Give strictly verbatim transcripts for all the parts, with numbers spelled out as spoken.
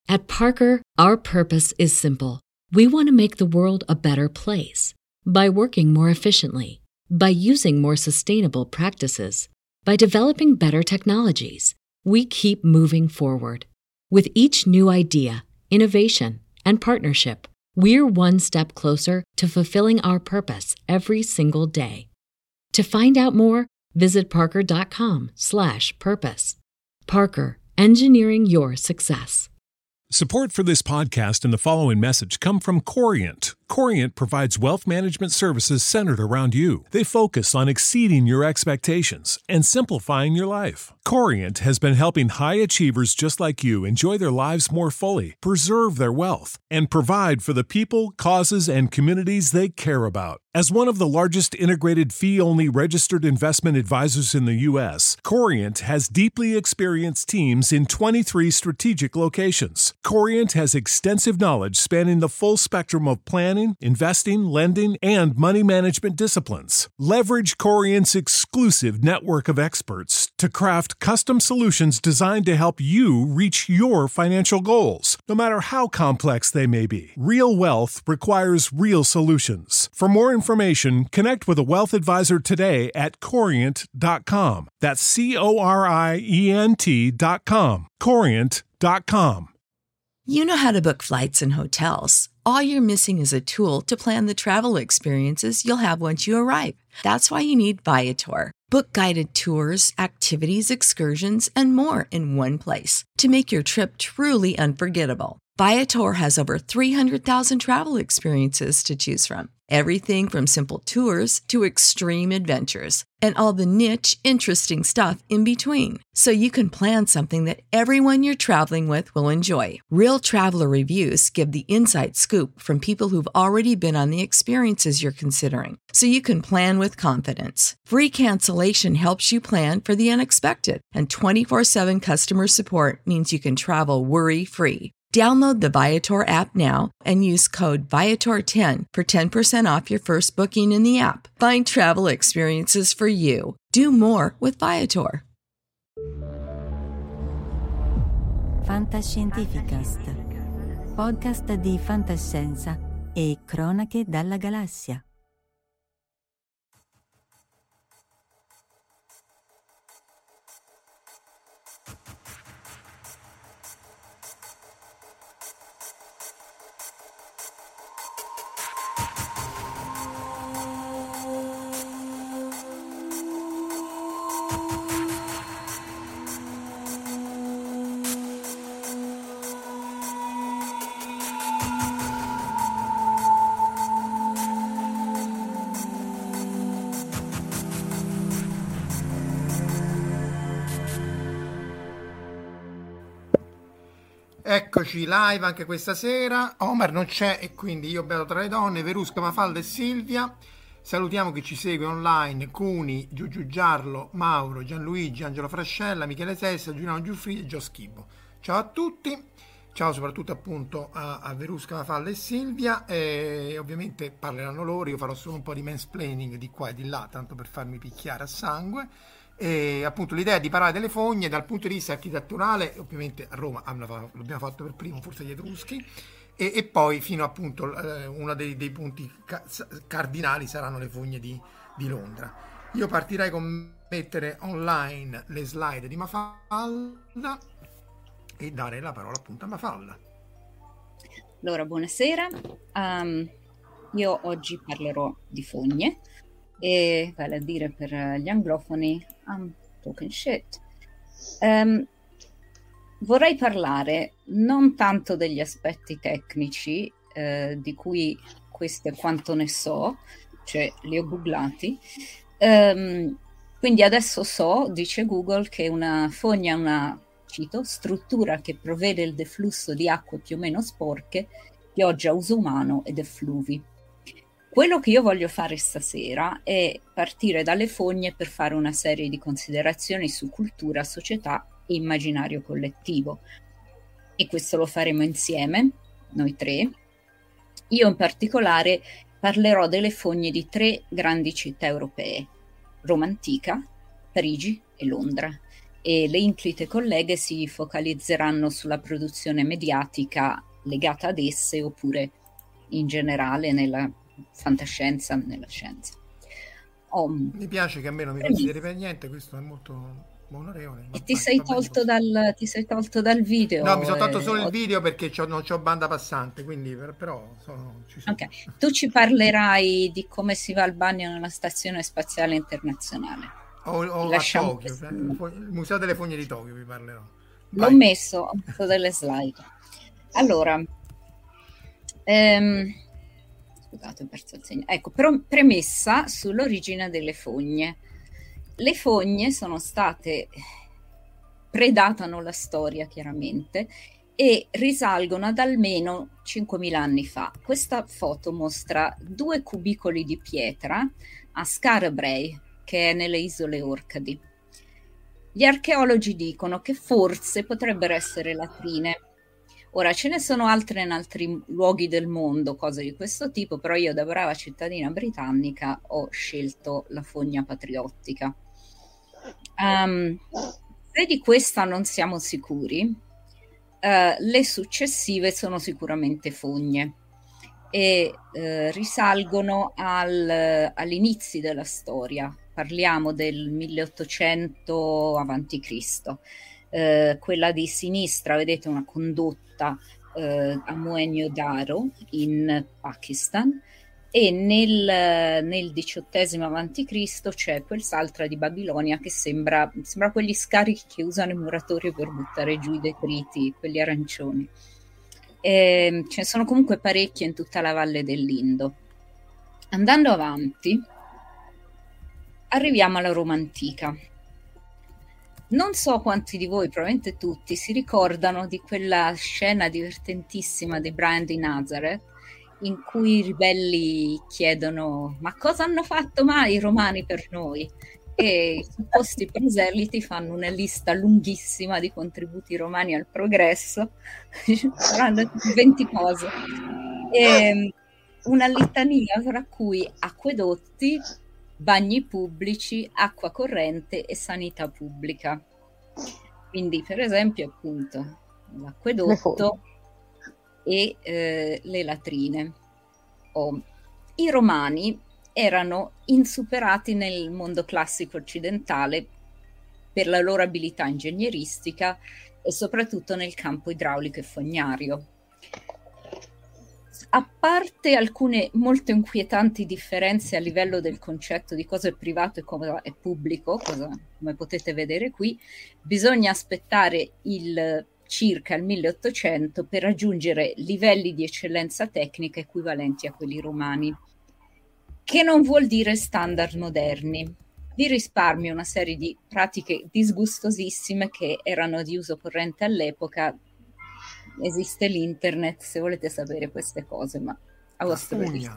At Parker, our purpose is simple. We want to make the world a better place by working more efficiently, by using more sustainable practices, by developing better technologies. We keep moving forward. With each new idea, innovation, and partnership, we're one step closer to fulfilling our purpose every single day. To find out more, visit parker.com slash purpose. Parker, engineering your success. Support for this podcast and the following message come from Corient. Corient provides wealth management services centered around you. They focus on exceeding your expectations and simplifying your life. Corient has been helping high achievers just like you enjoy their lives more fully, preserve their wealth, and provide for the people, causes, and communities they care about. As one of the largest integrated fee-only registered investment advisors in the U S, Corient has deeply experienced teams in twenty-three strategic locations. Corient has extensive knowledge spanning the full spectrum of planning, investing, lending, and money management disciplines. Leverage Corient's exclusive network of experts to craft custom solutions designed to help you reach your financial goals, no matter how complex they may be. Real wealth requires real solutions. For more information, connect with a wealth advisor today at corient dot com. That's C O R I E N T dot com. corient dot com. You know how to book flights and hotels. All you're missing is a tool to plan the travel experiences you'll have once you arrive. That's why you need Viator. Book guided tours, activities, excursions, and more in one place to make your trip truly unforgettable. Viator has over three hundred thousand travel experiences to choose from. Everything from simple tours to extreme adventures and all the niche, interesting stuff in between. So you can plan something that everyone you're traveling with will enjoy. Real traveler reviews give the inside scoop from people who've already been on the experiences you're considering. So you can plan with confidence. Free cancellation helps you plan for the unexpected. And twenty-four seven customer support means you can travel worry-free. Download the Viator app now and use code Viator ten for ten percent off your first booking in the app. Find travel experiences for you. Do more with Viator. Fantascientificast, podcast di fantascienza e cronache dalla galassia. Eccoci live anche questa sera. Omar non c'è e quindi io beato tra le donne, Verusca, Mafalda e Silvia. Salutiamo chi ci segue online: Cuni, Giugiu Giarlo, Mauro, Gianluigi, Angelo Frascella, Michele Sessa, Giuliano Giuffridi e Gio Schibbo. Ciao a tutti, ciao soprattutto appunto a, a Verusca, Mafalda e Silvia. E ovviamente parleranno loro, io farò solo un po' di mansplaining di qua e di là, tanto per farmi picchiare a sangue. E appunto l'idea è di parlare delle fogne dal punto di vista architetturale. Ovviamente a Roma l'abbiamo fatto per primo, forse gli Etruschi, e, e poi fino appunto eh, uno dei, dei punti ca- cardinali saranno le fogne di, di Londra. Io partirei con mettere online le slide di Mafalda e dare la parola appunto a Mafalda. Allora, buonasera, um, io oggi parlerò di fogne, e vale a dire per gli anglofoni I'm talking shit. Um, vorrei parlare non tanto degli aspetti tecnici, eh, di cui questo è quanto ne so, cioè li ho googlati. Um, quindi adesso so, dice Google, che una fogna è una, cito, struttura che provvede il deflusso di acque più o meno sporche, pioggia a uso umano ed effluvi. Quello che io voglio fare stasera è partire dalle fogne per fare una serie di considerazioni su cultura, società e immaginario collettivo. E questo lo faremo insieme, noi tre. Io in particolare parlerò delle fogne di tre grandi città europee: Roma antica, Parigi e Londra. e le inclite colleghe si focalizzeranno sulla produzione mediatica legata ad esse oppure in generale nella fantascienza, nella scienza. Oh, mi piace che a me non mi consideri per niente, questo è molto onorevole. E ti sei, tolto dal, ti sei tolto dal video? No, mi sono tolto eh, solo ho... il video perché c'ho, non c'ho banda passante, quindi però sono, ci sono. Ok, tu ci parlerai di come si va al bagno nella Stazione Spaziale Internazionale. O, o a Tokyo, il Museo delle Fogne di Tokyo vi parlerò. Vai. L'ho messo, ho messo delle slide. Allora, ehm, scusate, ho perso il segno. Ecco, però, premessa sull'origine delle fogne. Le fogne sono state, predatano la storia chiaramente e risalgono ad almeno cinquemila anni fa. Questa foto mostra due cubicoli di pietra a Skara Brae, che è nelle isole Orcadi. Gli archeologi dicono che forse potrebbero essere latrine. Ora, ce ne sono altre in altri luoghi del mondo, cose di questo tipo, però io da brava cittadina britannica ho scelto la fogna patriottica. Um, se di questa non siamo sicuri, uh, le successive sono sicuramente fogne e uh, risalgono al, all'inizio della storia. Parliamo del milleottocento avanti Cristo. Eh, quella di sinistra, vedete una condotta eh, a Mohenjo-Daro in Pakistan, e nel, nel diciottesimo avanti Cristo c'è quel Saltra di Babilonia che sembra, sembra quegli scarichi che usano i muratori per buttare giù i detriti, quelli arancioni. E ce ne sono comunque parecchie in tutta la valle dell'Indo. Andando avanti, arriviamo alla Roma antica. Non so quanti di voi, probabilmente tutti, si ricordano di quella scena divertentissima di Brian di Nazareth in cui i ribelli chiedono: ma cosa hanno fatto mai i romani per noi? E i supposti proseliti fanno una lista lunghissima di contributi romani al progresso, saranno venti cose, e una litania tra cui acquedotti, bagni pubblici, acqua corrente e sanità pubblica. Quindi, per esempio, appunto, l'acquedotto e eh, le latrine. Oh. I romani erano insuperati nel mondo classico occidentale per la loro abilità ingegneristica e soprattutto nel campo idraulico e fognario. A parte alcune molto inquietanti differenze a livello del concetto di cosa è privato e cosa è pubblico, cosa, come potete vedere qui, bisogna aspettare il circa il milleottocento per raggiungere livelli di eccellenza tecnica equivalenti a quelli romani, che non vuol dire standard moderni. Vi risparmio una serie di pratiche disgustosissime che erano di uso corrente all'epoca. Esiste l'internet se volete sapere queste cose, ma a vostro rischio.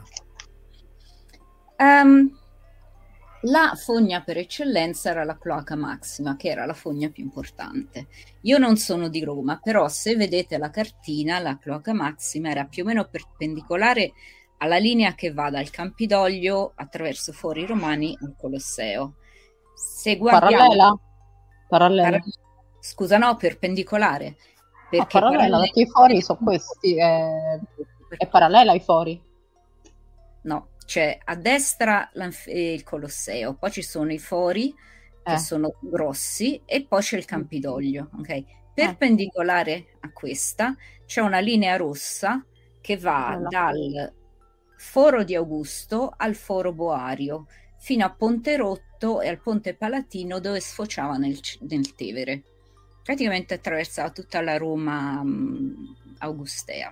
Um, la fogna per eccellenza era la cloaca maxima, che era la fogna più importante. Io non sono di Roma, però se vedete la cartina, la cloaca maxima era più o meno perpendicolare alla linea che va dal Campidoglio attraverso Fori Romani al Colosseo. Se guardiamo, parallela? Parallela. Para... Scusa, no, perpendicolare. Perché ah, parallela, perché i fori sono questi, è, è parallela ai fori. No, c'è a destra il Colosseo, poi ci sono i fori che eh. sono grossi e poi c'è il Campidoglio, ok? Perpendicolare eh. a questa c'è una linea rossa che va allora. dal Foro di Augusto al Foro Boario fino a Ponte Rotto e al Ponte Palatino dove sfociava nel, nel Tevere. Praticamente attraversava tutta la Roma um, augustea.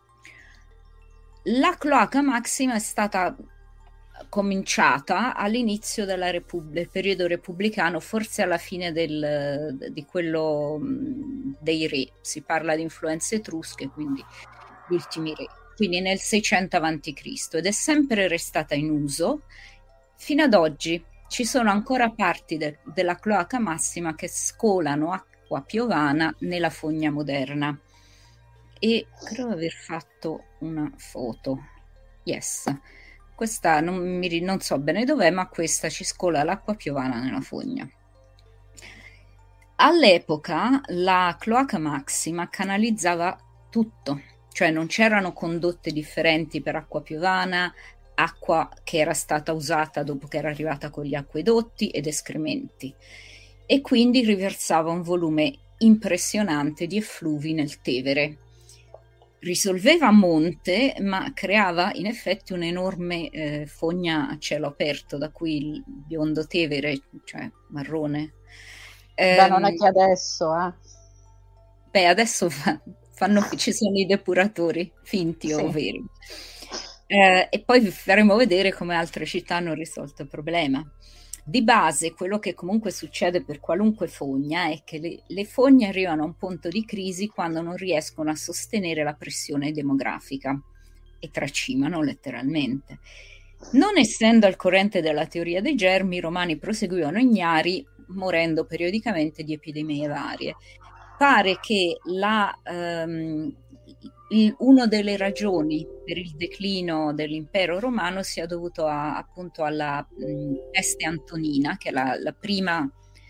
La cloaca maxima è stata cominciata all'inizio della Repub- del periodo repubblicano, forse alla fine del, di quello um, dei re. Si parla di influenze etrusche, quindi gli ultimi re. Quindi nel seicento avanti Cristo, ed è sempre restata in uso fino ad oggi. Ci sono ancora parti de- della cloaca massima che scolano acqua piovana nella fogna moderna, e credo di aver fatto una foto. Yes, questa non, mi, non so bene dov'è, ma questa ci scola l'acqua piovana nella fogna. All'epoca la cloaca Maxima canalizzava tutto, cioè non c'erano condotte differenti per acqua piovana, acqua che era stata usata dopo che era arrivata con gli acquedotti ed escrementi, e quindi riversava un volume impressionante di effluvi nel Tevere. Risolveva a monte, ma creava in effetti un'enorme eh, fogna a cielo aperto, da cui il biondo Tevere, cioè marrone. Beh, Ehm, non è che adesso, eh. Beh, adesso fa- fanno, ci sono i depuratori finti o Sì. veri. Eh, e poi vi faremo vedere come altre città hanno risolto il problema. Di base, quello che comunque succede per qualunque fogna è che le, le fogne arrivano a un punto di crisi quando non riescono a sostenere la pressione demografica e tracimano letteralmente. Non essendo al corrente della teoria dei germi, i romani proseguivano ignari, morendo periodicamente di epidemie varie. Pare che la, um, il, una delle ragioni per il declino dell'impero romano sia dovuto a, appunto alla mh, peste antonina, che è la, la prima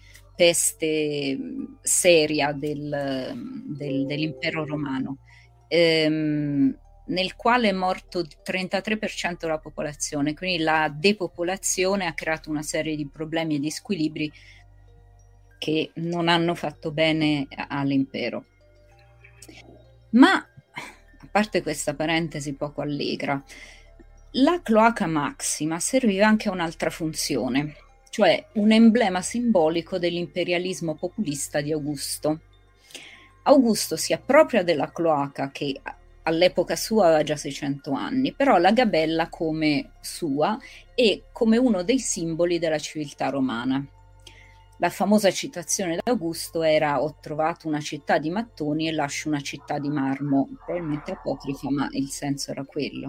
peste mh, seria del, del, dell'impero romano, ehm, nel quale è morto il trentatré per cento della popolazione, quindi la depopolazione ha creato una serie di problemi e di squilibri che non hanno fatto bene all'impero. Ma, a parte questa parentesi poco allegra, la cloaca Maxima serviva anche a un'altra funzione, cioè un emblema simbolico dell'imperialismo populista di Augusto. Augusto si appropria della cloaca, che all'epoca sua aveva già seicento anni, però la gabella come sua e come uno dei simboli della civiltà romana. La famosa citazione d'Augusto era: ho trovato una città di mattoni e lascio una città di marmo, probabilmente apocrifa, ma il senso era quello.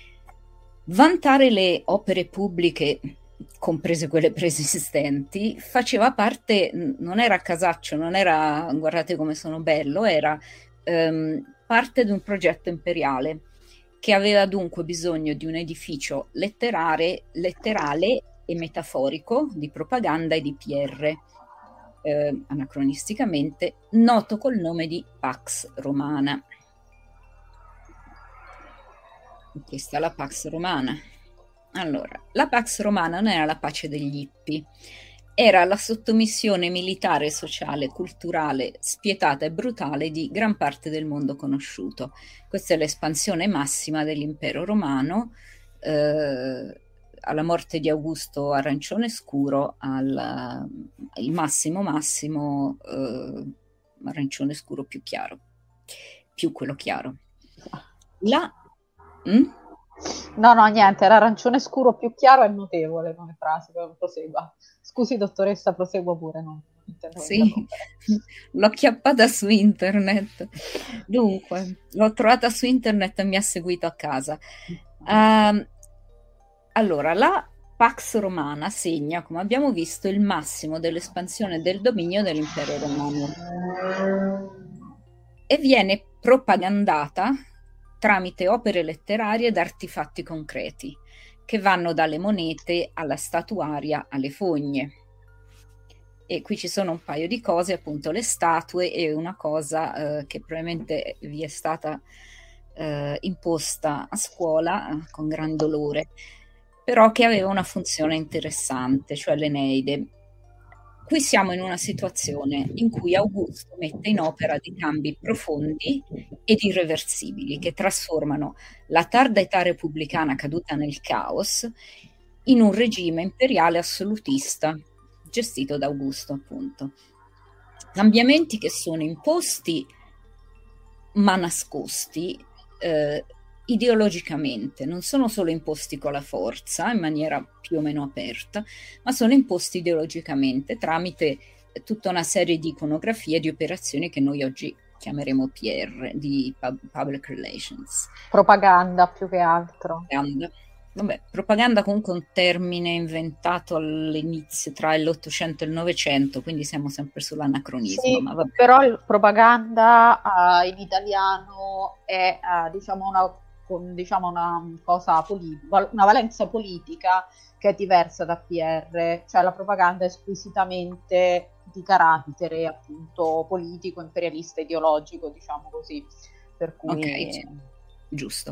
Vantare le opere pubbliche, comprese quelle preesistenti, faceva parte, non era casaccio, non era guardate come sono bello, era ehm, parte di un progetto imperiale che aveva dunque bisogno di un edificio letterare, letterale e metaforico, di propaganda e di P R, eh, anacronisticamente noto col nome di Pax Romana. Questa è la Pax Romana. Allora, la Pax Romana non era la pace degli hippie, era la sottomissione militare, sociale, culturale, spietata e brutale di gran parte del mondo conosciuto. Questa è l'espansione massima dell'impero romano, eh, alla morte di Augusto arancione scuro, al il massimo massimo eh, arancione scuro più chiaro, più quello chiaro. La... Mm? No, no, niente, era arancione scuro più chiaro è notevole come frase, prosegua. Scusi dottoressa, prosegua pure, no? Sì, l'ho acchiappata su internet. Dunque, l'ho trovata su internet e mi ha seguito a casa. Uh, allora, la Pax Romana segna, come abbiamo visto, il massimo dell'espansione del dominio dell'impero romano e viene propagandata tramite opere letterarie ed artefatti concreti, che vanno dalle monete alla statuaria alle fogne. E qui ci sono un paio di cose, appunto le statue e una cosa eh, che probabilmente vi è stata eh, imposta a scuola eh, con gran dolore, però che aveva una funzione interessante, cioè l'Eneide. Qui siamo in una situazione in cui Augusto mette in opera dei cambi profondi ed irreversibili che trasformano la tarda età repubblicana caduta nel caos in un regime imperiale assolutista gestito da Augusto, appunto. Cambiamenti che sono imposti ma nascosti eh, ideologicamente, non sono solo imposti con la forza in maniera più o meno aperta, ma sono imposti ideologicamente tramite tutta una serie di iconografie e di operazioni che noi oggi chiameremo P R, di Public Relations. Propaganda più che altro. Propaganda. Vabbè, propaganda comunque è un termine inventato all'inizio tra l'Ottocento e il Novecento, quindi siamo sempre sull'anacronismo. Sì, ma vabbè. però il propaganda uh, in italiano è uh, diciamo una con diciamo una cosa politica, una valenza politica che è diversa da P R, cioè la propaganda è squisitamente di carattere appunto politico, imperialista, ideologico, diciamo così. Per cui... Ok, sì. Giusto.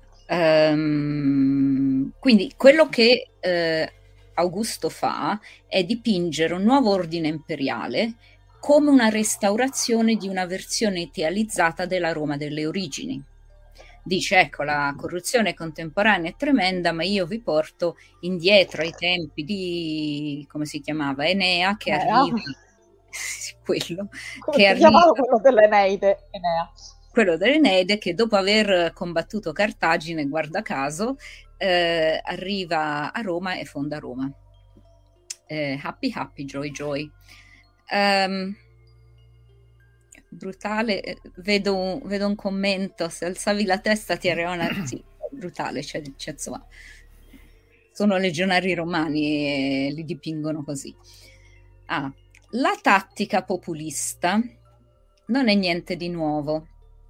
Um, quindi quello che eh, Augusto fa è dipingere un nuovo ordine imperiale come una restaurazione di una versione idealizzata della Roma delle origini. Dice, ecco, la corruzione contemporanea è tremenda, ma io vi porto indietro ai tempi di, come si chiamava, Enea, che eh, arriva... quello, come che si arriva... chiamava quello dell'Eneide, Enea. quello dell'Eneide, che dopo aver combattuto Cartagine, guarda caso, eh, arriva a Roma e fonda Roma. Eh, happy, happy, joy, joy. Um, brutale, eh, vedo, un, vedo un commento, se alzavi la testa ti arriva una... Sì, brutale, cioè, cioè, insomma, sono legionari romani e li dipingono così. Ah, la tattica populista non è niente di nuovo.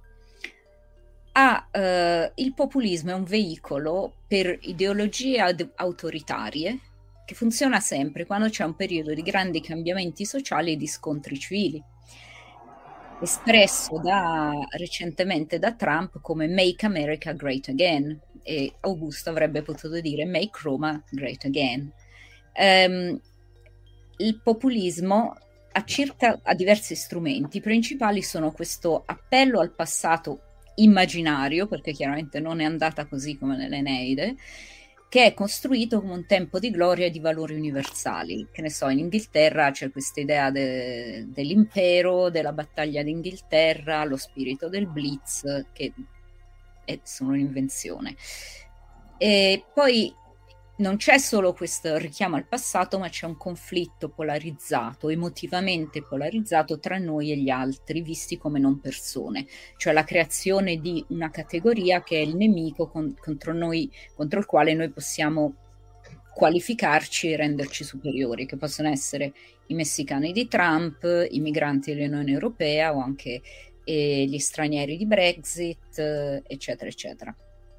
Ah, eh, il populismo è un veicolo per ideologie ad- autoritarie che funziona sempre quando c'è un periodo di grandi cambiamenti sociali e di scontri civili, espresso da, recentemente da Trump come Make America Great Again, e Augusto avrebbe potuto dire Make Roma Great Again. Um, il populismo ha circa ha diversi strumenti. I principali sono questo appello al passato immaginario, perché chiaramente non è andata così come nell'Eneide, che è costruito come un tempo di gloria e di valori universali. Che ne so, in Inghilterra c'è questa idea de- dell'impero, della battaglia d'Inghilterra, lo spirito del Blitz, che è, sono un'invenzione. E poi non c'è solo questo richiamo al passato, ma c'è un conflitto polarizzato, emotivamente polarizzato tra noi e gli altri, visti come non persone, cioè la creazione di una categoria che è il nemico con, contro noi, contro il quale noi possiamo qualificarci e renderci superiori, che possono essere i messicani di Trump, i migranti dell'Unione Europea o anche eh, gli stranieri di Brexit, eh, eccetera, eccetera.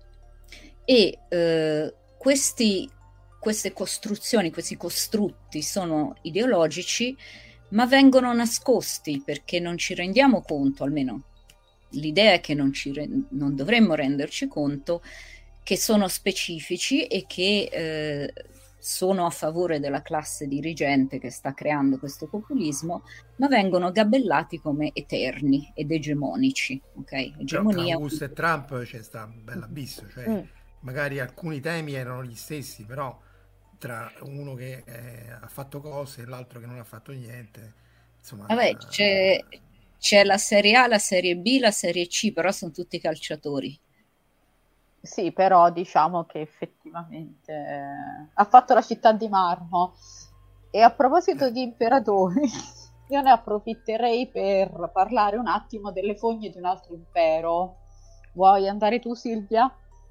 E eh, Questi, queste costruzioni, questi costrutti sono ideologici, ma vengono nascosti perché non ci rendiamo conto, almeno l'idea è che non, ci re- non dovremmo renderci conto, che sono specifici e che eh, sono a favore della classe dirigente che sta creando questo populismo, ma vengono gabellati come eterni ed egemonici. Okay? Egemonia... Tra Augusto e Trump c'è sta bella abisso, cioè... Mm. Magari alcuni temi erano gli stessi, però tra uno che eh, ha fatto cose e l'altro che non ha fatto niente, insomma... Vabbè, c'è, c'è la Serie A, la Serie B, la Serie C, però sono tutti calciatori. Sì, però diciamo che effettivamente eh, ha fatto la città di marmo. E a proposito di imperatori, io ne approfitterei per parlare un attimo delle fogne di un altro impero. Vuoi andare tu, Silvia?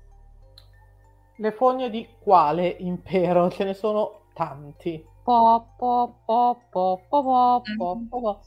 Le fogne di quale impero? Ce ne sono tanti. Po, po, po, po, po, po, po, po.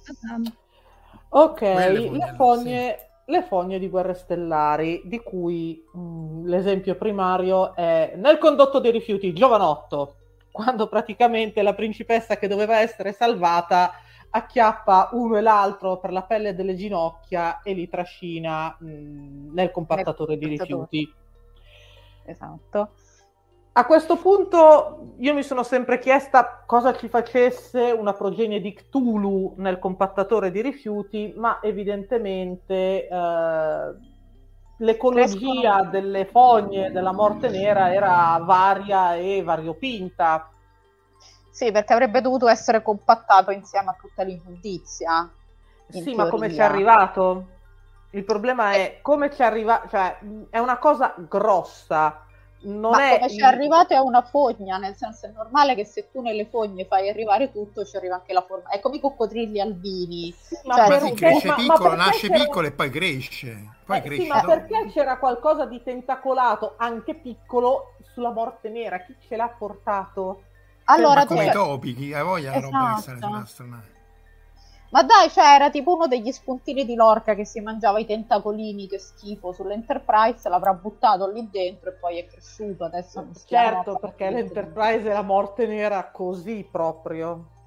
Ok, le fogne, sì. Le fogne di Guerre Stellari, di cui mh, l'esempio primario è nel condotto dei rifiuti, Giovanotto, quando praticamente la principessa che doveva essere salvata acchiappa uno e l'altro per la pelle delle ginocchia e li trascina mh, nel compattatore di rifiuti. Esatto. A questo punto io mi sono sempre chiesta cosa ci facesse una progenie di Cthulhu nel compattatore di rifiuti, ma evidentemente eh, l'ecologia Crescono. delle fogne della morte nera era varia e variopinta. Sì, perché avrebbe dovuto essere compattato insieme a tutta l'immondizia. Sì, teoria. Ma come ci è arrivato? Il problema è come ci è arrivato, cioè è una cosa grossa. Non Ma è come ci il... è arrivato è una fogna, nel senso è normale che se tu nelle fogne fai arrivare tutto ci arriva anche la forma. È come i coccodrilli albini. Ma, cioè, ma sì, cresce ma, piccolo, ma nasce c'era... piccolo e poi cresce. Poi eh, cresce sì, ma dopo. perché c'era qualcosa di tentacolato, anche piccolo, sulla morte nera? Chi ce l'ha portato? Allora, ma come tu... i topi, chi ha voglia la roba che sale Esatto. sull'astronave. Ma dai, cioè era tipo uno degli spuntini di Lorca che si mangiava i tentacolini, che schifo, sull'Enterprise, l'avrà buttato lì dentro e poi è cresciuto. Adesso certo, perché l'Enterprise è la morte nera così proprio.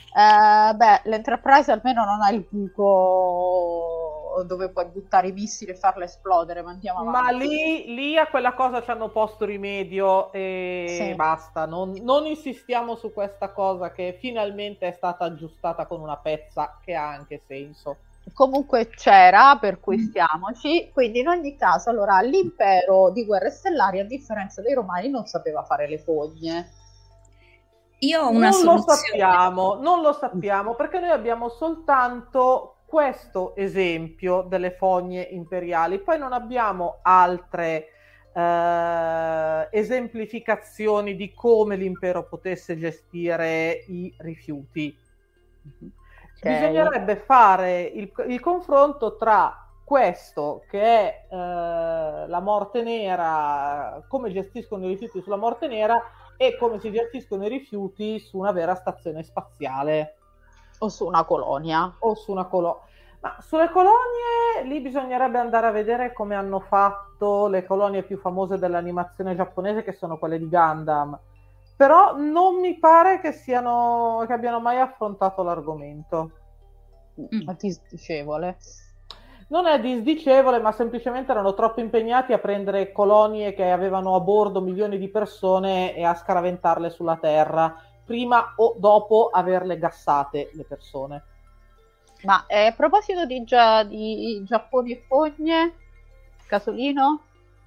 Eh, beh, l'Enterprise almeno non ha il buco dove puoi buttare i missili e farle esplodere, ma andiamo avanti. Ma lì, lì a quella cosa ci hanno posto rimedio e Sì. basta, non, non insistiamo su questa cosa che finalmente è stata aggiustata con una pezza che ha anche senso. Comunque c'era, per cui stiamoci. Quindi in ogni caso, allora, l'impero di Guerre Stellari, a differenza dei Romani, non sapeva fare le fogne. Io ho una non soluzione. lo sappiamo, non lo sappiamo perché noi abbiamo soltanto questo esempio delle fogne imperiali, poi non abbiamo altre eh, esemplificazioni di come l'impero potesse gestire i rifiuti. Okay. Bisognerebbe fare il, il confronto tra questo che è eh, la morte nera, come gestiscono i rifiuti sulla morte nera e come si gestiscono i rifiuti su una vera stazione spaziale. O su una colonia. O su una colonia. Ma sulle colonie lì bisognerebbe andare a vedere come hanno fatto le colonie più famose dell'animazione giapponese, che sono quelle di Gundam. Però non mi pare che siano che abbiano mai affrontato l'argomento. Mm. Disdicevole. Non è disdicevole, ma semplicemente erano troppo impegnati a prendere colonie che avevano a bordo milioni di persone e a scaraventarle sulla Terra, prima o dopo averle gassate le persone. Ma eh, a proposito di, gia- di Giappone e fogne, Casolino?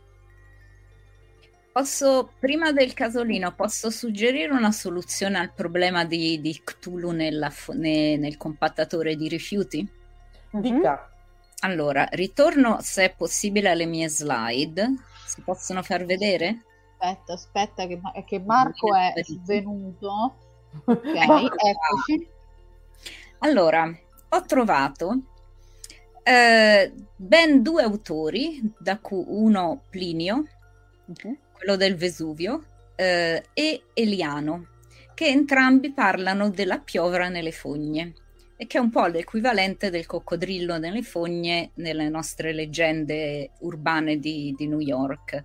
Posso, prima del casolino, posso suggerire una soluzione al problema di, di Cthulhu nella, ne, nel compattatore di rifiuti? Dica. Allora, ritorno se è possibile alle mie slide. Si possono far vedere? Aspetta, aspetta, che, che Marco è svenuto. Ok, eccoci. Allora, ho trovato eh, ben due autori, da cui uno Plinio, uh-huh. quello del Vesuvio, eh, e Eliano, che entrambi parlano della piovra nelle fogne, e che è un po' l'equivalente del coccodrillo nelle fogne nelle nostre leggende urbane di, di New York.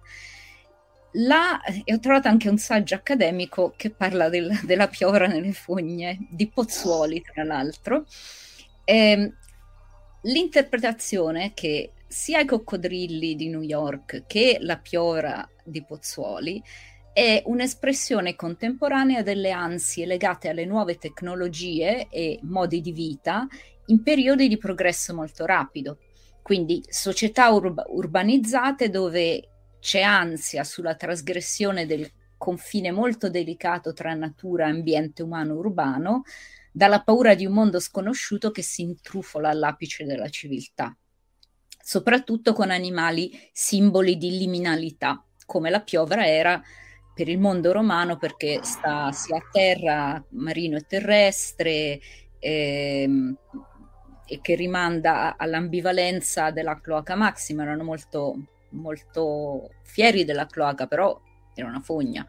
Là, e ho trovato anche un saggio accademico che parla del, della piovra nelle fogne, di Pozzuoli tra l'altro. E l'interpretazione che sia i coccodrilli di New York che la piovra di Pozzuoli è un'espressione contemporanea delle ansie legate alle nuove tecnologie e modi di vita in periodi di progresso molto rapido. Quindi società ur- urbanizzate dove c'è ansia sulla trasgressione del confine molto delicato tra natura e ambiente umano urbano, dalla paura di un mondo sconosciuto che si intrufola all'apice della civiltà, soprattutto con animali simboli di liminalità, come la piovra era per il mondo romano, perché sta sia a terra, marino e terrestre, ehm, e che rimanda all'ambivalenza della cloaca maxima. Erano molto, molto fieri della cloaca, però era una fogna.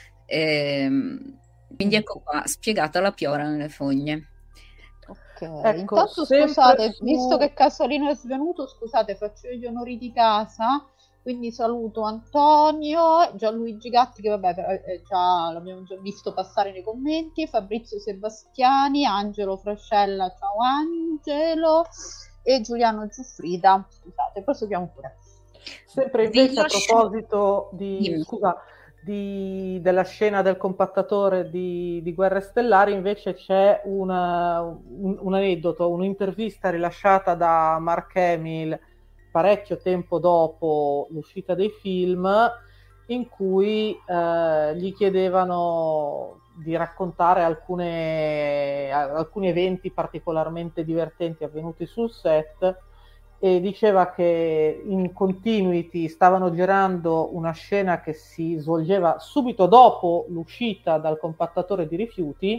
Ehm, quindi ecco qua, spiegata la piovra nelle fogne. Ok, ecco, intanto scusate, su... visto che Casolino è svenuto, scusate, faccio io gli onori di casa. Quindi saluto Antonio, Gianluigi Gatti, che vabbè eh, già l'abbiamo già visto passare nei commenti, Fabrizio Sebastiani, Angelo Frascella, ciao Angelo, e Giuliano Giuffrida. Scusate, proseguiamo pure. Sempre invece a proposito di, scusa, di, della scena del compattatore di, di Guerre Stellari, invece c'è una, un, un aneddoto, un'intervista rilasciata da Mark Hamill parecchio tempo dopo l'uscita dei film, in cui eh, gli chiedevano di raccontare alcune, alcuni eventi particolarmente divertenti avvenuti sul set, e diceva che in continuity stavano girando una scena che si svolgeva subito dopo l'uscita dal compattatore di rifiuti,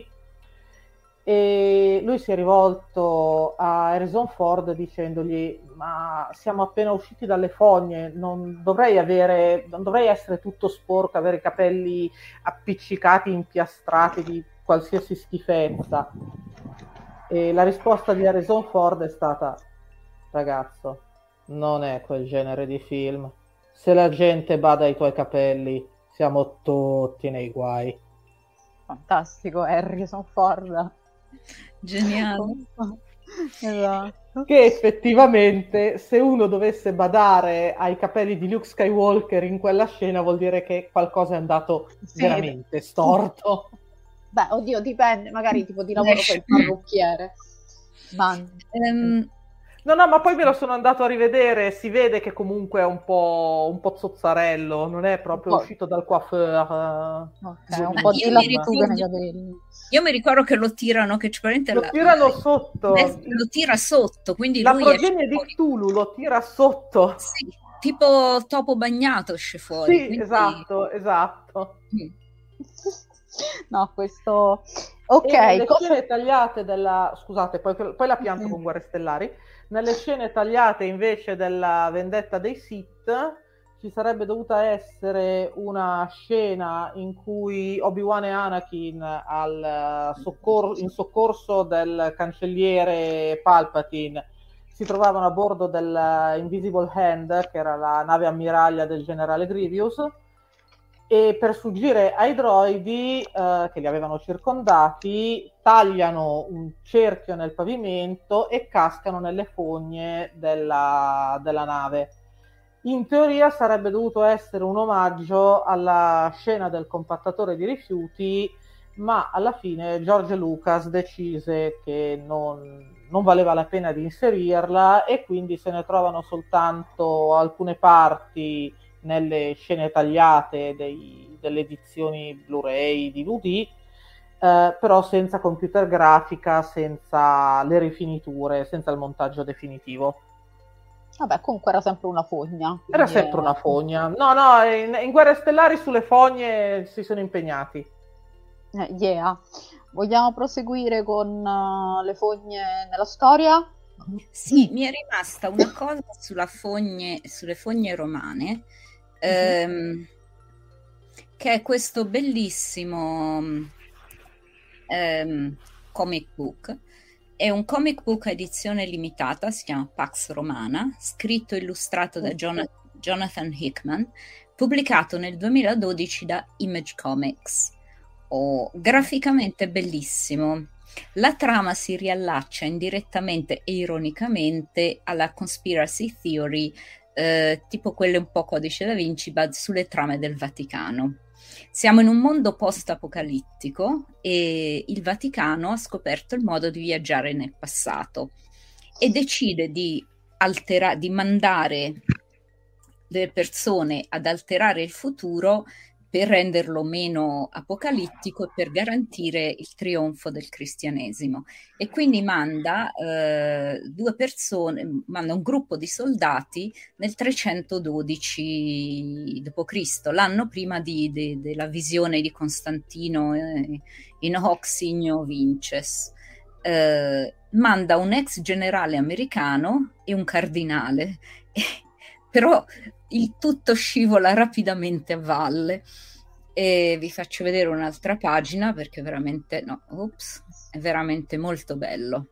e lui si è rivolto a Harrison Ford dicendogli: ma siamo appena usciti dalle fogne, non dovrei avere, non dovrei essere tutto sporco, avere i capelli appiccicati, impiastrati di qualsiasi schifezza. E la risposta di Harrison Ford è stata: ragazzo, non è quel genere di film, se la gente bada ai tuoi capelli siamo tutti nei guai. Fantastico Harrison Ford. Geniale. Esatto. Che effettivamente, se uno dovesse badare ai capelli di Luke Skywalker in quella scena, vuol dire che qualcosa è andato Sì. veramente storto. Beh, oddio, dipende, magari tipo di lavoro per il parrucchiere. Ma Ehm, No, no, ma poi me lo sono andato a rivedere, si vede che comunque è un po', un po' zozzarello, non è proprio Un po'. uscito dal coiffeur. ok, un Ma po' io di mi lattuga nei ricordo- capelli. io mi ricordo che lo tirano, che c'è veramente Lo la- tirano sotto. lo tira sotto, quindi La lui progenie esce di fuori. Cthulhu lo tira sotto. Sì, tipo topo bagnato esce fuori. Sì, quindi- esatto, esatto. Mm. No, questo... Ok, E nelle cosa- scene tagliate della... Scusate, poi, poi la pianto Sì. con Guerre Stellari. Nelle scene tagliate invece della vendetta dei Sith ci sarebbe dovuta essere una scena in cui Obi-Wan e Anakin al soccor- in soccorso del cancelliere Palpatine si trovavano a bordo del Invisible Hand, che era la nave ammiraglia del generale Grievous, e per sfuggire ai droidi eh, che li avevano circondati tagliano un cerchio nel pavimento e cascano nelle fogne della, della nave. In teoria sarebbe dovuto essere un omaggio alla scena del compattatore di rifiuti, ma alla fine George Lucas decise che non, non valeva la pena di inserirla e quindi se ne trovano soltanto alcune parti nelle scene tagliate dei, delle edizioni Blu-ray, D V D, eh, però senza computer grafica, senza le rifiniture, senza il montaggio definitivo. Vabbè, comunque era sempre una fogna. Era quindi, sempre eh, una fogna. No, no, in, in Guerre Stellari sulle fogne si sono impegnati. eh, yeah. Vogliamo proseguire con uh, le fogne nella storia? Sì, mi è rimasta una cosa sulla fogne, sulle fogne romane, ehm, che è questo bellissimo ehm, comic book. È un comic book a edizione limitata, si chiama Pax Romana, scritto e illustrato da Jonathan, Jonathan Hickman, pubblicato nel duemiladodici da Image Comics. Oh, graficamente bellissimo. La trama si riallaccia indirettamente e ironicamente alla conspiracy theory, eh, tipo quelle un po' Codice da Vinci, ma sulle trame del Vaticano. Siamo in un mondo post-apocalittico e il Vaticano ha scoperto il modo di viaggiare nel passato e decide di, altera- di mandare delle persone ad alterare il futuro per renderlo meno apocalittico e per garantire il trionfo del cristianesimo. E quindi manda eh, due persone, manda un gruppo di soldati nel trecentododici dopo Cristo, l'anno prima di, de, della visione di Costantino eh, in hoc signo vinces. Eh, manda un ex generale americano e un cardinale, però il tutto scivola rapidamente a valle. E vi faccio vedere un'altra pagina perché veramente no, ops, è veramente molto bello.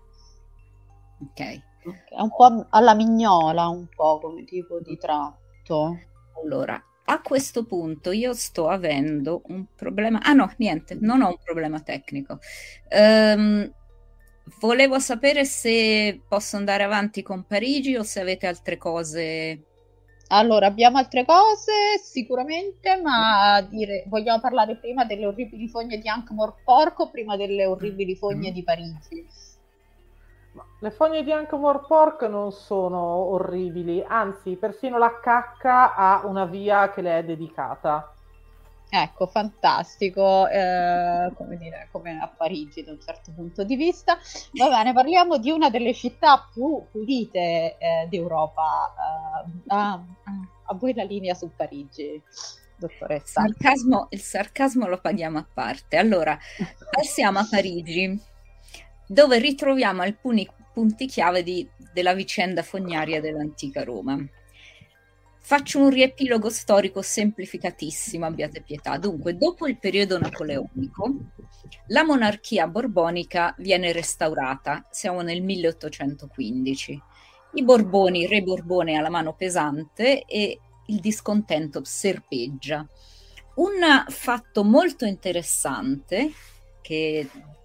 Ok. È un po' alla Mignola, un po' come tipo di tratto. Allora, a questo punto io sto avendo un problema. Ah no, niente, non ho un problema tecnico. Um, volevo sapere se posso andare avanti con Parigi o se avete altre cose. Allora, abbiamo altre cose sicuramente, ma dire, vogliamo parlare prima delle orribili fogne di Ankh-Morpork o prima delle orribili fogne di Parigi? Le fogne di Ankh-Morpork non sono orribili, anzi, persino la cacca ha una via che le è dedicata. Ecco, fantastico, eh, come dire, come a Parigi da un certo punto di vista. Va bene, parliamo di una delle città più pulite eh, d'Europa. Eh, ah, a voi la linea su Parigi, dottoressa. Sarcasmo, il sarcasmo lo paghiamo a parte. Allora, passiamo a Parigi, dove ritroviamo alcuni punti chiave di, della vicenda fognaria dell'antica Roma. Faccio un riepilogo storico semplificatissimo, abbiate pietà. Dunque, dopo il periodo napoleonico, la monarchia borbonica viene restaurata, siamo nel milleottocentoquindici. I Borboni, il re Borbone ha la mano pesante e il discontento serpeggia. Un fatto molto interessante che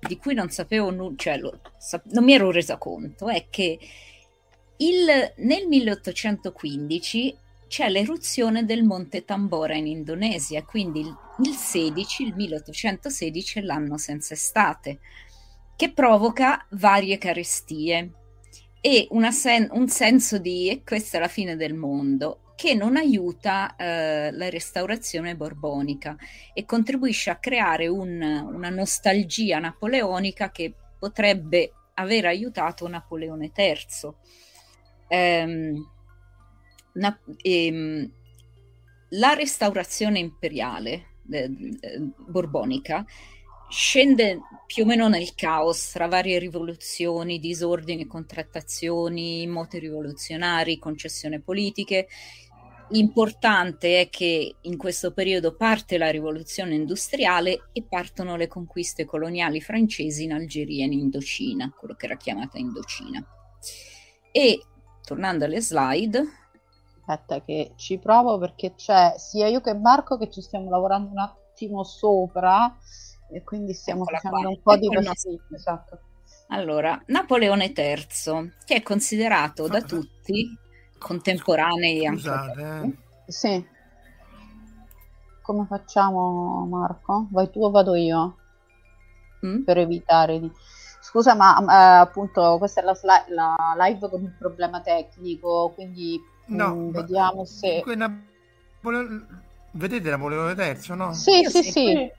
di cui non sapevo nulla, cioè lo, sa- non mi ero resa conto, è che il, nel milleottocentoquindici c'è l'eruzione del Monte Tambora in Indonesia, quindi il, il sedici, il milleottocentosedici è l'anno senza estate, che provoca varie carestie e una sen- un senso di e questa è la fine del mondo, che non aiuta eh, la restaurazione borbonica e contribuisce a creare un, una nostalgia napoleonica che potrebbe aver aiutato Napoleone terzo. Ehm, na- ehm, la restaurazione imperiale eh, eh, borbonica scende più o meno nel caos tra varie rivoluzioni, disordini, contrattazioni, moti rivoluzionari, concessioni politiche. Importante è che in questo periodo parte la rivoluzione industriale e partono le conquiste coloniali francesi in Algeria e in Indocina, quello che era chiamata Indocina. E tornando alle slide, aspetta che ci provo perché c'è sia io che Marco che ci stiamo lavorando un attimo sopra e quindi stiamo eccola facendo qua, un po' di ecco il passi. nostro- Esatto. Allora, Napoleone terzo, che è considerato da tutti contemporanei anche Scusate, eh. Sì. Come facciamo, Marco? Vai tu o vado io? Mm? Per evitare di... Scusa, ma eh, appunto questa è la, sli- la live con un problema tecnico, quindi No, mm, ma- vediamo se... que- Napole- Vedete Napoleone terzo, no? Sì, Io sì, sì. sì.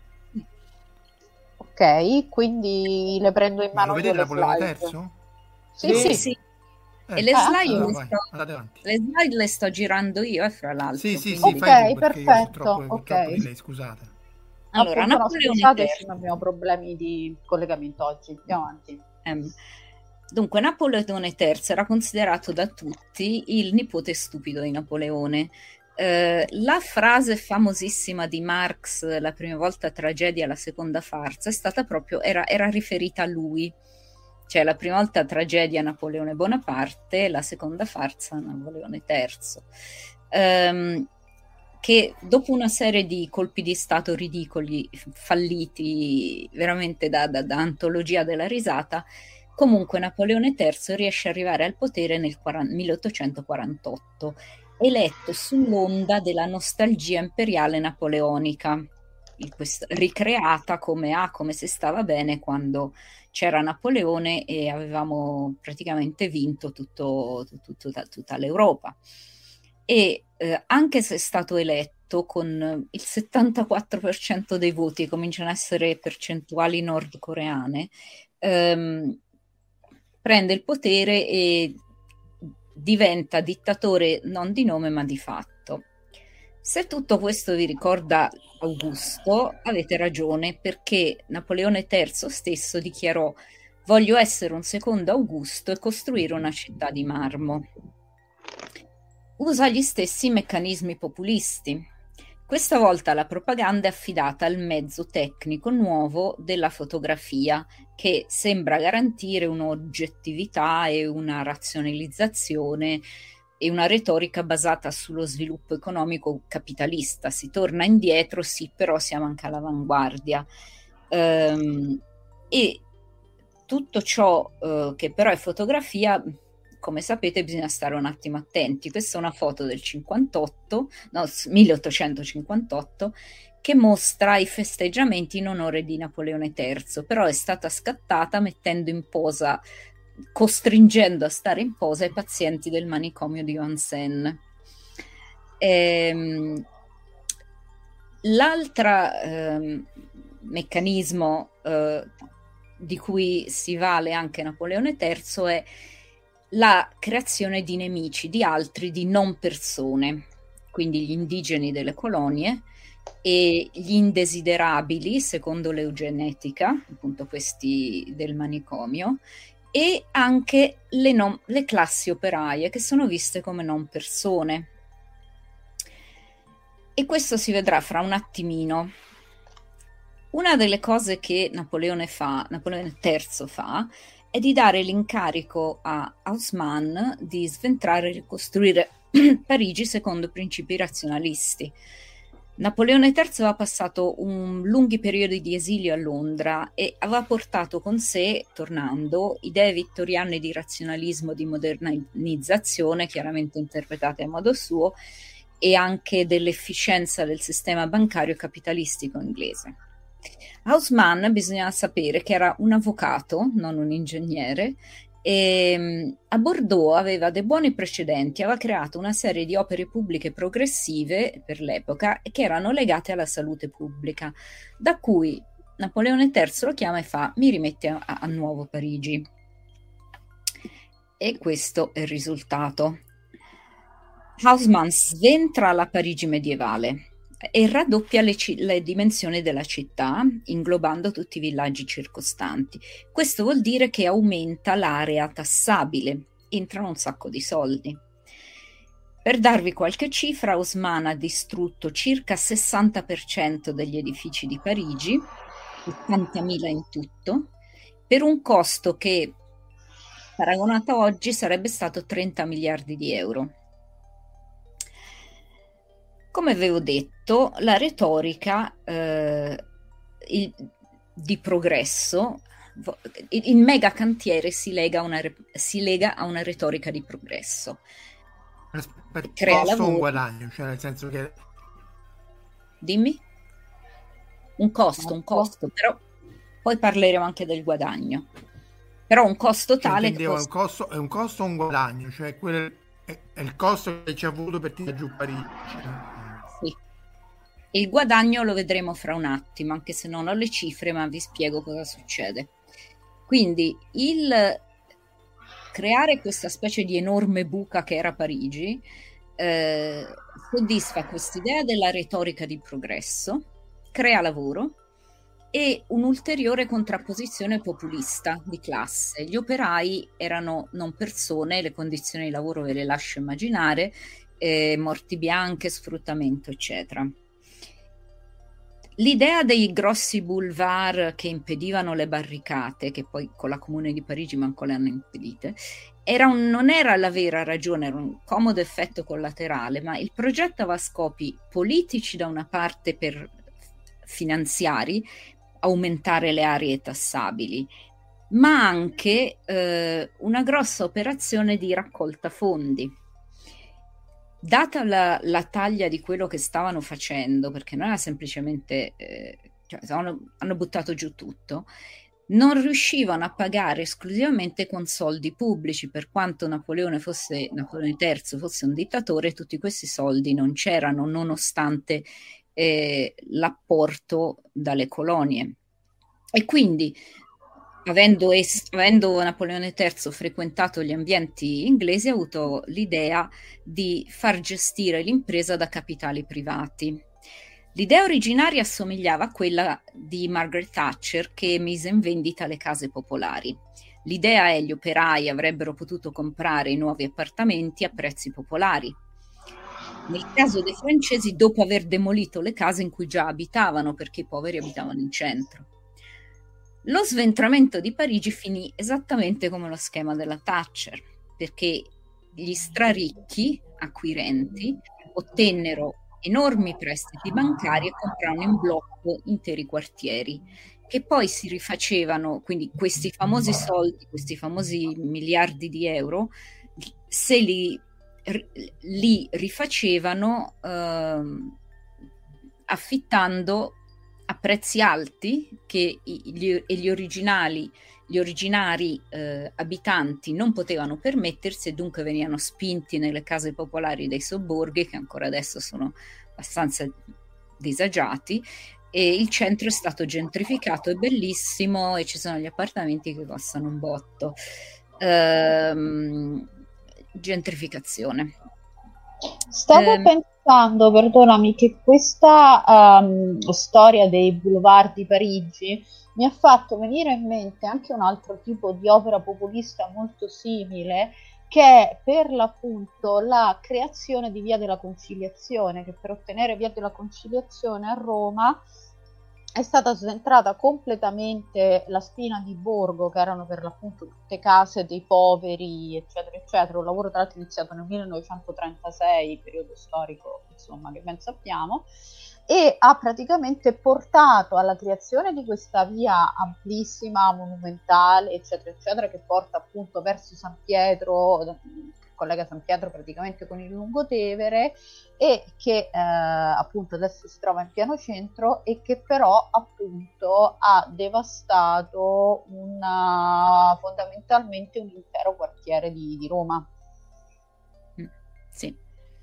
Ok, quindi le prendo in Ma mano lo io vedete le Napoleone slide. terzo? Sì, Sì, sì. sì. Eh, E le Ah, slide, allora le, vai, sto, andate avanti. le slide le sto girando io, e fra l'altro. Sì, sì, sì, quindi- fai tu Ok, perché io perfetto, purtroppo, purtroppo ok. di lei, scusate. Allora, Appunto, no, Napoleone scusateci, terzo. ma abbiamo problemi di collegamento oggi. Andiamo avanti. Ehm, dunque, Napoleone terzo era considerato da tutti il nipote stupido di Napoleone. Eh, la frase famosissima di Marx, la prima volta tragedia, la seconda farsa, è stata proprio, era, era riferita a lui. Cioè, la prima volta tragedia Napoleone Bonaparte, la seconda farsa Napoleone terzo. Ehm, che dopo una serie di colpi di stato ridicoli, falliti veramente da, da, da antologia della risata, comunque Napoleone terzo riesce ad arrivare al potere nel milleottocentoquarantotto, eletto sull'onda della nostalgia imperiale napoleonica, quest- ricreata come, ah, come se stava bene quando c'era Napoleone e avevamo praticamente vinto tutto, tutto, tutta, tutta l'Europa. E eh, anche se è stato eletto con il settantaquattro per cento dei voti, cominciano a essere percentuali nordcoreane, ehm, prende il potere e diventa dittatore non di nome ma di fatto. Se tutto questo vi ricorda Augusto, avete ragione, perché Napoleone terzo stesso dichiarò: voglio essere un secondo Augusto e costruire una città di marmo. Usa gli stessi meccanismi populisti. Questa volta la propaganda è affidata al mezzo tecnico nuovo della fotografia, che sembra garantire un'oggettività e una razionalizzazione e una retorica basata sullo sviluppo economico capitalista. Si torna indietro, sì, però siamo anche all'avanguardia. Ehm, e tutto ciò eh, che però è fotografia, come sapete, bisogna stare un attimo attenti. Questa è una foto del cinquantotto, no, milleottocentocinquantotto, che mostra i festeggiamenti in onore di Napoleone terzo, però è stata scattata mettendo in posa, costringendo a stare in posa i pazienti del manicomio di Vincennes. Ehm, l'altro ehm, meccanismo eh, di cui si vale anche Napoleone terzo è la creazione di nemici, di altri, di non persone, quindi gli indigeni delle colonie e gli indesiderabili, secondo l'eugenetica, appunto questi del manicomio, e anche le, non, le classi operaie, che sono viste come non persone. E questo si vedrà fra un attimino. Una delle cose che Napoleone fa, Napoleone terzo fa, è di dare l'incarico a Haussmann di sventrare e ricostruire Parigi secondo principi razionalisti. Napoleone terzo aveva passato un lunghi periodi di esilio a Londra e aveva portato con sé, tornando, idee vittoriane di razionalismo, di modernizzazione, chiaramente interpretate a modo suo, e anche dell'efficienza del sistema bancario capitalistico inglese. Haussmann, bisogna sapere che era un avvocato, non un ingegnere, e a Bordeaux aveva dei buoni precedenti, aveva creato una serie di opere pubbliche progressive per l'epoca che erano legate alla salute pubblica, da cui Napoleone terzo lo chiama e fa: mi rimette a, a nuovo Parigi. E questo è il risultato. Haussmann sventra la Parigi medievale e raddoppia le, c- le dimensioni della città, inglobando tutti i villaggi circostanti. Questo vuol dire che aumenta l'area tassabile, entrano un sacco di soldi. Per darvi qualche cifra, Haussmann ha distrutto circa sessanta per cento degli edifici di Parigi, ottantamila in tutto, per un costo che, paragonato a oggi, sarebbe stato trenta miliardi di euro. Come avevo detto, la retorica eh, il, di progresso, il, il mega cantiere si lega, a una, si lega a una retorica di progresso. Per crea costo lavoro. Un guadagno, cioè nel senso che... Dimmi? Un costo, un costo, però poi parleremo anche del guadagno. Però un costo cioè, tale... Intendevo, cost... è, un costo, è un costo o un guadagno, cioè quello è, è il costo che ci ha avuto per tirare giù Parigi. Sì. Il guadagno lo vedremo fra un attimo, anche se non ho le cifre, ma vi spiego cosa succede. Quindi il creare questa specie di enorme buca che era Parigi eh, soddisfa quest'idea della retorica di progresso, crea lavoro e un'ulteriore contrapposizione populista di classe. Gli operai erano non persone, le condizioni di lavoro ve le lascio immaginare, eh, morti bianche, sfruttamento, eccetera. L'idea dei grossi boulevard che impedivano le barricate, che poi con la Comune di Parigi manco le hanno impedite, era un, non era la vera ragione, era un comodo effetto collaterale, ma il progetto aveva scopi politici da una parte per finanziari, aumentare le aree tassabili, ma anche eh, una grossa operazione di raccolta fondi. Data la, la taglia di quello che stavano facendo, perché non era semplicemente, eh, cioè, hanno, hanno buttato giù tutto, non riuscivano a pagare esclusivamente con soldi pubblici, per quanto Napoleone fosse, Napoleone terzo fosse un dittatore, tutti questi soldi non c'erano, nonostante eh, l'apporto dalle colonie. E quindi, Avendo, es- avendo Napoleone terzo frequentato gli ambienti inglesi, ha avuto l'idea di far gestire l'impresa da capitali privati. L'idea originaria assomigliava a quella di Margaret Thatcher, che mise in vendita le case popolari. L'idea è che gli operai avrebbero potuto comprare i nuovi appartamenti a prezzi popolari. Nel caso dei francesi, dopo aver demolito le case in cui già abitavano, perché i poveri abitavano in centro. Lo sventramento di Parigi finì esattamente come lo schema della Thatcher, perché gli straricchi acquirenti ottennero enormi prestiti bancari e comprarono in blocco interi quartieri, che poi si rifacevano, quindi questi famosi soldi, questi famosi miliardi di euro, se li, li rifacevano eh, affittando a prezzi alti che gli, gli originali, gli originari eh, abitanti non potevano permettersi e dunque venivano spinti nelle case popolari dei sobborghi, che ancora adesso sono abbastanza disagiati, e il centro è stato gentrificato, è bellissimo e ci sono gli appartamenti che costano un botto. Ehm, gentrificazione. Stavo Ehm, pensando, perdonami, che questa um, storia dei boulevard di Parigi mi ha fatto venire in mente anche un altro tipo di opera populista molto simile, che è per l'appunto la creazione di Via della Conciliazione, che per ottenere Via della Conciliazione a Roma è stata sventrata completamente la spina di borgo, che erano per l'appunto tutte case dei poveri, eccetera, eccetera. Un lavoro tra l'altro iniziato nel millenovecentotrentasei, periodo storico, insomma, che ben sappiamo, e ha praticamente portato alla creazione di questa via amplissima, monumentale, eccetera, eccetera, che porta appunto verso San Pietro, collega San Pietro praticamente con il Lungotevere, e che eh, appunto adesso si trova in pieno centro, e che però appunto ha devastato una, fondamentalmente un intero quartiere di, di Roma. Mm, sì.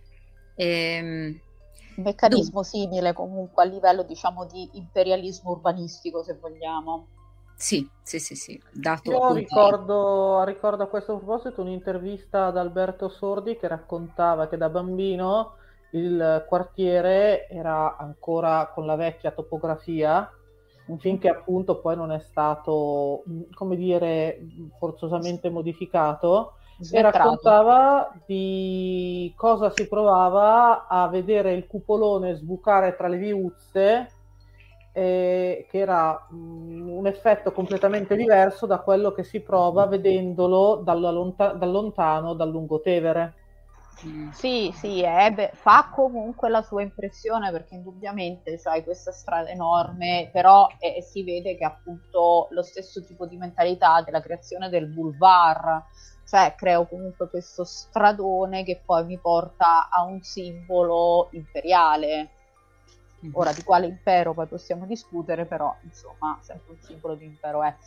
Ehm, un meccanismo dunque. simile comunque a livello, diciamo, di imperialismo urbanistico, se vogliamo. Sì, sì, sì, sì. Dato Io ricordo, ricordo a questo proposito un'intervista ad Alberto Sordi che raccontava che da bambino il quartiere era ancora con la vecchia topografia, finché appunto poi non è stato, come dire, forzosamente modificato, e raccontava di cosa si provava a vedere il cupolone sbucare tra le viuzze, eh, che era mh, un effetto completamente diverso da quello che si prova vedendolo dalla lonta- da lontano dal Lungotevere. Sì, sì, eh, beh, fa comunque la sua impressione, perché indubbiamente c'hai questa strada enorme, però eh, si vede che appunto lo stesso tipo di mentalità della creazione del boulevard, cioè creo comunque questo stradone che poi mi porta a un simbolo imperiale. Ora di quale impero poi possiamo discutere, però insomma sempre un simbolo di impero è.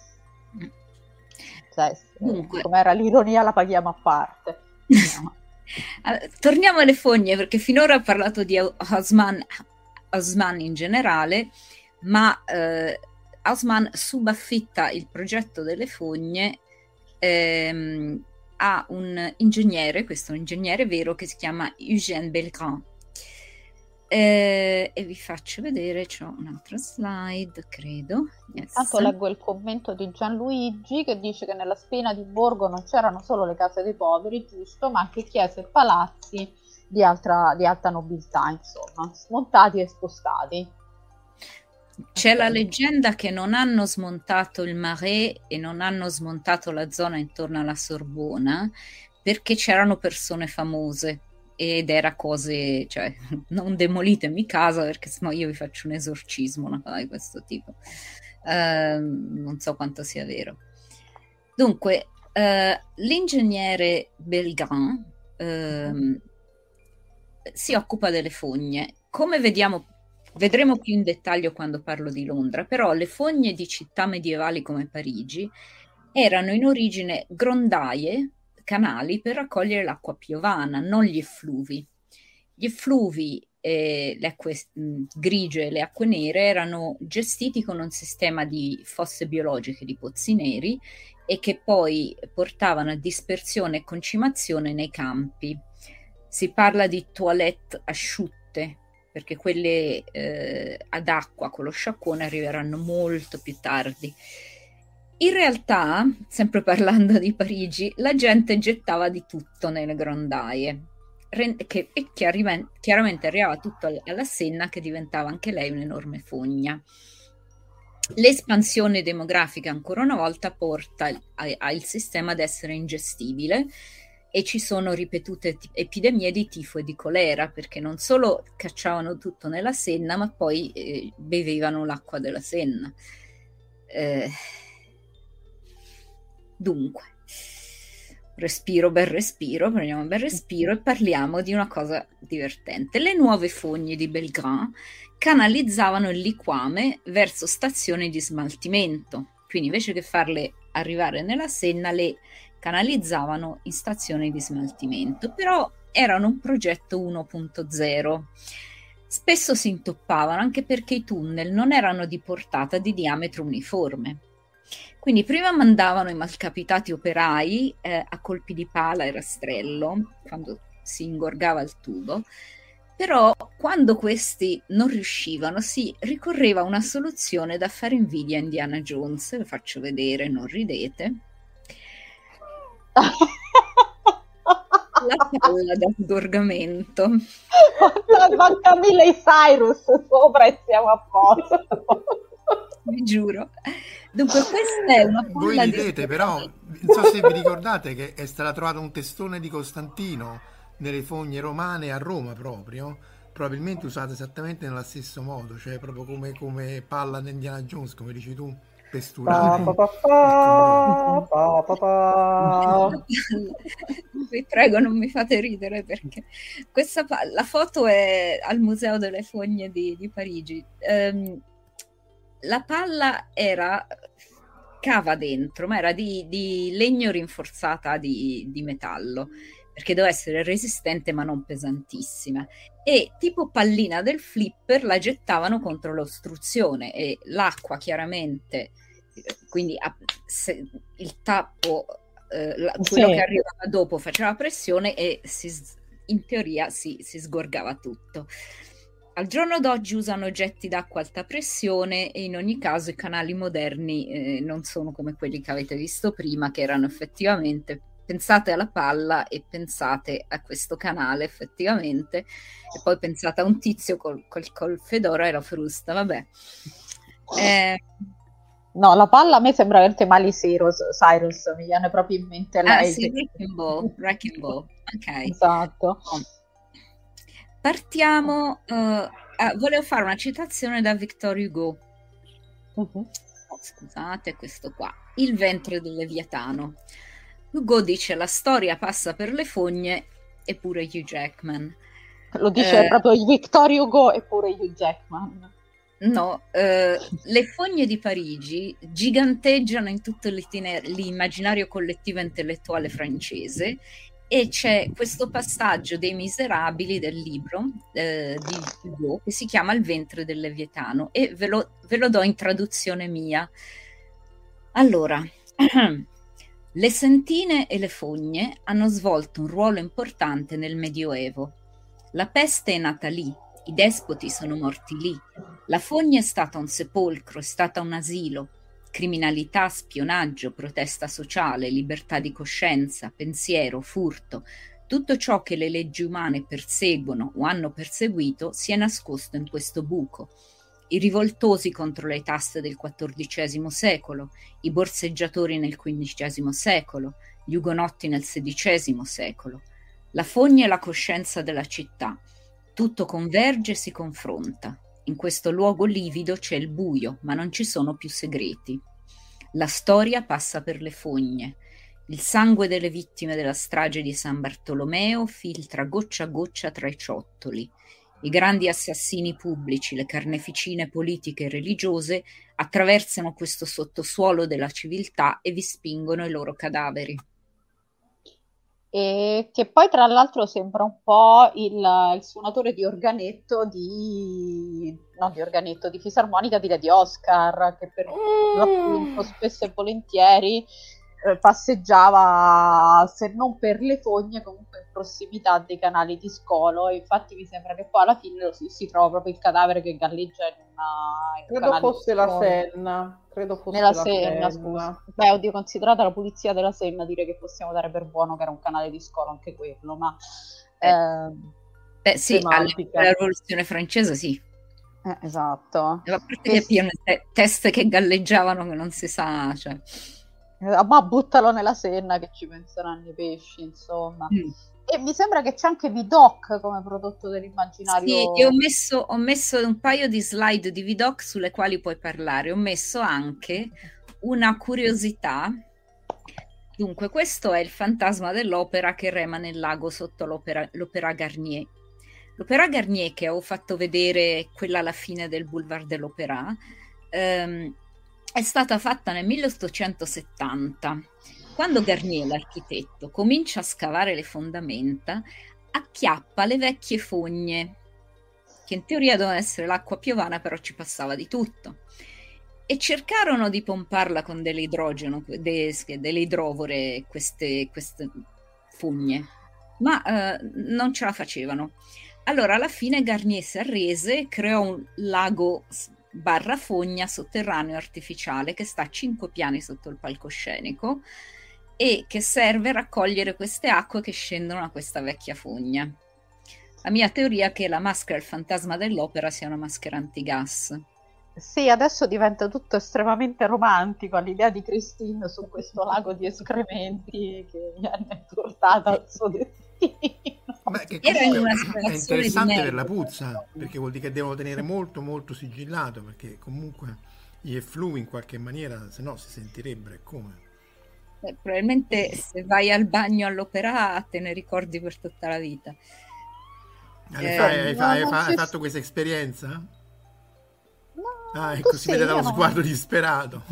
Cioè, Dunque, com'era l'ironia la paghiamo a parte. No. Allora, torniamo alle fogne, perché finora ho parlato di Haussmann, Haussmann in generale, ma eh, Haussmann subaffitta il progetto delle fogne ehm, a un ingegnere, questo è un ingegnere vero che si chiama Eugène Belgrand. Eh, e vi faccio vedere, c'ho un'altra slide, credo. Yes. Tanto leggo il commento di Gianluigi che dice che nella spina di borgo non c'erano solo le case dei poveri, giusto, ma anche chiese e palazzi di, altra, di alta nobiltà, insomma, smontati e spostati. C'è la leggenda che non hanno smontato il Marais e non hanno smontato la zona intorno alla Sorbona perché c'erano persone famose. Ed era cose, cioè, non demolitemi casa perché sennò io vi faccio un esorcismo, una cosa di questo tipo. Uh, non so quanto sia vero. Dunque, uh, l'ingegnere Belgrand uh, si occupa delle fogne. Come vediamo, vedremo più in dettaglio quando parlo di Londra, però le fogne di città medievali come Parigi erano in origine grondaie, canali per raccogliere l'acqua piovana, non gli effluvi. Gli effluvi, eh, le acque mh, grigie e le acque nere erano gestiti con un sistema di fosse biologiche di pozzi neri e che poi portavano a dispersione e concimazione nei campi. Si parla di toilette asciutte, perché quelle eh, ad acqua con lo sciacquone arriveranno molto più tardi. In realtà, sempre parlando di Parigi, la gente gettava di tutto nelle grondaie, che, e chiaramente, chiaramente arrivava tutto alla Senna, che diventava anche lei un'enorme fogna. L'espansione demografica, ancora una volta, porta al sistema ad essere ingestibile e ci sono ripetute t- epidemie di tifo e di colera, perché non solo cacciavano tutto nella Senna, ma poi eh, bevevano l'acqua della Senna. Eh... Dunque, respiro, bel respiro, prendiamo un bel respiro e parliamo di una cosa divertente. Le nuove fogne di Belgrand canalizzavano il liquame verso stazioni di smaltimento, quindi invece che farle arrivare nella Senna le canalizzavano in stazioni di smaltimento, però erano un progetto uno punto zero. Spesso si intoppavano anche perché i tunnel non erano di portata di diametro uniforme. Quindi prima mandavano i malcapitati operai eh, a colpi di pala e rastrello quando si ingorgava il tubo, però quando questi non riuscivano si ricorreva a una soluzione da fare invidia a Indiana Jones. Lo faccio vedere, non ridete. La palla da sgorgamento. Manca Miley Cyrus sopra e siamo a posto. vi giuro. Dunque questa è una Voi palla ridete, di... però non so se vi ricordate che è stato trovato un testone di Costantino nelle fogne romane a Roma proprio, probabilmente usato esattamente nello stesso modo, cioè proprio come, come palla di Indiana Jones, come dici tu, pesturare. Pa, pa, pa, pa, pa, pa. Vi prego, non mi fate ridere, perché questa pa- la foto è al Museo delle Fogne di, di Parigi. Ehm, la palla era cava dentro, ma era di, di legno rinforzata di, di metallo, perché doveva essere resistente ma non pesantissima, e tipo pallina del flipper la gettavano contro l'ostruzione e l'acqua chiaramente, quindi a- se il tappo, eh, la- quello Sì. che arrivava dopo faceva pressione e si s- in teoria si, si sgorgava tutto. Al giorno d'oggi usano oggetti d'acqua a alta pressione e in ogni caso i canali moderni eh, non sono come quelli che avete visto prima, che erano effettivamente, pensate alla palla e pensate a questo canale effettivamente, e poi pensate a un tizio col, col, col fedora e la frusta, vabbè. Eh, No, la palla a me sembra veramente Miley Cyrus, Cyrus, mi viene proprio in mente ah lei. sì, che- Wrecking Ball, Wrecking Ball, ok. Esatto. Partiamo, eh, ah, volevo fare una citazione da Victor Hugo. Mhm. Oh, scusate, questo qua, Il ventre del Leviatano. Hugo dice: la storia passa per le fogne, eppure Hugh Jackman. Lo dice Eh, proprio il Victor Hugo e pure Hugh Jackman. No, eh, le fogne di Parigi giganteggiano in tutto l'itiner- l'immaginario collettivo intellettuale francese, e c'è questo passaggio dei Miserabili del libro eh, di Hugo che si chiama Il ventre del Leviatano, e ve lo, ve lo do in traduzione mia. Allora, le sentine e le fogne hanno svolto un ruolo importante nel Medioevo. La peste è nata lì, i despoti sono morti lì, la fogna è stata un sepolcro, è stata un asilo. Criminalità, spionaggio, protesta sociale, libertà di coscienza, pensiero, furto, tutto ciò che le leggi umane perseguono o hanno perseguito si è nascosto in questo buco. I rivoltosi contro le tasse del quattordicesimo secolo, i borseggiatori nel quindicesimo secolo, gli ugonotti nel sedicesimo secolo. La fogna è la coscienza della città. Tutto converge e si confronta. In questo luogo livido c'è il buio, ma non ci sono più segreti. La storia passa per le fogne. Il sangue delle vittime della strage di San Bartolomeo filtra goccia a goccia tra i ciottoli. I grandi assassini pubblici, le carneficine politiche e religiose attraversano questo sottosuolo della civiltà e vi spingono i loro cadaveri. E che poi tra l'altro sembra un po' il, il suonatore di organetto di no di organetto di fisarmonica di Lady Oscar, che per l'appunto spesso e volentieri eh, passeggiava, se non per le fogne, comunque in prossimità dei canali di scolo, e infatti mi sembra che poi alla fine lo si, si trova proprio il cadavere che galleggia in una in un Credo canale di fosse la scolo. Senna. Credo fosse Nella la Senna, scusa. Beh, oddio, considerata la pulizia della Senna, direi che possiamo dare per buono che era un canale di scolo anche quello, ma Eh, eh, Beh sì, alla semantica. alla rivoluzione francese sì. eh, esatto. A parte Che che s- pieno te- teste che galleggiavano che non si sa, cioè. eh, ma buttalo nella Senna che ci penseranno i pesci, insomma. Mm. E mi sembra che c'è anche Vidocq come prodotto Sì, dell'immaginario. io ho messo, ho messo un paio di slide di Vidocq sulle quali puoi parlare. Ho messo anche una curiosità. Dunque, questo è il fantasma dell'opera che rema nel lago sotto l'opera, l'Opéra Garnier. L'Opéra Garnier, che ho fatto vedere, quella alla fine del Boulevard de l'Opéra, ehm, è stata fatta nel milleottocentosettanta. Quando Garnier, l'architetto, comincia a scavare le fondamenta, acchiappa le vecchie fogne, che in teoria dovevano essere l'acqua piovana, però ci passava di tutto. E cercarono di pomparla con dell'idrogeno, de- delle idrovore, queste, queste fogne, ma eh, non ce la facevano. Allora alla fine Garnier si arrese, creò un lago barra fogna sotterraneo artificiale che sta a cinque piani sotto il palcoscenico e che serve a raccogliere queste acque che scendono a questa vecchia fogna. La mia teoria è che la maschera Il fantasma dell'opera sia una maschera antigas. Sì, adesso diventa tutto estremamente romantico all'idea di Christine su questo lago di escrementi che viene portata al suo destino. Beh, che Era in una comunque è situazione di interessante per merda. la puzza, perché vuol dire che devono tenere molto molto sigillato, perché comunque gli effluvi in qualche maniera, se no si sentirebbero, e come? Eh, probabilmente se vai al bagno all'opera te ne ricordi per tutta la vita. Hai, Eh, fai- hai, no, fai- non hai c'è- fatto questa esperienza? No, Ah, tu ecco, si sì, vede io dallo no. sguardo disperato.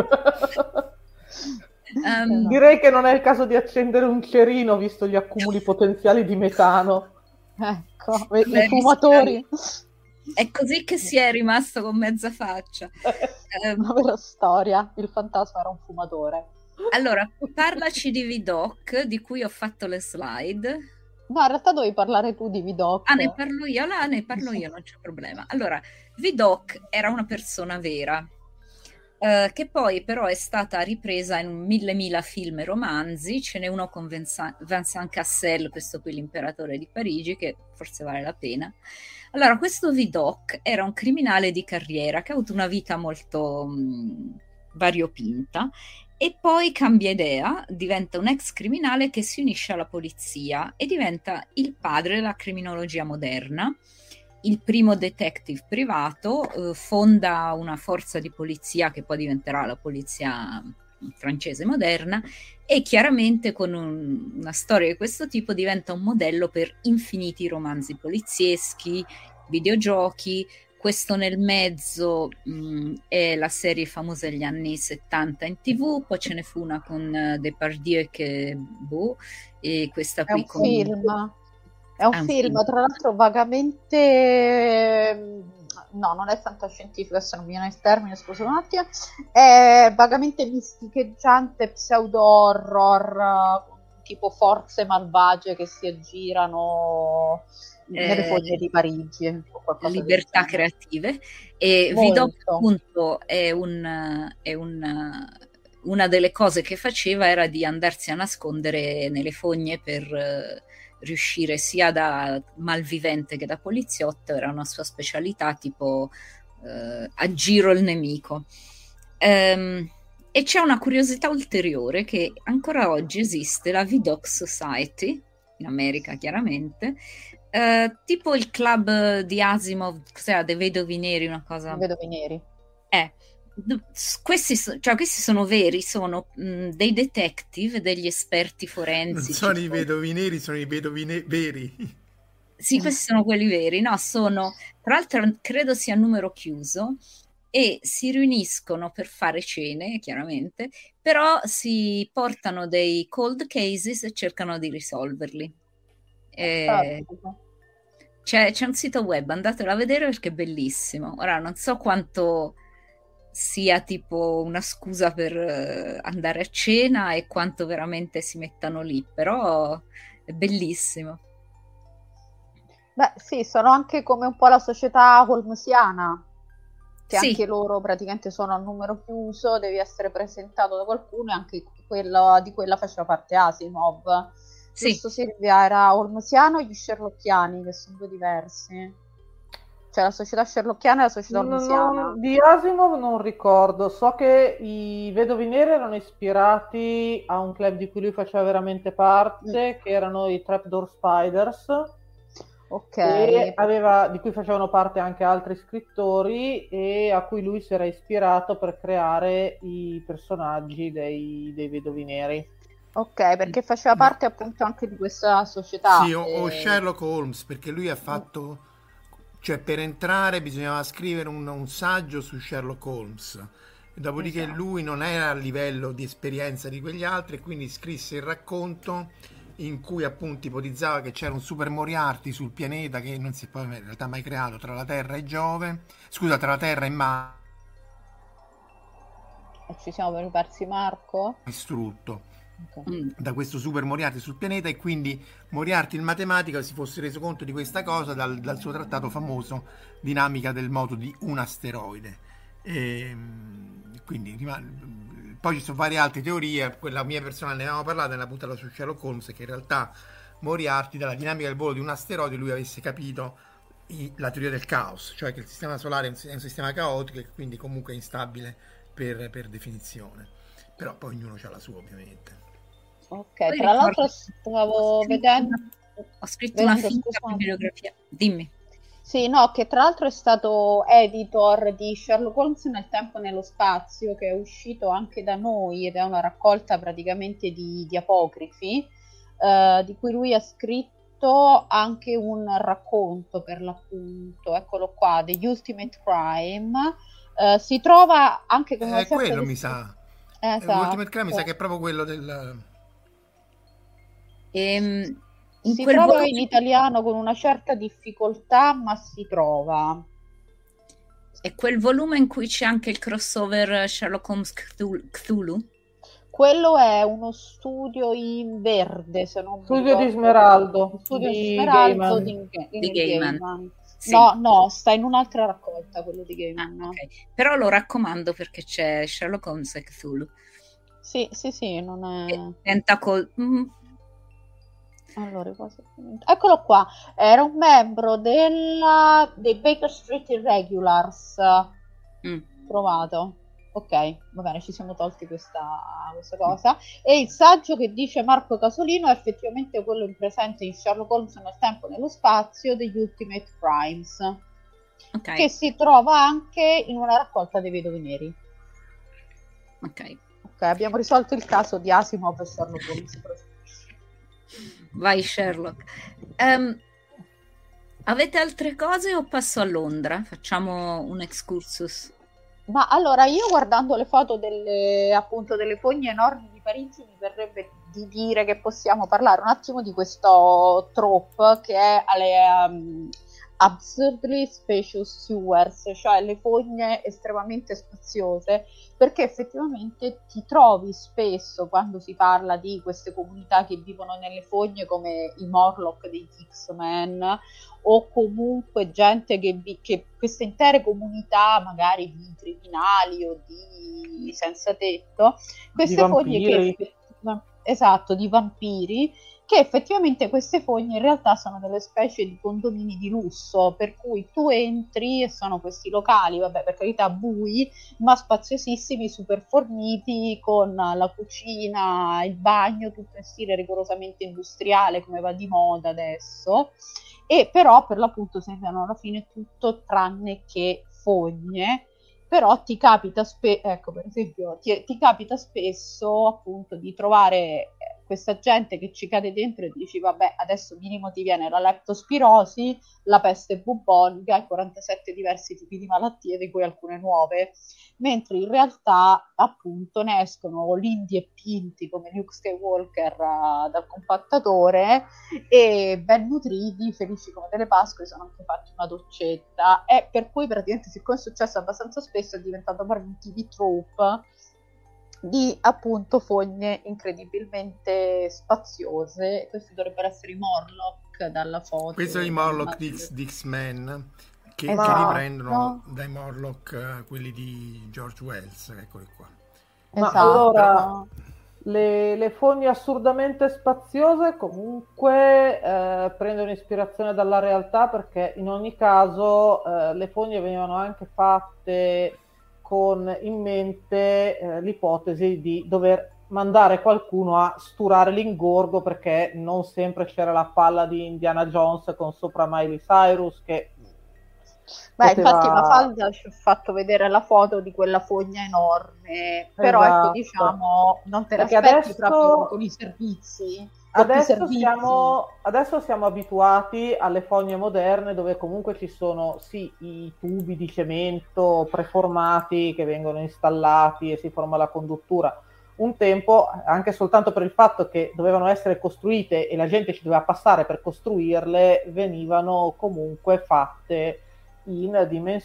ehm, Direi che non è il caso di accendere un cerino, visto gli accumuli potenziali di metano. Ecco, i Beh, fumatori. è così che si è rimasto con mezza faccia. Ehm, Una vera storia. Il fantasma era un fumatore. allora, parlaci di Vidoc, di cui ho fatto le slide. No, in realtà dovevi parlare tu di Vidoc. Ah, ne parlo io? Là ne parlo io, non c'è problema. Allora, Vidoc era una persona vera, eh, che poi però è stata ripresa in mille mila film e romanzi. Ce n'è uno con Vincent, Vincent Cassel, questo qui l'imperatore di Parigi, che forse vale la pena. Allora, questo Vidoc era un criminale di carriera che ha avuto una vita molto mh, variopinta, e poi cambia idea, diventa un ex criminale che si unisce alla polizia e diventa il padre della criminologia moderna, il primo detective privato, eh, fonda una forza di polizia che poi diventerà la polizia francese moderna, e chiaramente con un- una storia di questo tipo diventa un modello per infiniti romanzi polizieschi, videogiochi. Questo nel mezzo mh, è la serie famosa degli anni settanta in tivù, poi ce ne fu una con uh, Depardieu che boh, e questa È qui un con... film. È un È un film, film. tra l'altro vagamente... No, non è fantascientifico, adesso non mi viene il termine, scusa un attimo. È vagamente misticheggiante, pseudo-horror, tipo forze malvagie che si aggirano nelle Eh, fogne di Parigi. O qualcosa del libertà genere. creative, e Molto. Vidoc appunto è un, è un, una delle cose che faceva era di andarsi a nascondere nelle fogne per eh, riuscire sia da malvivente che da poliziotto. Era una sua specialità, tipo eh, aggiro il nemico. Ehm, e c'è una curiosità ulteriore, che ancora oggi esiste la Vidocq Society, in America chiaramente, eh, tipo il club di Asimov, cos'era, dei vedovi neri, una cosa... Vedovi neri. Eh, d- s- questi, so- cioè, questi sono veri, sono mh, dei detective, degli esperti Non forensici. sono i poi- vedovi neri, sono i vedovi ne- veri. Sì, questi sono quelli veri, no, sono, tra l'altro credo sia a numero chiuso, e si riuniscono per fare cene, chiaramente, però si portano dei cold cases e cercano di risolverli. Eh, c'è, c'è un sito web, andatelo a vedere perché è bellissimo. Ora non so quanto sia tipo una scusa per eh, andare a cena e quanto veramente si mettano lì, però è bellissimo. Beh, sì, sono anche come un po' la società holmesiana, che Sì. anche loro praticamente sono a numero chiuso, devi essere presentato da qualcuno, e anche quella, di quella faceva parte Asimov. Sì. Giusto, Silvia, era holmesiano o gli sherlockiani, che sono due diversi? Cioè la società sherlockiana e la società Non- holmesiana. non- di Asimov non ricordo, so che i Vedovi Neri erano ispirati a un club di cui lui faceva veramente parte, che erano i Trapdoor Spiders, Ok. e aveva, di cui facevano parte anche altri scrittori, e a cui lui si era ispirato per creare i personaggi dei, dei Vedovi Neri. Ok, perché faceva parte appunto anche di questa società. Sì, o, o eh, Sherlock Holmes, perché lui ha fatto, cioè per entrare bisognava scrivere un, un saggio su Sherlock Holmes, dopodiché Esatto. lui non era a livello di esperienza di quegli altri, e quindi scrisse il racconto in cui appunto ipotizzava che c'era un super Moriarty sul pianeta che non si è poi in realtà mai creato, tra la Terra e Giove, scusa, tra la Terra e Marte, Ci siamo persi Marco? distrutto Ok. Mm. da questo super Moriarty sul pianeta, e quindi Moriarty il matematica si fosse reso conto di questa cosa dal, dal suo trattato famoso Dinamica del moto di un asteroide. E, quindi rimane- poi ci sono varie altre teorie, quella mia personale ne avevamo parlato nella puntata su Sherlock Holmes, che in realtà Moriarty dalla dinamica del volo di un asteroide lui avesse capito i, la teoria del caos, cioè che il sistema solare è un, è un sistema caotico e quindi comunque instabile per, per definizione, però poi ognuno ha la sua ovviamente. Ok, poi tra l'altro stavo ho vedendo ho scritto vedendo, una finta bibliografia, dimmi. Sì, no, che tra l'altro è stato editor di Sherlock Holmes nel tempo e nello spazio, che è uscito anche da noi ed è una raccolta praticamente di, di apocrifi, eh, di cui lui ha scritto anche un racconto per l'appunto, eccolo qua, The Ultimate Crime. Eh, si trova anche con una eh, certa quello di... mi sa, esatto. L'Ultimate Crime mi sa che è proprio quello del... Ehm... In si trova volume... in italiano con una certa difficoltà, ma si trova. È quel volume in cui c'è anche il crossover Sherlock Holmes Cthulhu? Quello è uno studio in verde, se non studio di Smeraldo. Studio di di Smeraldo Gaiman. di, di, di Gaiman. Gaiman. Sì. No, no, sta in un'altra raccolta quello di Gaiman. Ah, okay. Però lo raccomando perché c'è Sherlock Holmes e Cthulhu. Sì, sì, sì, non è... E Tentacle... Mm. Allora, eccolo qua, era un membro della, dei Baker Street Irregulars. Mm. Trovato. Ok, va bene, ci siamo tolti questa, questa cosa. E il saggio che dice Marco Casolino è effettivamente quello in presente in Sherlock Holmes nel tempo e nello spazio degli Ultimate Crimes, okay. Che si trova anche in una raccolta dei Vedovi Neri. Ok. Ok, abbiamo risolto il caso di Asimov e Sherlock Holmes. Vai Sherlock. Um, avete altre cose o passo a Londra? Facciamo un excursus. Ma allora, io guardando le foto delle, appunto, delle fogne enormi di Parigi mi verrebbe di dire che possiamo parlare un attimo di questo trope che è alle um, absurdly spacious sewers, cioè le fogne estremamente spaziose, perché effettivamente ti trovi spesso quando si parla di queste comunità che vivono nelle fogne come i Morlock degli X-Men o comunque gente che, vi, che queste intere comunità magari di criminali o di senza tetto, queste fogne che esatto, di vampiri, che effettivamente queste fogne in realtà sono delle specie di condomini di lusso, per cui tu entri e sono questi locali, vabbè, per carità bui, ma spaziosissimi, super forniti, con la cucina, il bagno, tutto in stile rigorosamente industriale, come va di moda adesso, e però per l'appunto sembrano alla fine tutto tranne che fogne. Però ti capita spesso, ecco per esempio, ti, ti capita spesso appunto di trovare questa gente che ci cade dentro e dici vabbè adesso minimo ti viene la leptospirosi, la peste bubonica e quarantasette diversi tipi di malattie di cui alcune nuove, mentre in realtà appunto ne escono lindi e pinti come Luke Skywalker uh, dal compattatore e ben nutriti, felici come delle Pasque, sono anche fatti una doccetta, e per cui praticamente siccome è successo abbastanza spesso è diventato proprio un T V trope di appunto fogne incredibilmente spaziose. Questi dovrebbero essere i Morlock dalla foto. Questo è i Morlock di, di X-Men che, esatto. che riprendono dai Morlock uh, quelli di George Wells, eccoli qua. Ma esatto. allora le, le fogne assurdamente spaziose comunque eh, prendono ispirazione dalla realtà, perché in ogni caso eh, le fogne venivano anche fatte con in mente eh, l'ipotesi di dover mandare qualcuno a sturare l'ingorgo, perché non sempre c'era la palla di Indiana Jones con sopra Miley Cyrus che Beh, poteva... infatti Mafalda ci ha fatto vedere la foto di quella fogna enorme, però esatto. ecco, diciamo, non te perché l'aspetti adesso... proprio con i servizi. Adesso siamo, adesso siamo abituati alle fogne moderne dove comunque ci sono sì i tubi di cemento preformati che vengono installati e si forma la conduttura. Un tempo, anche soltanto per il fatto che dovevano essere costruite e la gente ci doveva passare per costruirle, venivano comunque fatte in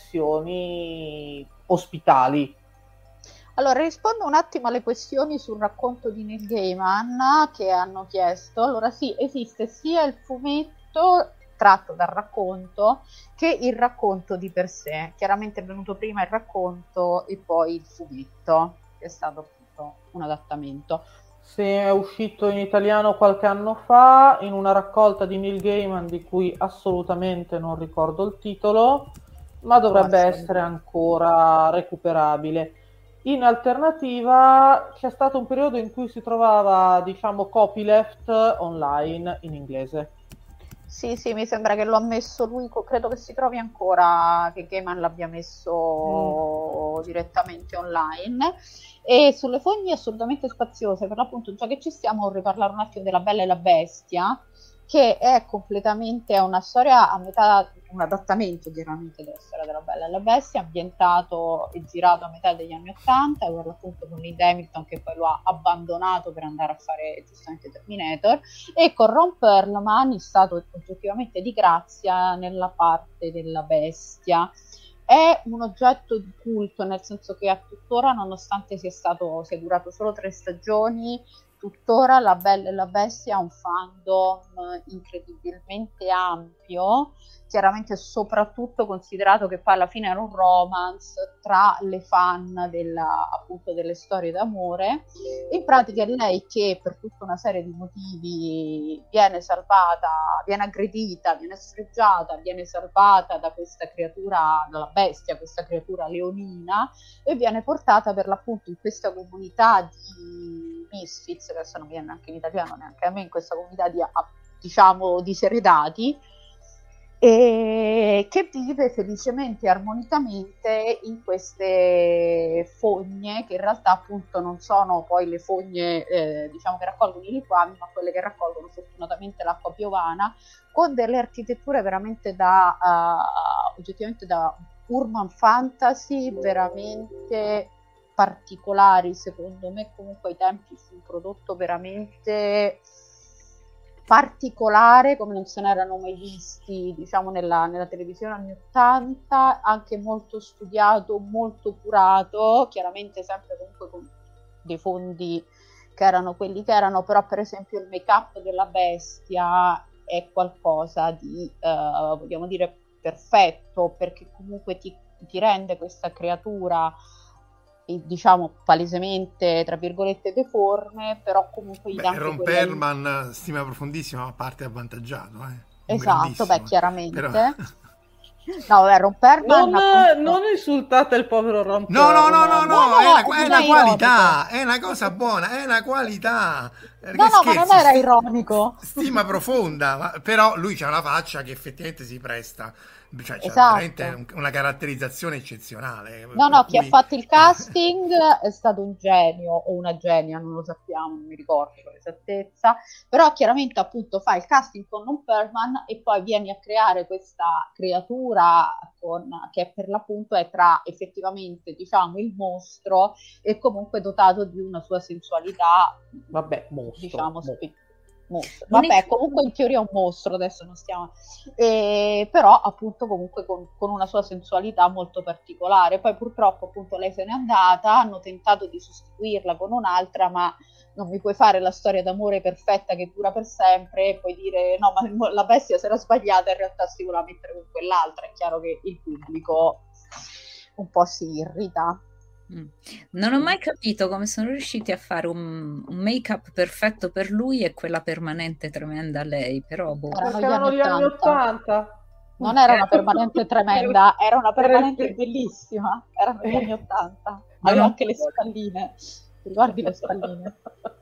dimensioni ospitali. Allora, rispondo un attimo alle questioni sul racconto di Neil Gaiman che hanno chiesto. Allora sì, esiste sia il fumetto tratto dal racconto che il racconto di per sé. Chiaramente è venuto prima il racconto e poi il fumetto, che è stato appunto un adattamento. Sì, è uscito in italiano qualche anno fa in una raccolta di Neil Gaiman di cui assolutamente non ricordo il titolo, ma dovrebbe Forse. essere ancora recuperabile. In alternativa c'è stato un periodo in cui si trovava, diciamo, copyleft online in inglese. Sì, sì, mi sembra che lo ha messo lui, co- credo che si trovi ancora, che Gaiman l'abbia messo direttamente online. E sulle fogne assolutamente spaziose, per l'appunto, già che ci stiamo, riparlare un attimo della Bella e la Bestia, che è completamente una storia a metà, un adattamento chiaramente della storia della Bella e la Bestia, ambientato e girato a metà degli anni Ottanta, per l'appunto con Linda Hamilton che poi lo ha abbandonato per andare a fare giustamente Terminator, e con Ron Perlman è stato oggettivamente di grazia nella parte della bestia. È un oggetto di culto, nel senso che a tuttora, nonostante sia stato sia durato solo tre stagioni, tuttora La Bella e la Bestia ha un fandom incredibilmente ampio, chiaramente soprattutto considerato che poi alla fine era un romance tra le fan della, appunto delle storie d'amore. In pratica è lei che per tutta una serie di motivi viene salvata, viene aggredita, viene sfregiata, viene salvata da questa creatura, dalla bestia, questa creatura leonina, e viene portata per l'appunto in questa comunità di misfits, che adesso non viene neanche in italiano neanche a me, in questa comunità di, diciamo, diseredati, e che vive felicemente e armonicamente in queste fogne, che in realtà appunto non sono poi le fogne eh, diciamo che raccolgono i liquami, ma quelle che raccolgono fortunatamente l'acqua piovana, con delle architetture veramente da uh, oggettivamente da urban fantasy veramente particolari. Secondo me comunque ai tempi fu un prodotto veramente particolare, come non se ne erano mai visti, diciamo, nella, nella televisione anni ottanta, anche molto studiato, molto curato, chiaramente sempre comunque con dei fondi che erano quelli che erano, però per esempio il make-up della bestia è qualcosa di, eh, vogliamo dire, perfetto, perché comunque ti, ti rende questa creatura, diciamo, palesemente tra virgolette deforme, però comunque gli dà anche Ron quella... Perlman, stima profondissima, ma parte avvantaggiato, eh. Esatto, beh, chiaramente. Però... No, beh, Ron Perlman non, appunto... non insultate il povero Ron No, no, no, no, no, no, no, è, no, una, è non una è qualità, ironico. è una cosa buona, è una qualità. No, no, Scherzi, ma non era ironico. Stima profonda, ma, però lui c'ha una faccia che effettivamente si presta, cioè c'ha Esatto. veramente una caratterizzazione eccezionale. No, no, cui... chi ha fatto il casting è stato un genio o una genia, non lo sappiamo, non mi ricordo con esattezza, però chiaramente appunto fa il casting con Ron Perlman e poi vieni a creare questa creatura con, che per l'appunto è tra effettivamente, diciamo, il mostro e comunque dotato di una sua sensualità, vabbè, mostro, diciamo, mostro. spe- mostro. Vabbè, comunque in teoria è un mostro, adesso non stiamo, eh, però appunto comunque con, con una sua sensualità molto particolare. Poi purtroppo appunto lei se n'è andata, hanno tentato di sostituirla con un'altra, ma non mi puoi fare la storia d'amore perfetta che dura per sempre e poi dire no, ma la bestia si era sbagliata, in realtà si voleva mettere con quell'altra. È chiaro che il pubblico un po' si irrita. Mm. Non ho mai capito come sono riusciti a fare un, un make-up perfetto per lui e quella permanente tremenda a lei, però boh. Erano Perché erano gli anni ottanta. Non era una permanente tremenda, era una permanente bellissima. Erano gli anni ottanta. Aveva no. anche le spalline. Ti ricordi le spalline?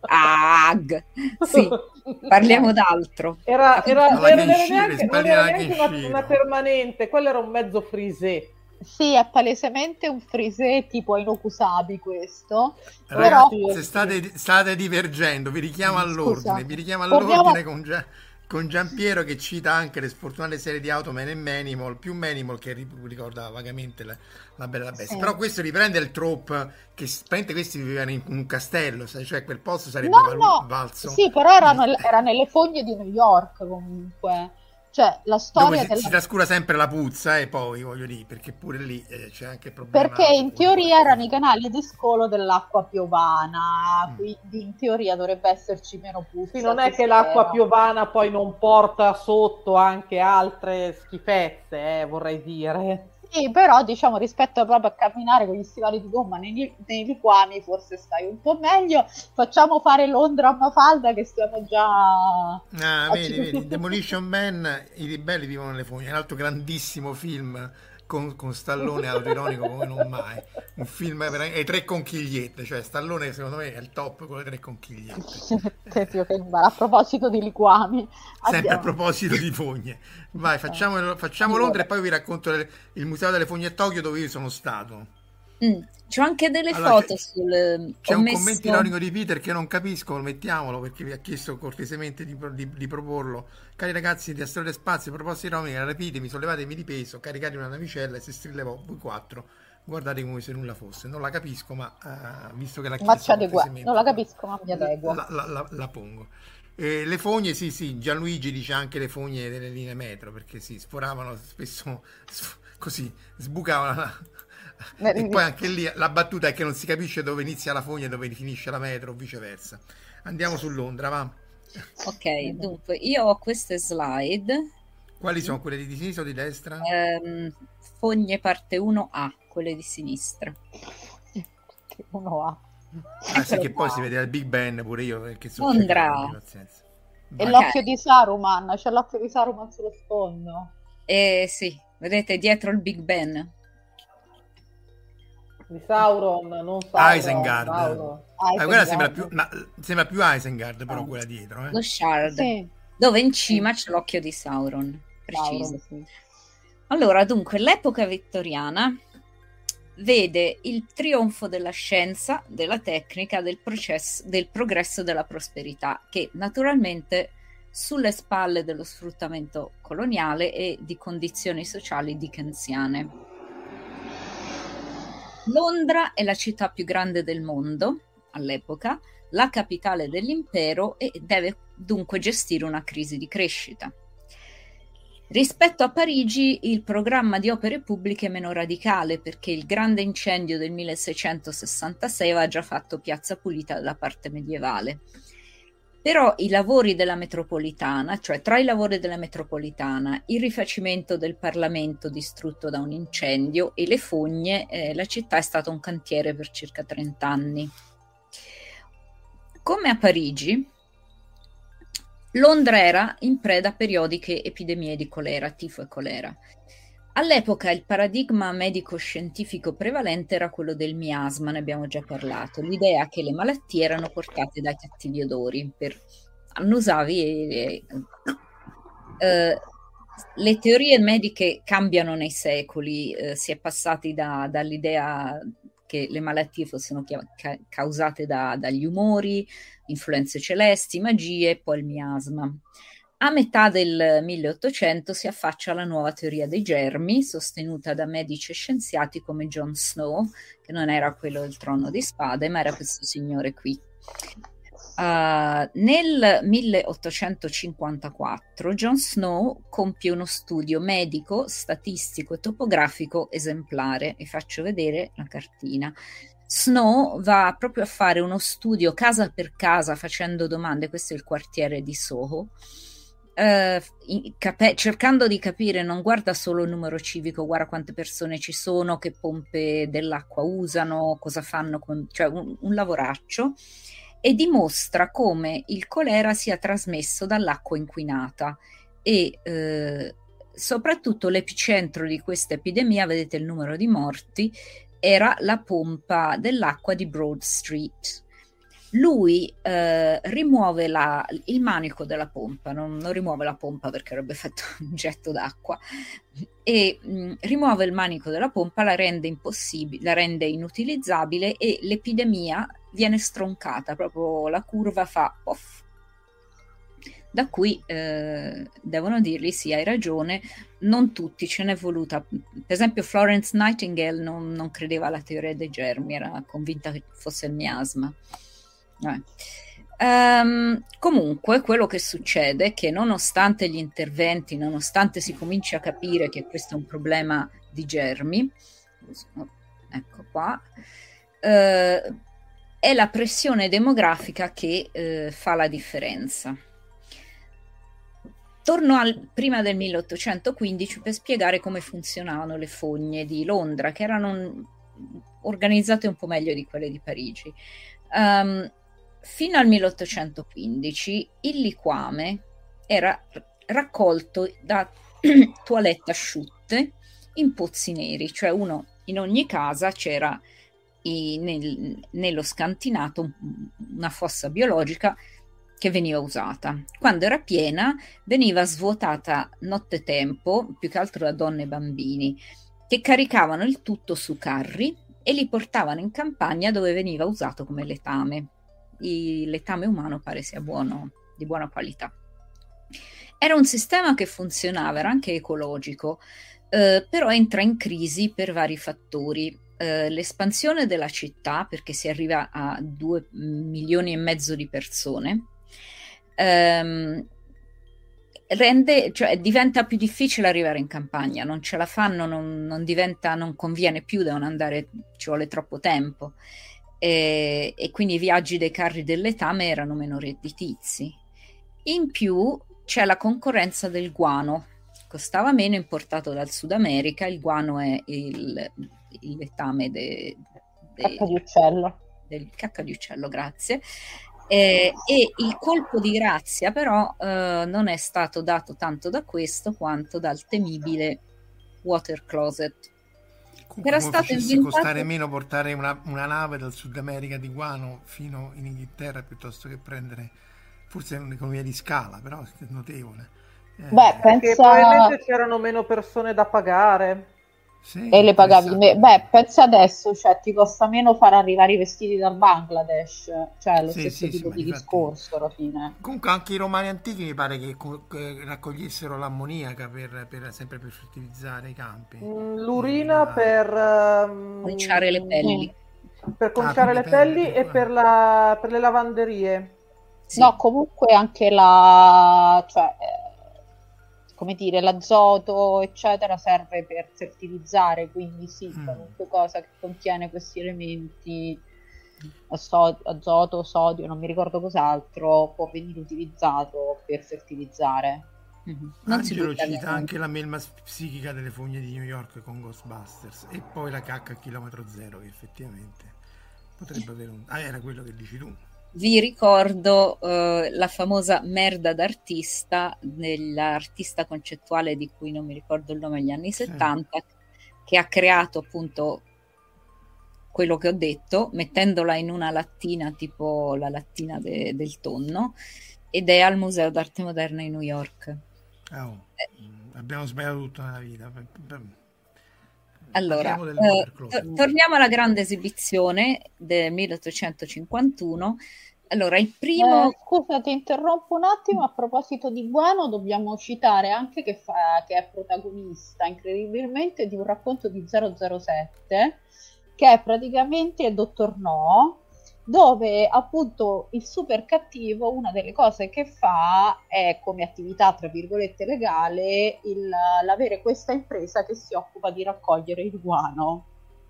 Ag! Sì, parliamo d'altro. Era, era, Alla era, era Kenshiro, neanche, non spalline era alla neanche una, Kenshiro. una permanente, quello era un mezzo frisé. Sì, è palesemente un frisé tipo Inokusabi questo. Ragazzi, però... se state, state divergendo, vi richiamo all'ordine, Scusate. vi richiamo Torniamo- all'ordine con, Gia- con Giampiero che cita anche le sfortunate serie di Automan e Manimal, più Manimal che ri- ricorda vagamente la, la Bella e la Bestia. Sì. Però questo riprende il trope che praticamente questi vivevano in un castello, sai, cioè quel posto sarebbe No, valu- no, valso. sì, però erano, era nelle fogne di New York comunque. Cioè, la Dove storia si, della... si trascura sempre la puzza e poi voglio dire, perché pure lì eh, c'è anche il problema. Perché in teoria erano i canali di scolo dell'acqua piovana, Mm. quindi in teoria dovrebbe esserci meno puzza. Sì, non è si che l'acqua spera. piovana poi non porta sotto anche altre schifezze, eh, vorrei dire. Sì, però diciamo rispetto proprio a camminare con gli stivali di gomma nei, nei liquami forse stai un po' meglio. Facciamo fare Londra a Mafalda che stiamo già... Ah, vedi, vedi, Demolition Man, i ribelli vivono nelle fogne, un altro grandissimo film con, con Stallone autoironico come non mai, un film veramente, e i tre conchigliette, cioè Stallone secondo me è il top con le tre conchigliette. A proposito di liquami, sempre andiamo. A proposito di fogne, vai, facciamo, facciamo Londra e poi vi racconto le, il museo delle fogne a Tokyo dove io sono stato. Mm, c'ho anche delle Allora, foto c'è, sul... c'è ho un messo... commento ironico di Peter che non capisco, mettiamolo perché vi ha chiesto cortesemente di, di, di proporlo. Cari ragazzi di Asteroide Spazio, proposte ironiche, rapidemi, sollevate di peso, caricate una navicella e se strillevò voi quattro guardate come se nulla fosse. Non la capisco, ma uh, visto che l'ha chiesto cortesemente, non la capisco, ma mi adeguo. La, la, la, la pongo. Eh, le fogne, sì, sì, Gianluigi dice anche le fogne delle linee metro perché si sì, sforavano spesso sf- così, sbucavano la... E poi anche lì la battuta è che non si capisce dove inizia la fogna e dove finisce la metro o viceversa. Andiamo su Londra, va. Ok, dunque io ho queste slide. Quali sono? Quelle di sinistra o di destra? Ehm, fogne parte uno A, quelle di sinistra. uno A. Ah sì, che poi si vede al Big Ben pure io perché so Londra. E l'occhio di Saruman, c'è l'occhio di Saruman sullo sfondo. Eh sì, vedete dietro il Big Ben. Di Sauron, non Sauron. Isengard. Sauron. Ah, quella sembra più, no, sembra più Isengard, però oh. quella dietro. Eh. Lo Shard, sì. Dove in cima sì. c'è l'occhio di Sauron. Preciso. Sauron, sì. Allora, dunque, l'epoca vittoriana vede il trionfo della scienza, della tecnica, del, processo, del progresso e della prosperità, che naturalmente sulle spalle dello sfruttamento coloniale e di condizioni sociali dickensiane. Londra è la città più grande del mondo all'epoca, la capitale dell'impero e deve dunque gestire una crisi di crescita. Rispetto a Parigi il programma di opere pubbliche è meno radicale perché il grande incendio del milleseicentosessantasei aveva già fatto piazza pulita della parte medievale. Però i lavori della metropolitana, cioè tra i lavori della metropolitana, il rifacimento del Parlamento distrutto da un incendio e le fogne, eh, la città è stata un cantiere per circa trenta anni. Come a Parigi, Londra era in preda a periodiche epidemie di colera, tifo e colera. All'epoca il paradigma medico-scientifico prevalente era quello del miasma, ne abbiamo già parlato, l'idea che le malattie erano portate dai cattivi odori. Per annusavi e, eh, le teorie mediche cambiano nei secoli, eh, si è passati da, dall'idea che le malattie fossero ca- causate da, dagli umori, influenze celesti, magie e poi il miasma. A metà del milleottocento si affaccia la nuova teoria dei germi, sostenuta da medici e scienziati come Jon Snow, che non era quello del Trono di Spade, ma era questo signore qui. Uh, nel milleottocentocinquantaquattro Jon Snow compie uno studio medico, statistico e topografico esemplare, e faccio vedere la cartina. Snow va proprio a fare uno studio casa per casa facendo domande, questo è il quartiere di Soho, Uh, cap- cercando di capire, non guarda solo il numero civico, guarda quante persone ci sono, che pompe dell'acqua usano, cosa fanno, com- cioè un, un lavoraccio, e dimostra come il colera sia trasmesso dall'acqua inquinata e uh, soprattutto l'epicentro di questa epidemia, vedete il numero di morti, era la pompa dell'acqua di Broad Street. Lui eh, rimuove la, il manico della pompa, non, non rimuove la pompa perché avrebbe fatto un getto d'acqua, e mh, rimuove il manico della pompa, la rende impossibile, la rende inutilizzabile e l'epidemia viene stroncata, proprio la curva fa off. Da qui eh, devono dirgli sì, hai ragione, non tutti, ce n'è voluta. Per esempio Florence Nightingale non, non credeva alla teoria dei germi, era convinta che fosse il miasma. Eh. Um, comunque quello che succede è che nonostante gli interventi, nonostante si cominci a capire che questo è un problema di germi, ecco qua, uh, è la pressione demografica che uh, fa la differenza. torno al prima del milleottocentoquindici per spiegare come funzionavano le fogne di Londra, che erano un, organizzate un po' meglio di quelle di Parigi. Um, fino al milleottocentoquindici il liquame era raccolto da toilette asciutte in pozzi neri, cioè uno in ogni casa c'era i, nel, nello scantinato una fossa biologica che veniva usata. Quando era piena veniva svuotata nottetempo, più che altro da donne e bambini, che caricavano il tutto su carri e li portavano in campagna dove veniva usato come letame. Il letame umano pare sia buono, di buona qualità. Era un sistema che funzionava, era anche ecologico, eh, però entra in crisi per vari fattori. Eh, l'espansione della città, perché si arriva a due milioni e mezzo di persone, ehm, rende, cioè diventa più difficile arrivare in campagna, non ce la fanno, non, non diventa, non conviene più, devono andare, ci vuole troppo tempo, e, e quindi i viaggi dei carri del letame erano meno redditizi. In più c'è la concorrenza del guano, costava meno, importato dal Sud America. Il guano è il, il letame de, de, cacca di uccello. del cacca di uccello, grazie. Eh, e il colpo di grazia però eh, non è stato dato tanto da questo quanto dal temibile water closet. Come era stato facesse inventato... costare meno portare una, una nave dal Sud America di guano fino in Inghilterra piuttosto che prendere, forse è un'economia di scala, però è notevole. Eh, Beh, perché pensa... probabilmente c'erano meno persone da pagare. Sì, e le pagavi me- beh, pensa adesso, cioè ti costa meno far arrivare i vestiti dal Bangladesh, cioè lo sì, stesso sì, tipo sì, di discorso alla fine. Comunque anche i romani antichi mi pare che, che raccogliessero l'ammoniaca per, per sempre per fertilizzare i campi. Mm, l'urina eh, per um, conciare le pelli. Per conciare ah, le pelli, pelli e per, la, per le lavanderie. Sì. No, comunque anche la, cioè, come dire, l'azoto eccetera serve per fertilizzare, quindi sì, mm. qualunque cosa che contiene questi elementi, azoto, sodio, non mi ricordo cos'altro, può venire utilizzato per fertilizzare. Mm-hmm. Angelo cita anche la melma psichica delle fogne di New York con Ghostbusters e poi la cacca a chilometro zero, che effettivamente potrebbe avere un... Ah, era quello che dici tu. Vi ricordo uh, la famosa merda d'artista, dell'artista concettuale di cui non mi ricordo il nome, negli anni sì. settanta, che ha creato appunto quello che ho detto, mettendola in una lattina tipo la lattina de- del tonno, ed è al Museo d'Arte Moderna in New York. Oh, eh. Abbiamo sbagliato tutto nella vita. Allora, eh, to- torniamo alla grande esibizione del milleottocentocinquantuno. Allora, il primo... Eh, scusa, ti interrompo un attimo. A proposito di guano, dobbiamo citare anche che, fa, che è protagonista, incredibilmente, di un racconto di zero zero sette, che è praticamente il Dottor No, dove appunto il super cattivo, una delle cose che fa è, come attività tra virgolette legale, il, l'avere questa impresa che si occupa di raccogliere il guano.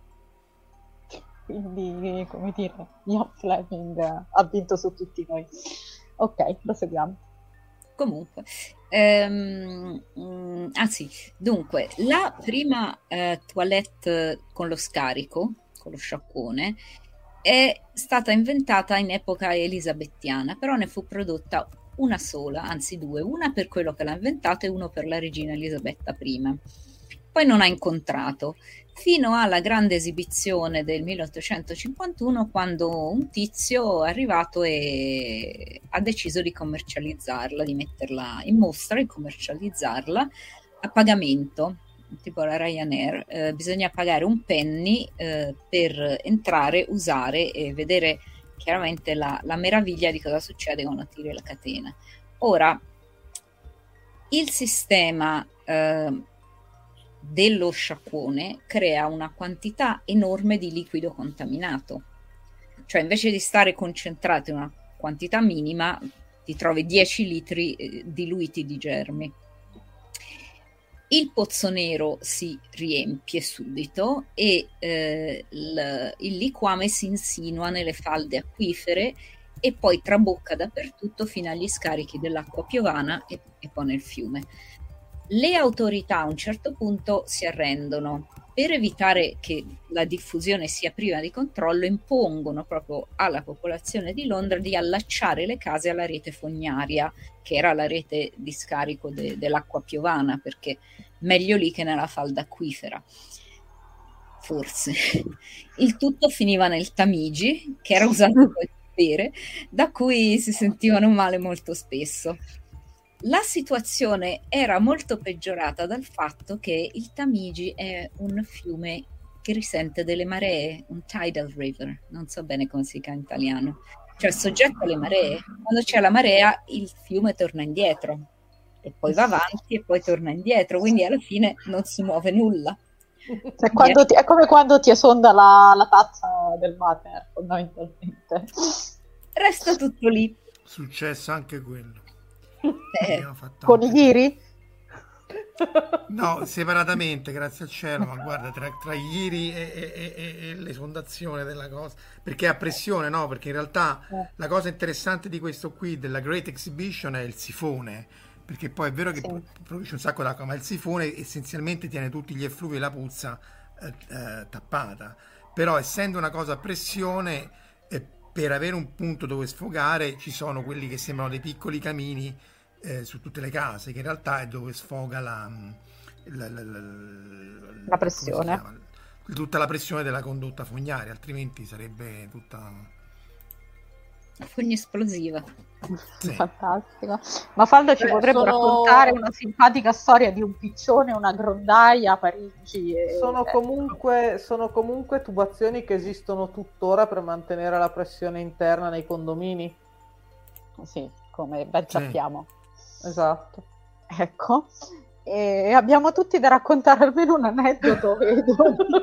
Quindi, come dire, Ian Fleming ha vinto su tutti noi. Ok, proseguiamo. Comunque, ehm, mh, ah sì, dunque, la prima eh, toilette con lo scarico, con lo sciacquone, è stata inventata in epoca elisabettiana, però ne fu prodotta una sola, anzi due, una per quello che l'ha inventato e uno per la regina Elisabetta prima. Poi non ha incontrato, fino alla grande esibizione del milleottocentocinquantuno, quando un tizio è arrivato e ha deciso di commercializzarla, di metterla in mostra e commercializzarla a pagamento. Tipo la Ryanair, eh, bisogna pagare un penny eh, per entrare, usare e vedere chiaramente la, la meraviglia di cosa succede quando tiri la catena. Ora, il sistema eh, dello sciacquone crea una quantità enorme di liquido contaminato, cioè invece di stare concentrato in una quantità minima ti trovi dieci litri eh, diluiti di germi. Il pozzo nero si riempie subito e eh, il, il liquame si insinua nelle falde acquifere e poi trabocca dappertutto fino agli scarichi dell'acqua piovana e, e poi nel fiume. Le autorità a un certo punto si arrendono. Per evitare che la diffusione sia priva di controllo, impongono proprio alla popolazione di Londra di allacciare le case alla rete fognaria, che era la rete di scarico de- dell'acqua piovana, perché meglio lì che nella falda acquifera. Forse. Il tutto finiva nel Tamigi, che era usato per bere, da cui si sentivano male molto spesso. La situazione era molto peggiorata dal fatto che il Tamigi è un fiume che risente delle maree, un tidal river, non so bene come si chiama in italiano, cioè soggetto alle maree. Quando c'è la marea il fiume torna indietro e poi va avanti e poi torna indietro, quindi alla fine non si muove nulla. Cioè, quando ti, è come quando ti esonda la, la tazza del water, fondamentalmente. Resta tutto lì. Successo anche quello. Eh, con i ghiri? No, separatamente, grazie al cielo, ma guarda, tra, tra i ghiri e, e, e, e l'esondazione della cosa, perché a pressione, no? Perché in realtà eh. la cosa interessante di questo qui, della Great Exhibition, è il sifone, perché poi è vero che Sì. produce un sacco d'acqua, ma il sifone essenzialmente tiene tutti gli effluvi e la puzza eh, eh, tappata, però essendo una cosa a pressione, eh, per avere un punto dove sfogare ci sono quelli che sembrano dei piccoli camini eh, su tutte le case, che in realtà è dove sfoga la, la, la, la, la pressione, tutta la pressione della condotta fognaria, altrimenti sarebbe tutta fogna esplosiva. Sì. Fantastico. Mafalda ci Beh, potrebbe sono... raccontare una simpatica storia di un piccione e una grondaia a Parigi. E... Sono, comunque, sono comunque tubazioni che esistono tuttora per mantenere la pressione interna nei condomini. Sì, come ben Sì. sappiamo. Esatto. Ecco. E abbiamo tutti da raccontare almeno un aneddoto, vedo.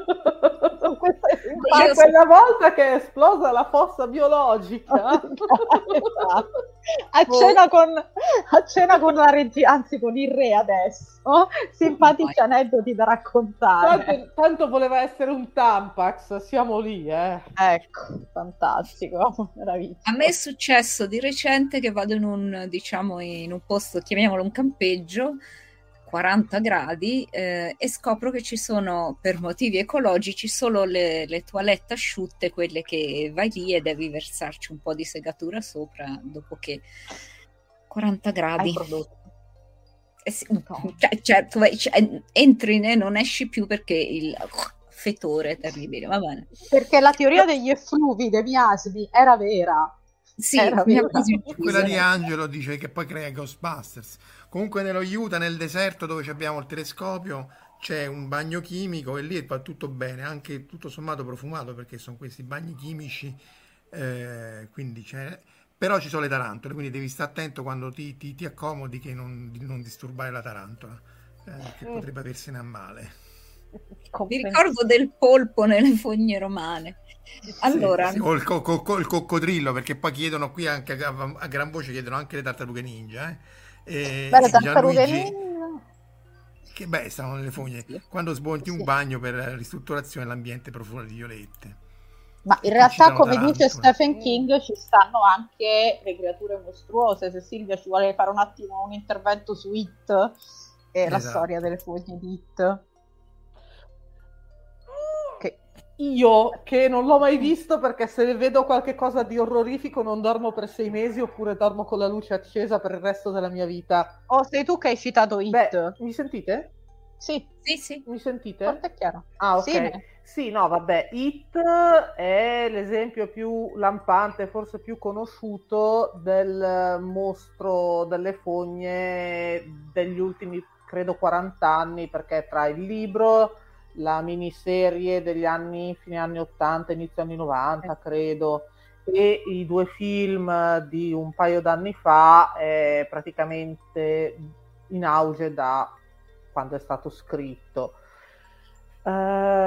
Ma quella volta che è esplosa la fossa biologica Esatto. a, cena con, a cena con la regina, anzi con il re adesso, simpatici aneddoti da raccontare. tanto, tanto voleva essere un Tampax, siamo lì, eh. Ecco, fantastico, meraviglioso. A me è successo di recente che vado in un, diciamo, in un posto, chiamiamolo un campeggio, quaranta gradi, eh, e scopro che ci sono, per motivi ecologici, solo le, le toilette asciutte, quelle che vai lì e devi versarci un po' di segatura sopra dopo che quaranta gradi. Eh sì, No. cioè, cioè, tu vai, cioè, entri e non esci più perché il fetore è terribile, va bene. Perché la teoria degli effluvi, dei miasmi, era vera. Sì, Era mi ha vera. quasi ucciso. Quella di Angelo dice che poi crea Ghostbusters. Comunque nello Utah, nel deserto dove abbiamo il telescopio, c'è un bagno chimico e lì va tutto bene, anche tutto sommato profumato, perché sono questi bagni chimici, eh, quindi c'è... però ci sono le tarantole, quindi devi stare attento quando ti, ti, ti accomodi che non, di non disturbare la tarantola, eh, che potrebbe aversene a male. Mi ricordo del polpo nelle fogne romane. Allora, sì, sì. O il, co- co- co- il coccodrillo, perché poi chiedono qui anche a, a gran voce, chiedono anche le tartarughe ninja, eh? E, Beh, le e tartarughe Gianluigi, ninja. che beh, stavano nelle fogne, Sì. quando smonti Sì. un bagno per la ristrutturazione l'ambiente profuma di violette. Ma in E realtà, ci sono come dice tarantole. Stephen King, ci stanno anche le creature mostruose. Se Silvia ci vuole fare un attimo un intervento su It e la Esatto. storia delle fogne di It. Che... Io che non l'ho mai visto, perché se vedo qualche cosa di orrorifico non dormo per sei mesi, oppure dormo con la luce accesa per il resto della mia vita. Oh, sei tu che hai citato It? Beh, mi sentite? Sì, sì, sì. Mi sentite? forte e chiaro. Ah, ok. Sì, ne- Sì, no, vabbè, It è l'esempio più lampante, forse più conosciuto del mostro delle fogne degli ultimi, credo, quaranta anni, perché tra il libro, la miniserie degli anni, fine anni ottanta, inizio anni novanta, credo, e i due film di un paio d'anni fa, è praticamente in auge da quando è stato scritto. Uh,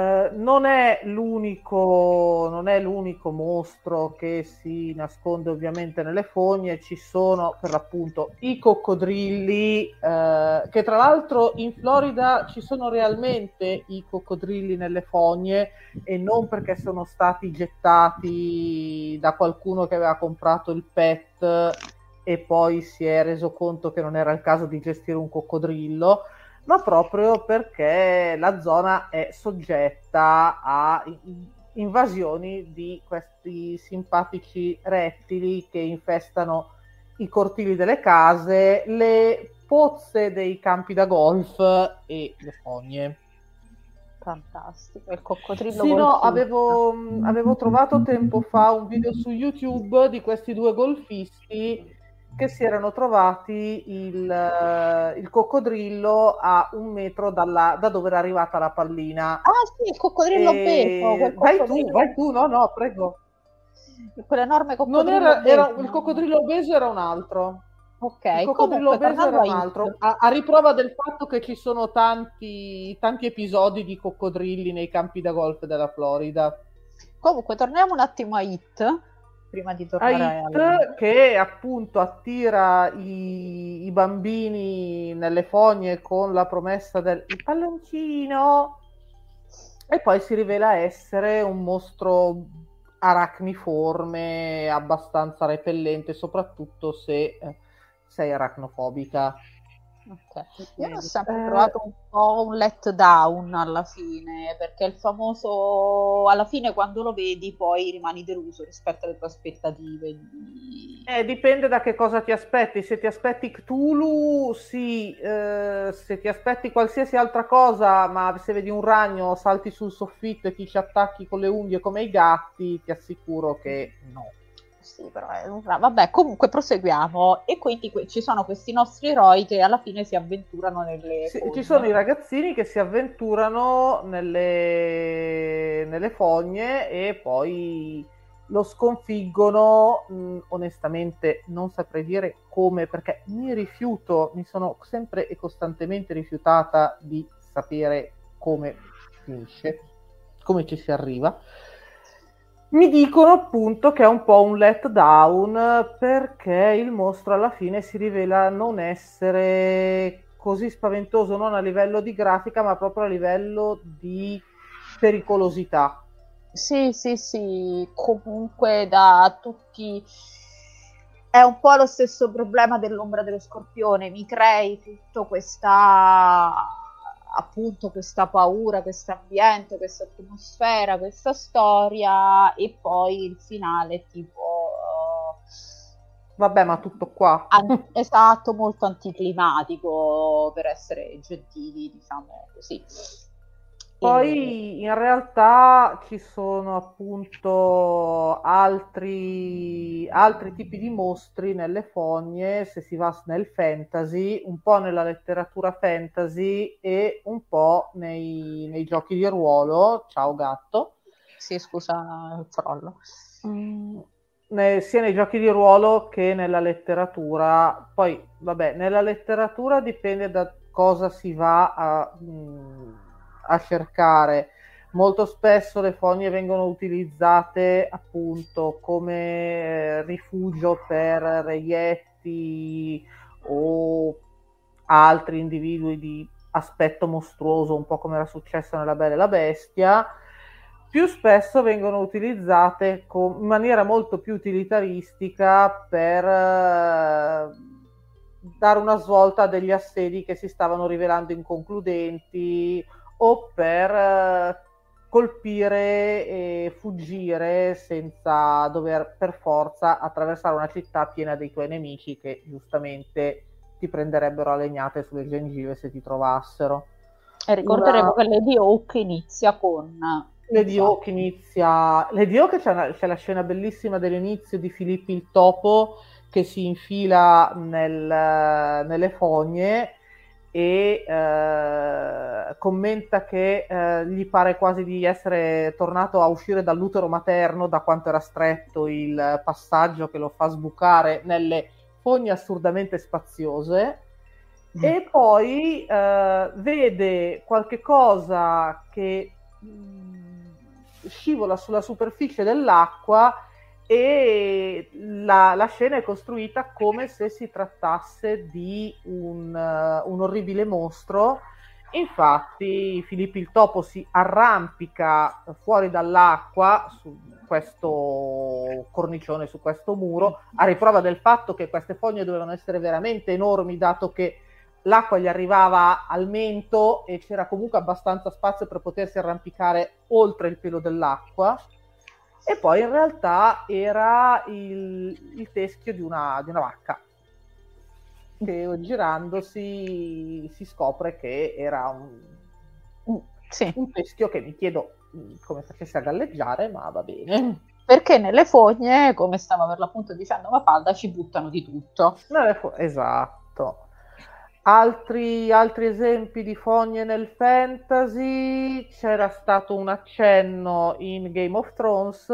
non è l'unico, non è l'unico mostro che si nasconde ovviamente nelle fogne, ci sono per l'appunto i coccodrilli, eh, che tra l'altro in Florida ci sono realmente i coccodrilli nelle fogne e non perché sono stati gettati da qualcuno che aveva comprato il pet e poi si è reso conto che non era il caso di gestire un coccodrillo, ma proprio perché la zona è soggetta a invasioni di questi simpatici rettili che infestano i cortili delle case, le pozze dei campi da golf e le fogne. Fantastico, il coccodrillo. Sì, no, avevo, avevo trovato tempo fa un video su YouTube di questi due golfisti che si erano trovati il, il coccodrillo a un metro dalla, da dove era arrivata la pallina. Ah sì, il coccodrillo obeso. Vai tu, vai tu, no, no, prego. Quell'enorme coccodrillo non era, era, obeso. Il coccodrillo obeso era un altro. Ok, il coccodrillo comunque, obeso era un a altro. A, a riprova del fatto che ci sono tanti, tanti episodi di coccodrilli nei campi da golf della Florida. Comunque, torniamo un attimo a It. Prima di tornare a It, alla... che appunto attira i, i bambini nelle fogne con la promessa del palloncino e poi si rivela essere un mostro aracniforme abbastanza repellente, soprattutto se eh, sei aracnofobica. Okay. Io ho sempre eh... trovato un po' un letdown alla fine, perché il famoso alla fine quando lo vedi poi rimani deluso rispetto alle tue aspettative di... eh, dipende da che cosa ti aspetti. Se ti aspetti Cthulhu sì, eh, se ti aspetti qualsiasi altra cosa, ma se vedi un ragno salti sul soffitto e ti ci attacchi con le unghie come i gatti, ti assicuro che no. Sì, però è un... vabbè, comunque proseguiamo. E quindi que- ci sono questi nostri eroi che alla fine si avventurano nelle sì, fogne. Ci sono i ragazzini che si avventurano nelle, nelle fogne e poi lo sconfiggono. Mh, onestamente non saprei dire come, perché mi rifiuto, mi sono sempre e costantemente rifiutata di sapere come finisce, come ci si arriva. Mi dicono appunto che è un po' un letdown perché il mostro alla fine si rivela non essere così spaventoso, non a livello di grafica, ma proprio a livello di pericolosità. Sì, sì, sì, comunque da tutti è un po' lo stesso problema dell'ombra dello scorpione, mi crei tutto questa... appunto questa paura, questo ambiente, questa atmosfera, questa storia e poi il finale tipo uh, vabbè, ma tutto qua an- esatto, molto anticlimatico per essere gentili, diciamo così. Poi in realtà ci sono appunto altri, altri tipi di mostri nelle fogne, se si va nel fantasy, un po' nella letteratura fantasy e un po' nei, nei giochi di ruolo. Ciao gatto. Sì, scusa il crollo. Mm, ne, sia nei giochi di ruolo che nella letteratura. Poi, vabbè, nella letteratura dipende da cosa si va a... Mm, a cercare. Molto spesso le fogne vengono utilizzate appunto come rifugio per reietti o altri individui di aspetto mostruoso, un po' come era successo nella Bella e la Bestia. Più spesso vengono utilizzate con, in maniera molto più utilitaristica per eh, dare una svolta a degli assedi che si stavano rivelando inconcludenti o per eh, colpire e fuggire senza dover per forza attraversare una città piena dei tuoi nemici che giustamente ti prenderebbero a legnate sulle gengive se ti trovassero. E ricorderemo una... che Lady Hawk inizia con... Lady Hawk inizia... Lady Hawk c'è, una... c'è la scena bellissima dell'inizio di Filippi il topo che si infila nel... nelle fogne e eh, commenta che eh, gli pare quasi di essere tornato a uscire dall'utero materno da quanto era stretto il passaggio che lo fa sbucare nelle fogne assurdamente spaziose mm. e poi eh, vede qualche cosa che mh, scivola sulla superficie dell'acqua e la, la scena è costruita come se si trattasse di un, uh, un orribile mostro. Infatti Filippo il topo si arrampica fuori dall'acqua su questo cornicione, su questo muro, a riprova del fatto che queste fogne dovevano essere veramente enormi, dato che l'acqua gli arrivava al mento e c'era comunque abbastanza spazio per potersi arrampicare oltre il pelo dell'acqua. E poi in realtà era il, il teschio di una, di una vacca, che girandosi si scopre che era un, un, sì. un teschio che mi chiedo come facesse a galleggiare, ma va bene. Perché nelle fogne, come stava per l'appunto dicendo Mafalda, ci buttano di tutto. Fo- esatto. Altri, altri esempi di fogne nel fantasy, c'era stato un accenno in Game of Thrones,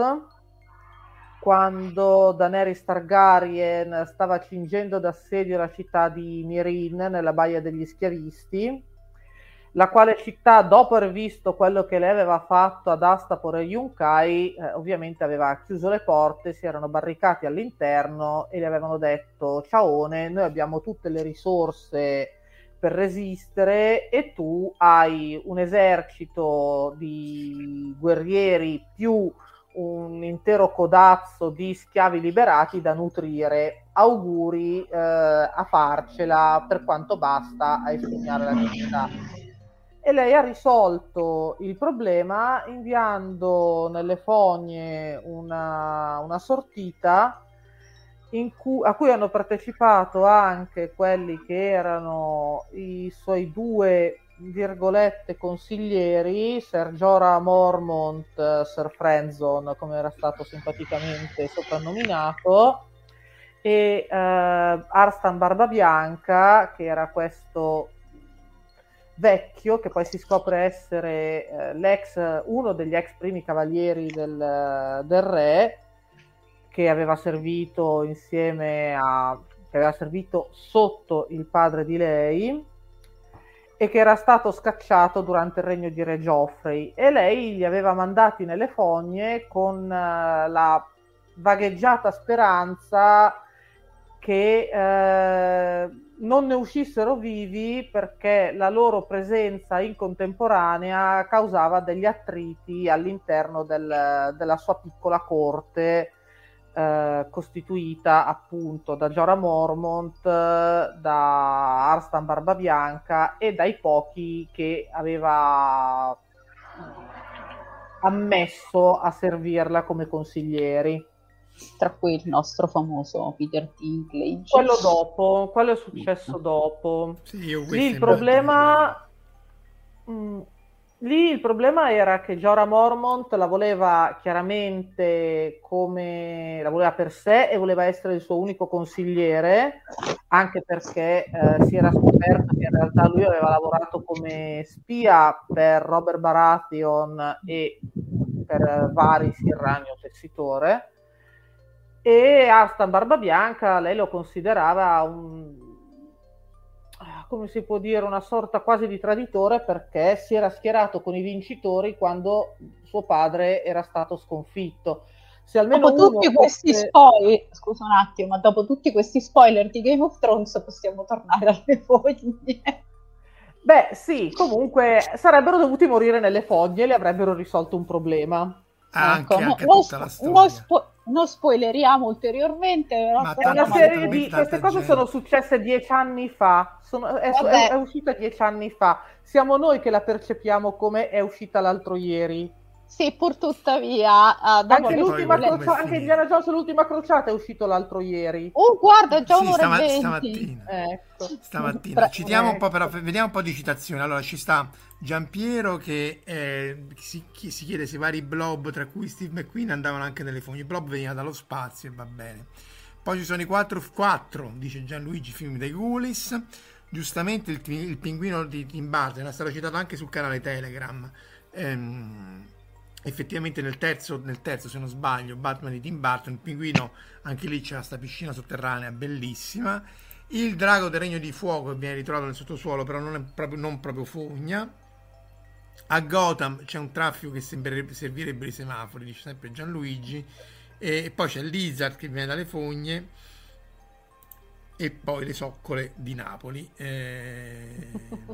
quando Daenerys Targaryen stava cingendo d'assedio la città di Meereen nella Baia degli Schiavisti, la quale città, dopo aver visto quello che lei aveva fatto ad Astapor e Yunkai, eh, ovviamente aveva chiuso le porte, si erano barricati all'interno e le avevano detto: ciaone, noi abbiamo tutte le risorse per resistere e tu hai un esercito di guerrieri più un intero codazzo di schiavi liberati da nutrire. Auguri, eh, a farcela, per quanto basta a espugnare la città. E lei ha risolto il problema inviando nelle fogne una, una sortita in cui, a cui hanno partecipato anche quelli che erano i suoi due virgolette consiglieri, Ser Jorah Mormont, Sir Frenzon come era stato simpaticamente soprannominato, e eh, Arstan Barbabianca, che era questo vecchio che poi si scopre essere eh, l'ex, uno degli ex primi cavalieri del, del re, che aveva servito insieme a che aveva servito sotto il padre di lei e che era stato scacciato durante il regno di Re Geoffrey, e lei li aveva mandati nelle fogne con uh, la vagheggiata speranza che uh, non ne uscissero vivi, perché la loro presenza in contemporanea causava degli attriti all'interno del, della sua piccola corte, Uh, costituita appunto da Jorah Mormont, da Arstan Barbabianca e dai pochi che aveva ammesso a servirla come consiglieri, tra cui il nostro famoso Peter Dinklage. Quello dopo, quello è successo dopo. Sì, io lì il problema mh, Lì il problema era che Jorah Mormont la voleva chiaramente come la voleva per sé e voleva essere il suo unico consigliere, anche perché eh, si era scoperto che in realtà lui aveva lavorato come spia per Robert Baratheon e per Varys il Ragno Tessitore, e Arstan Barbabianca lei lo considerava un, come si può dire, una sorta quasi di traditore, perché si era schierato con i vincitori quando suo padre era stato sconfitto. Se almeno dopo tutti questi fosse... spoiler, scusa un attimo, ma dopo tutti questi spoiler di Game of Thrones possiamo tornare alle fogne. Beh sì, comunque sarebbero dovuti morire nelle fogne e le avrebbero risolto un problema. Anche, ecco, anche non, tutta la non, storia. spo- non spoileriamo ulteriormente, però ma è una serie di queste cose gente. Sono successe dieci anni fa, sono, è, è, è uscita dieci anni fa, siamo noi che la percepiamo come è uscita l'altro ieri. Sì, pur tuttavia uh, anche, l'ultima crocia- anche Indiana Jones l'ultima crociata è uscito l'altro ieri. Oh, guarda, è già sì, un'ora stama- e venti. Stamattina, ecco. stamattina. Citiamo un po', però, vediamo un po' di citazioni. Allora ci sta Giampiero che eh, si, si chiede se i vari blob, tra cui Steve McQueen, andavano anche nelle fogne. I blob venivano dallo spazio e va bene. Poi ci sono i quattro, quattro dice Gianluigi, film dei Ghoulies. Giustamente il, il pinguino di Tim Burton è stato citato anche sul canale Telegram. Ehm, effettivamente nel terzo, nel terzo, se non sbaglio, Batman di Tim Burton, il pinguino, anche lì c'è questa piscina sotterranea bellissima. Il drago del Regno di Fuoco viene ritrovato nel sottosuolo, però non è proprio, non proprio fogna. A Gotham c'è un traffico che sembrerebbe servirebbe i semafori, dice sempre Gianluigi, e poi c'è Lizard che viene dalle fogne e poi le soccole di Napoli. E,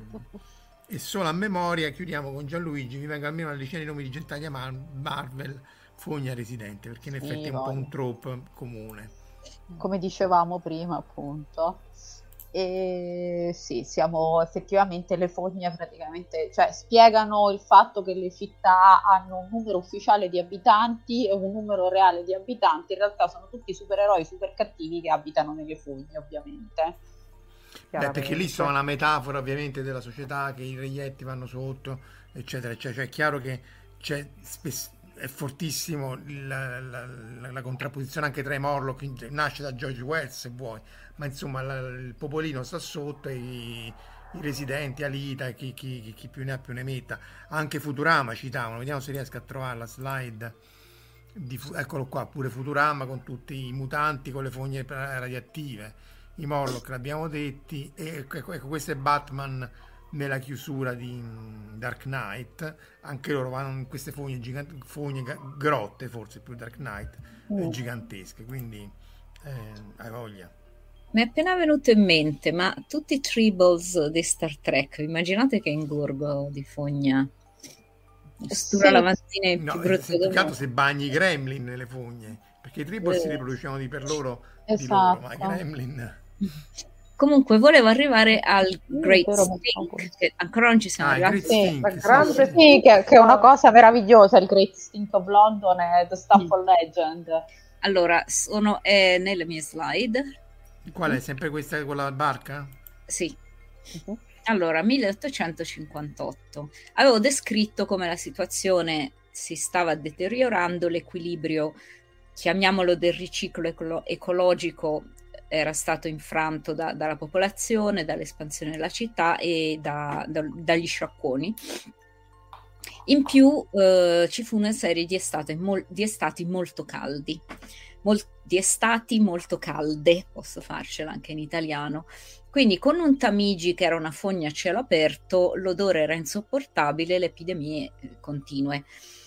e solo a memoria chiudiamo con Gianluigi, mi venga almeno una decina di nomi di gentaglia Marvel fogna residente, perché in Sì, effetti è un po' voglio. un trope comune. Come dicevamo prima, appunto. E sì, siamo effettivamente le fogne praticamente, cioè spiegano il fatto che le città hanno un numero ufficiale di abitanti e un numero reale di abitanti, in realtà sono tutti supereroi super cattivi che abitano nelle fogne, ovviamente. Beh, perché lì sono una metafora ovviamente della società, che i reietti vanno sotto, eccetera, eccetera. Cioè è chiaro che c'è spes- è fortissimo la, la, la, la contrapposizione anche tra i Morlock, nasce da George Wells se vuoi, ma insomma la, il popolino sta sotto e i, i residenti, Alita e chi, chi, chi più ne ha più ne metta. Anche Futurama citavano, vediamo se riesco a trovare la slide di, eccolo qua, pure Futurama con tutti i mutanti con le fogne radioattive, i Morlock l'abbiamo detti, e ecco, ecco questo è Batman nella chiusura di Dark Knight, anche loro vanno in queste fogne, gigant- fogne grotte, forse più Dark Knight, Mm. eh, gigantesche, quindi eh, hai voglia. Mi è appena venuto in mente, ma tutti i tribbles di Star Trek, immaginate che ingorgo di fogna, postura Sì. lavandina è No, più eh, brutto se, del più che altro mondo. se bagni i gremlin nelle fogne, perché i tribbles si Eh. riproducevano di per loro, di loro, ma i Esatto. gremlin... Comunque volevo arrivare al Mm, Great però mi Stink, che ancora non ci siamo Ah, il arrivati. Great Sì, Stink, la sì, grande sì. Sì, che, che è una cosa meravigliosa, il Great Stink of London e The Stamford Legend. Allora, sono è nelle mie slide. Qual è? Sempre questa con la barca? Sì. Mhm. Allora, milleottocentocinquantotto. Avevo descritto come la situazione si stava deteriorando, l'equilibrio, chiamiamolo del riciclo ecolo- ecologico, era stato infranto da- dalla popolazione, dall'espansione della città e da- da- dagli sciacquoni. In più eh, ci fu una serie di, estate mol- di estati molto caldi, Mol- di estati molto calde, posso farcela anche in italiano. Quindi con un Tamigi che era una fogna a cielo aperto, l'odore era insopportabile, le epidemie eh, continue.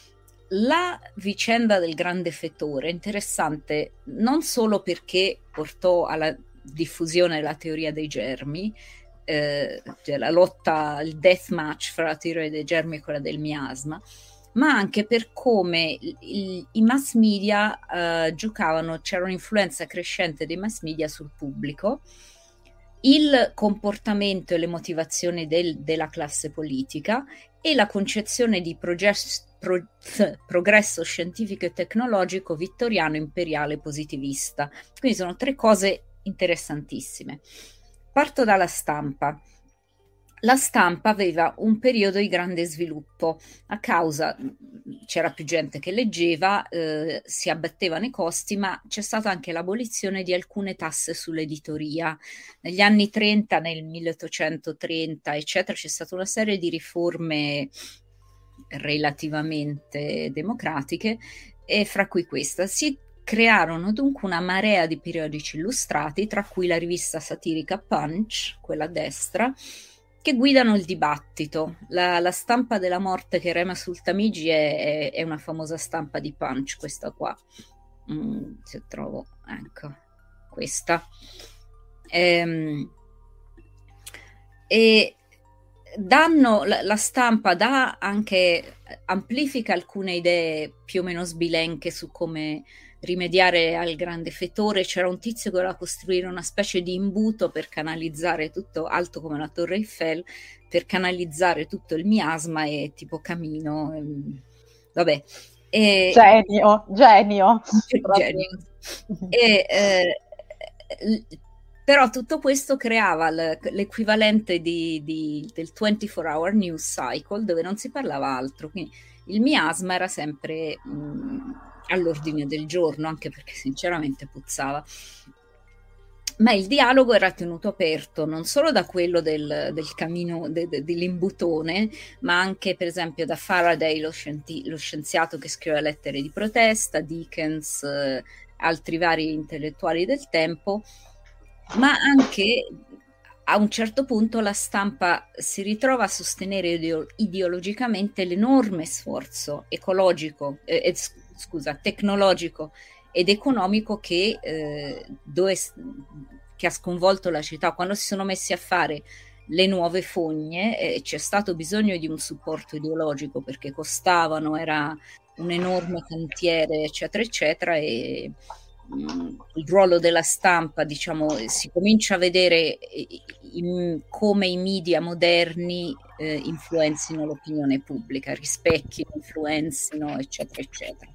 La vicenda del grande fettore è interessante non solo perché portò alla diffusione della teoria dei germi, eh, cioè la lotta, il death match fra la teoria dei germi e quella del miasma, ma anche per come il, il, i mass media eh, giocavano, c'era un'influenza crescente dei mass media sul pubblico, il comportamento e le motivazioni del, della classe politica e la concezione di progesso Pro, progresso scientifico e tecnologico vittoriano imperiale positivista. Quindi sono tre cose interessantissime. Parto dalla stampa. La stampa aveva un periodo di grande sviluppo a causa, c'era più gente che leggeva, eh, si abbattevano i costi, ma c'è stata anche l'abolizione di alcune tasse sull'editoria. Negli anni trenta, nel milleottocentotrenta, eccetera, c'è stata una serie di riforme relativamente democratiche, e fra cui questa. Si crearono dunque una marea di periodici illustrati, tra cui la rivista satirica Punch, quella a destra, che guidano il dibattito. La, la stampa della morte che rema sul Tamigi è, è, è una famosa stampa di Punch, questa qua. Mm, se trovo, ecco, questa. Ehm, e danno la, la stampa dà anche amplifica alcune idee più o meno sbilenche su come rimediare al grande fettore. C'era un tizio che voleva costruire una specie di imbuto per canalizzare tutto, alto come la Torre Eiffel, per canalizzare tutto il miasma e tipo camino, ehm, vabbè, e, genio, genio, genio. E, eh, però tutto questo creava l'equivalente di, di, del ventiquattro hour news cycle, dove non si parlava altro, quindi il miasma era sempre mh, all'ordine del giorno, anche perché sinceramente puzzava. Ma il dialogo era tenuto aperto non solo da quello del, del camino de, de, dell'imbutone, ma anche per esempio da Faraday, lo, scienti, lo scienziato che scriveva lettere di protesta, Dickens, eh, altri vari intellettuali del tempo, ma anche a un certo punto la stampa si ritrova a sostenere ideo- ideologicamente l'enorme sforzo ecologico, eh, eh, scusa, tecnologico ed economico che, eh, dove, che ha sconvolto la città. Quando si sono messi a fare le nuove fogne, eh, c'è stato bisogno di un supporto ideologico perché costavano, era un enorme cantiere, eccetera, eccetera, e il ruolo della stampa, diciamo, si comincia a vedere in, come i media moderni eh, influenzino l'opinione pubblica, rispecchino, influenzino, eccetera, eccetera.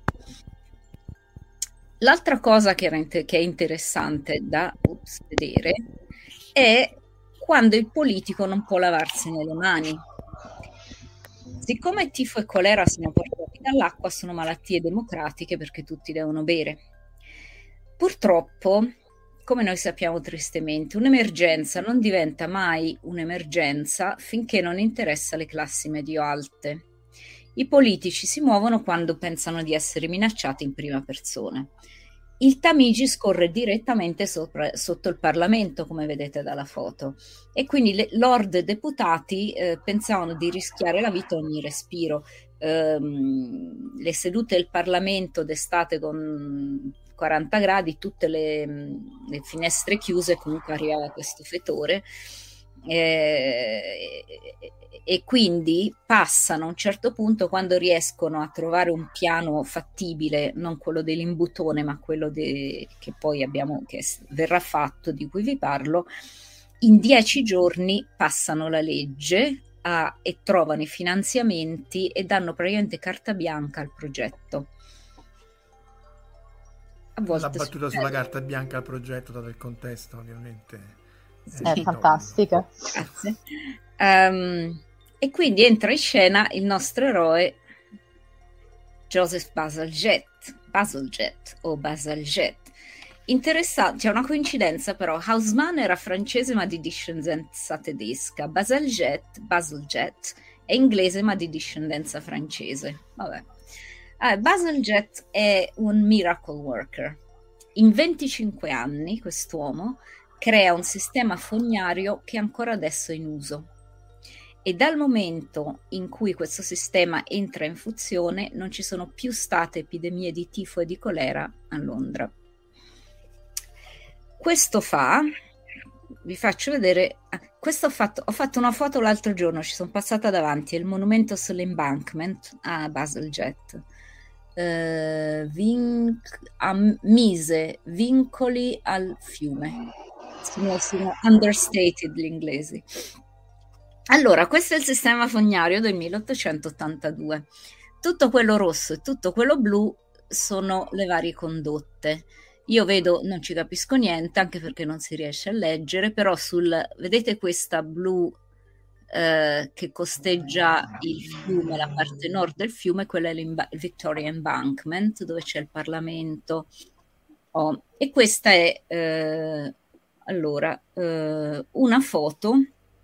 L'altra cosa che, era inter- che è interessante da ups, vedere è quando il politico non può lavarsene le mani. Siccome tifo e colera sono portati dall'acqua, sono malattie democratiche perché tutti devono bere. Purtroppo, come noi sappiamo tristemente, un'emergenza non diventa mai un'emergenza finché non interessa le classi medio-alte. I politici si muovono quando pensano di essere minacciati in prima persona. Il Tamigi scorre direttamente sopra, sotto il Parlamento, come vedete dalla foto, e quindi le Lord deputati eh, pensavano di rischiare la vita ogni respiro. Ehm, le sedute del Parlamento d'estate con quaranta gradi, tutte le, le finestre chiuse, comunque arrivava questo fetore, eh, e quindi passano a un certo punto, quando riescono a trovare un piano fattibile, non quello dell'imbutone ma quello de, che poi abbiamo, che verrà fatto, di cui vi parlo, in dieci giorni passano la legge a, e trovano i finanziamenti e danno praticamente carta bianca al progetto. A volte la battuta succede. Sulla carta bianca al progetto, dato il contesto, ovviamente è, è fantastica. Grazie. Um, e quindi entra in scena il nostro eroe Joseph Bazalgette, Bazalgette o Bazalgette. Interessante, c'è una coincidenza però: Haussmann era francese ma di discendenza tedesca, Bazalgette, Bazalgette è inglese ma di discendenza francese. Vabbè. Ah, Bazalgette è un miracle worker. In venticinque anni quest'uomo crea un sistema fognario che ancora adesso è in uso, e dal momento in cui questo sistema entra in funzione non ci sono più state epidemie di tifo e di colera a Londra. Questo fa, vi faccio vedere, questo ho fatto, ho fatto una foto l'altro giorno, ci sono passata davanti, è il monumento sull'embankment a Bazalgette. Uh, vinc- a mise vincoli al fiume, sono, sono understated gli inglesi. Allora, questo è il sistema fognario del milleottocentottantadue. Tutto quello rosso e tutto quello blu sono le varie condotte. Io vedo, non ci capisco niente, anche perché non si riesce a leggere, però sul, vedete questa blu eh, che costeggia il fiume, la parte nord del fiume, quella è il Victoria Embankment, dove c'è il Parlamento. Oh, e questa è eh, allora eh, una foto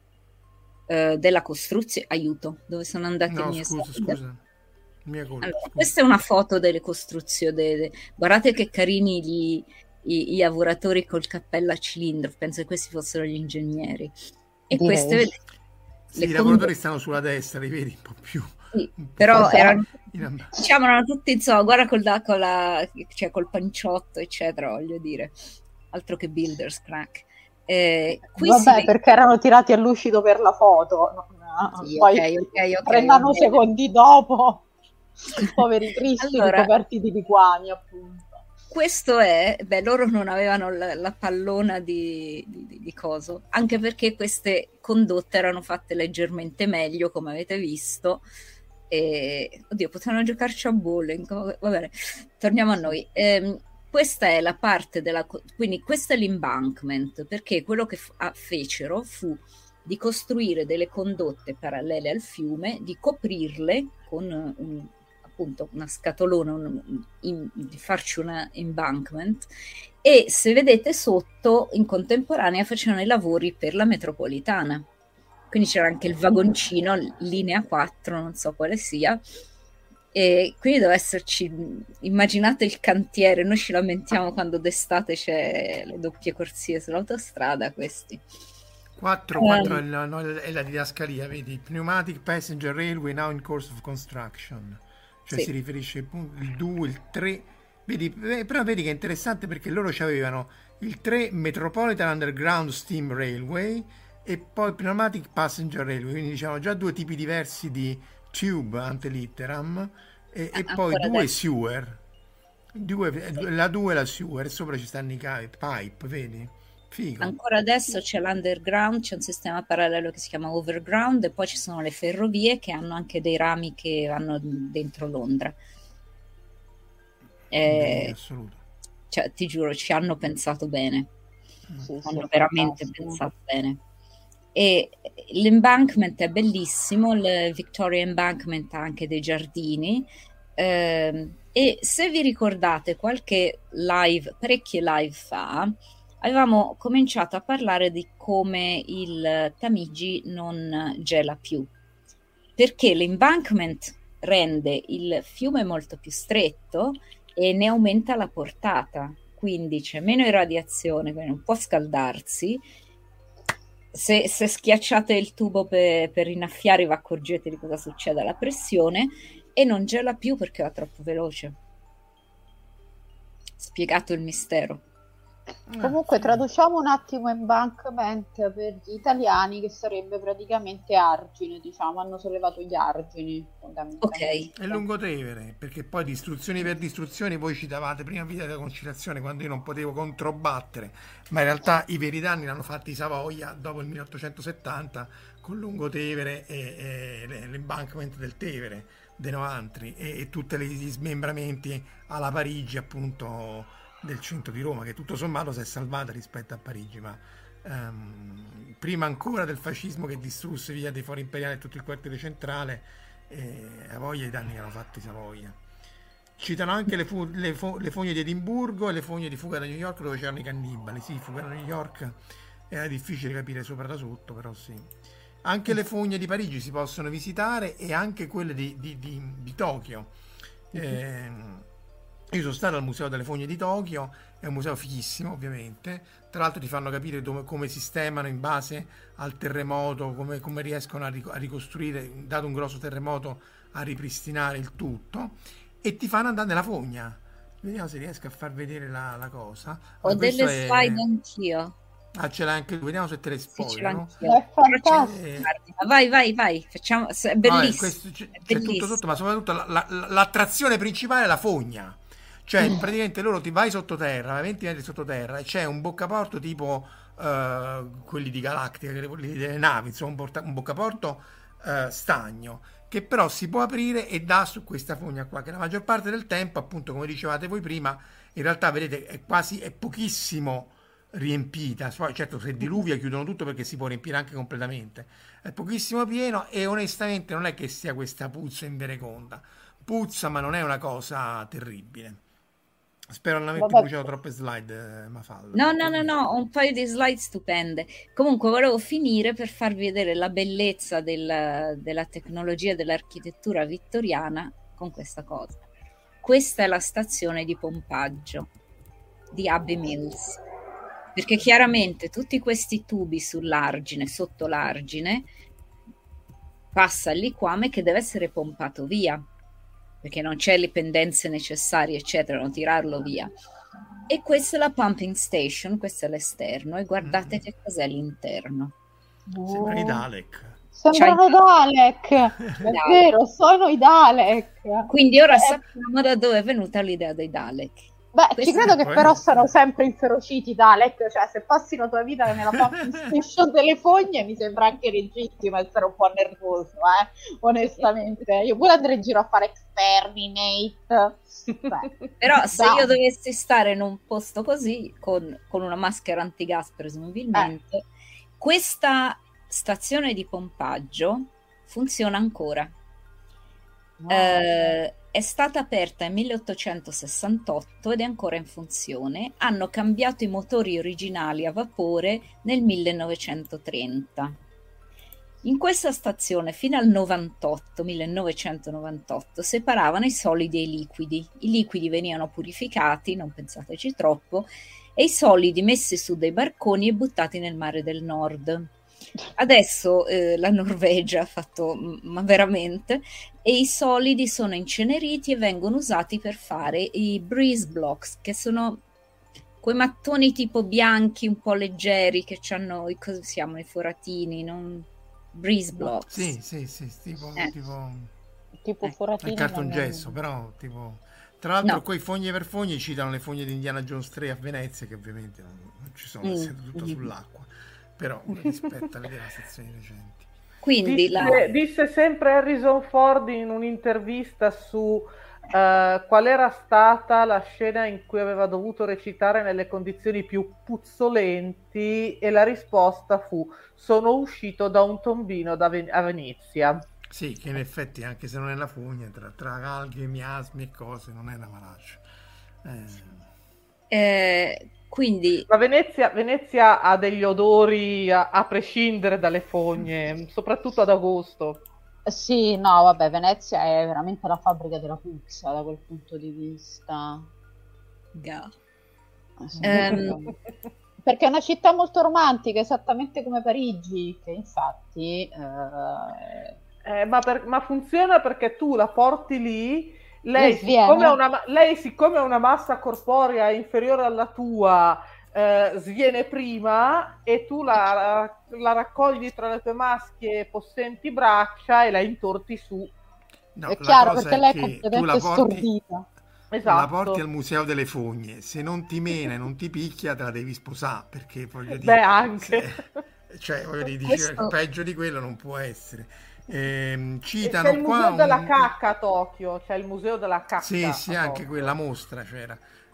eh, della costruzione. Aiuto, dove sono andati no, i miei scusa, slide? scusa. Mia colpa, Allora, scusa. questa è una foto delle costruzioni. De, de, guardate che carini gli, i, i lavoratori col cappello a cilindro. Penso che questi fossero gli ingegneri. E Direi. queste, le Sì, i lavoratori stanno sulla destra, li vedi un po' più. Sì, un po' però più erano, in... diciamo, erano tutti, insomma, guarda col, con la, cioè col panciotto, eccetera, voglio dire, altro che builders crack. Eh, qui Vabbè, si... perché erano tirati a lucido per la foto, no, sì, poi okay, okay, okay, trenta secondi dopo, i poveri tristi allora, ricoperti di liquami, appunto. Questo è, beh, loro non avevano la, la pallona di, di, di coso, anche perché queste condotte erano fatte leggermente meglio, come avete visto. E, oddio, potevano giocarci a bowling. Va bene, torniamo a noi. Ehm, questa è la parte della, quindi questo è l'embankment, perché quello che f- fecero fu di costruire delle condotte parallele al fiume, di coprirle con un, appunto una scatolona, un, in, di farci una embankment, e se vedete sotto in contemporanea facevano i lavori per la metropolitana, quindi c'era anche il vagoncino linea quattro, non so quale sia, e quindi deve esserci, immaginate il cantiere, noi ci lamentiamo quando d'estate c'è le doppie corsie sull'autostrada, questi quattro, quattro è, la, no, è la didascalia, vedi? Pneumatic Passenger Railway now in course of construction. Cioè sì. Si riferisce il due, il tre. Vedi, però vedi che è interessante perché loro avevano il tre Metropolitan Underground Steam Railway e poi Pneumatic Passenger Railway, quindi diciamo già due tipi diversi di tube ante litteram e, e poi due adesso. Sewer. Due, sì. La due e la sewer, e sopra ci stanno i pipe, vedi? Figo. Ancora adesso c'è l'underground, c'è un sistema parallelo che si chiama overground e poi ci sono le ferrovie che hanno anche dei rami che vanno dentro Londra. Eh, in assoluto. Cioè, ti giuro, ci hanno pensato bene, sì, hanno sì, veramente fantastico. pensato bene. E l'embankment è bellissimo, il Victoria Embankment ha anche dei giardini. Eh, e se vi ricordate qualche live, parecchie live fa, avevamo cominciato a parlare di come il Tamigi non gela più, perché l'embankment rende il fiume molto più stretto e ne aumenta la portata, quindi c'è meno irradiazione, quindi non può scaldarsi. Se, se schiacciate il tubo per, per innaffiare, vi accorgete di cosa succede alla pressione e non gela più perché va troppo veloce. Spiegato il mistero. Comunque traduciamo un attimo embankment per gli italiani, che sarebbe praticamente argine, diciamo, hanno sollevato gli argini fondamentalmente. Ok. È Lungotevere, perché poi distruzioni per distruzioni voi ci davate prima vita della conciliazione quando io non potevo controbattere, ma in realtà i veri danni l'hanno fatti i Savoia dopo il milleottocentosettanta con Lungotevere e, e l'embankment del Tevere, dei Noantri e, e tutti gli smembramenti alla Parigi appunto del centro di Roma, che tutto sommato si è salvata rispetto a Parigi, ma um, prima ancora del fascismo che distrusse via dei Fori Imperiali e tutto il quartiere centrale, eh, a voglia i danni che hanno fatto i Savoia. Citano anche le, fu- le, fo- le fogne di Edimburgo e le fogne di Fuga da New York, dove c'erano i cannibali. Sì, Fuga da New York era difficile capire sopra da sotto, però sì. Anche le fogne di Parigi si possono visitare e anche quelle di, di, di, di Tokyo. Eh, Io sono stato al Museo delle Fogne di Tokyo, è un museo fighissimo ovviamente, tra l'altro ti fanno capire dove, come sistemano in base al terremoto, come, come riescono a, ric- a ricostruire, dato un grosso terremoto, a ripristinare il tutto, e ti fanno andare nella fogna. Vediamo se riesco a far vedere la, la cosa. Ho Questo delle è- slide anch'io. Ah, ce l'hai anche tu, vediamo se te le Sì, ce l'ho spoilero. anch'io. È fantastico. Eh, Ma vai, vai, vai, facciamo. È Vabbè, bellissimo. questo c'è, è c'è tutto bellissimo. sotto, ma soprattutto la- la- l'attrazione principale è la fogna. Cioè, praticamente loro ti vai sottoterra, vai venti metri sottoterra, e c'è un boccaporto tipo eh, quelli di Galactica, quelli delle navi, insomma, un, porta- un boccaporto eh, stagno, che però si può aprire e dà su questa fogna qua, che la maggior parte del tempo, appunto, come dicevate voi prima, in realtà, vedete, è quasi, è pochissimo riempita. Poi, certo, se diluvia chiudono tutto perché si può riempire anche completamente. È pochissimo pieno e onestamente non è che sia questa puzza invereconda. Puzza, ma non è una cosa terribile. Spero non averti Vabbè. bruciato troppe slide, eh, Mafalda. No, no, no, no, ho un paio di slide stupende. Comunque volevo finire per farvi vedere la bellezza del- della tecnologia dell'architettura vittoriana con questa cosa. Questa è la stazione di pompaggio di Abbey Mills, perché chiaramente tutti questi tubi sull'argine, sotto l'argine, passa il liquame che deve essere pompato via, perché non c'è le pendenze necessarie, eccetera, non tirarlo via. E questa è la pumping station, questo è l'esterno, e guardate Mm. che cos'è l'interno. Sembra i Dalek. Sembrano Dalek, è Dalek. vero, sono i Dalek. Quindi ora Eh, sappiamo da dove è venuta l'idea dei Dalek. Beh, Questo ci credo è che poi- però sono sempre inferociti i Dalek, cioè se passi la tua vita nella pumping station delle fogne mi sembra anche legittimo essere un po' nervoso, eh, onestamente. Io pure andrei in giro a fare exterminate. Beh, Però se dai. io dovessi stare in un posto così, con, con una maschera antigas presumibilmente, Eh. questa stazione di pompaggio funziona ancora. No. Eh, è stata aperta nel milleottocentosessantotto ed è ancora in funzione. Hanno cambiato i motori originali a vapore nel millenovecentotrenta. In questa stazione fino al novantotto, millenovecentonovantotto, separavano i solidi e i liquidi. I liquidi venivano purificati, non pensateci troppo, e i solidi messi su dei barconi e buttati nel mare del Nord. Adesso eh, la Norvegia ha fatto, ma veramente, e i solidi sono inceneriti e vengono usati per fare i breeze blocks, che sono quei mattoni tipo bianchi un po' leggeri che hanno i, cosa si chiamano, i foratini, non breeze blocks. Sì, sì, sì, tipo, eh. tipo, tipo eh. foratini. il cartongesso, non... però tipo... Tra l'altro No. quei fogni per fogni citano le fogne di Indiana Jones tre a Venezia, che ovviamente non, non ci sono, Mm. essendo tutto Mm. sull'acqua, però rispetto alle devastazioni recenti. Quindi disse, la... disse sempre Harrison Ford in un'intervista su uh, qual era stata la scena in cui aveva dovuto recitare nelle condizioni più puzzolenti, e la risposta fu: sono uscito da un tombino da Ven- a Venezia. Sì, che in effetti, anche se non è la fogna, tra, tra alghe, miasmi e cose, non è una malaccia. Eh... Eh, quindi... Ma Venezia, Venezia ha degli odori a, a prescindere dalle fogne, soprattutto ad agosto. Sì, no, vabbè, Venezia è veramente la fabbrica della puzza da quel punto di vista. Yeah. Sì. Um, Perché è una città molto romantica, esattamente come Parigi, che infatti... Eh... Eh, ma, per, ma funziona perché tu la porti lì, lei Le siccome, sviene. ha una, lei siccome ha una massa corporea inferiore alla tua, eh, sviene prima, e tu la, la raccogli tra le tue maschie possenti braccia e la intorti su. No, È la chiaro, cosa perché è lei è che tu completamente la porti, stordita. Esatto. la porti al Museo delle Fogne, se non ti mena e non ti picchia te la devi sposare, perché voglio dire... Beh, anche... Se... Cioè, voglio dire, Questo... peggio di quello non può essere. Ehm, citano c'è il qua museo della un... cacca a Tokyo, c'è il museo della cacca. Sì, sì, a anche Tokyo. quella mostra c'era.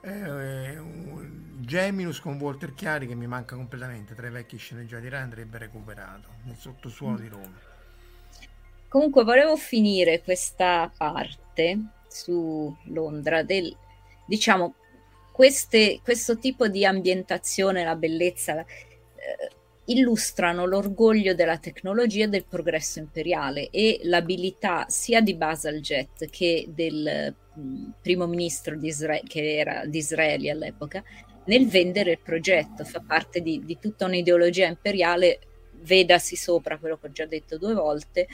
Eh, un Geminus con Walter Chiari, che mi manca completamente, tra i vecchi sceneggiati Rai, andrebbe recuperato nel sottosuolo di Roma. Comunque volevo finire questa parte su Londra del, diciamo, queste, questo tipo di ambientazione, la bellezza, la, eh, illustrano l'orgoglio della tecnologia e del progresso imperiale e l'abilità sia di Bazalgette che del mh, primo ministro di Israele, che era di Israele all'epoca, nel vendere il progetto. Fa parte di, di tutta un'ideologia imperiale, vedasi sopra quello che ho già detto due volte,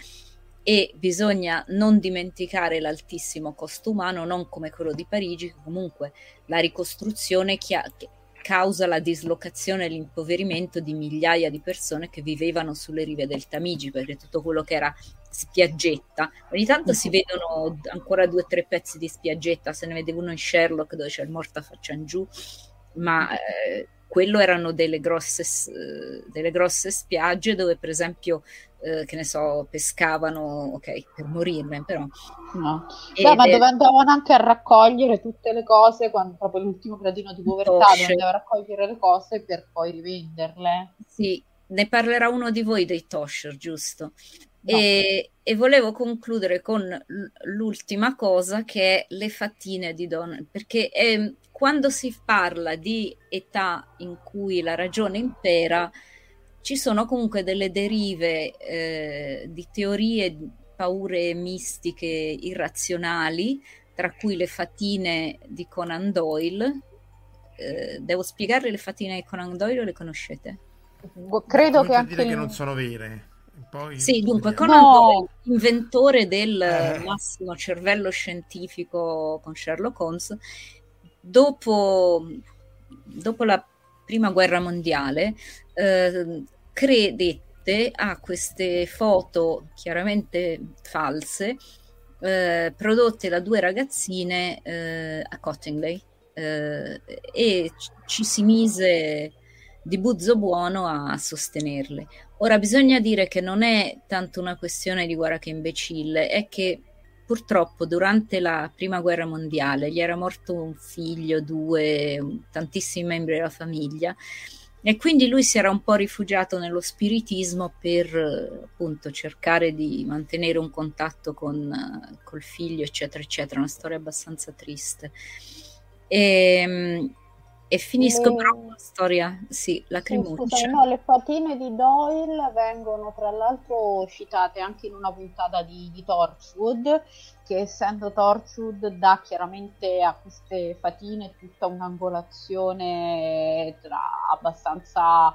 e bisogna non dimenticare l'altissimo costo umano, non come quello di Parigi, che comunque la ricostruzione chia- causa la dislocazione e l'impoverimento di migliaia di persone che vivevano sulle rive del Tamigi, perché tutto quello che era spiaggetta, ogni tanto si vedono ancora due o tre pezzi di spiaggetta, se ne vede uno in Sherlock dove c'è il morto a facciangiù, ma eh, quello erano delle grosse, delle grosse spiagge dove per esempio eh, che ne so, pescavano, ok, per morirne, però no. Beh, ma dove andavano anche a raccogliere tutte le cose, quando proprio l'ultimo gradino di povertà, dove andavano a raccogliere le cose per poi rivenderle. Sì, ne parlerà uno di voi dei Tosher, giusto? No. E, e volevo concludere con l'ultima cosa, che è le fattine di Donald, perché è, quando si parla di età in cui la ragione impera, ci sono comunque delle derive eh, di teorie, paure mistiche irrazionali, tra cui le fatine di Conan Doyle. Eh, devo spiegare le fatine di Conan Doyle o le conoscete? Credo che anche dire che non sono vere. Poi sì, dunque vediamo. Conan no. Doyle, inventore del eh. massimo cervello scientifico con Sherlock Holmes, dopo, dopo la prima guerra mondiale eh, credette a queste foto chiaramente false eh, prodotte da due ragazzine eh, a Cottingley eh, e ci si mise di buzzo buono a sostenerle. Ora bisogna dire che non è tanto una questione di guarda che imbecille, è che purtroppo durante la prima guerra mondiale gli era morto un figlio, due, tantissimi membri della famiglia, e quindi lui si era un po' rifugiato nello spiritismo per appunto cercare di mantenere un contatto con col figlio, eccetera eccetera. Una storia abbastanza triste. E, e finisco le... però con una storia, sì, lacrimuccia. Sì, no, le fatine di Doyle vengono tra l'altro citate anche in una puntata di, di Torchwood, che essendo Torchwood dà chiaramente a queste fatine tutta un'angolazione tra abbastanza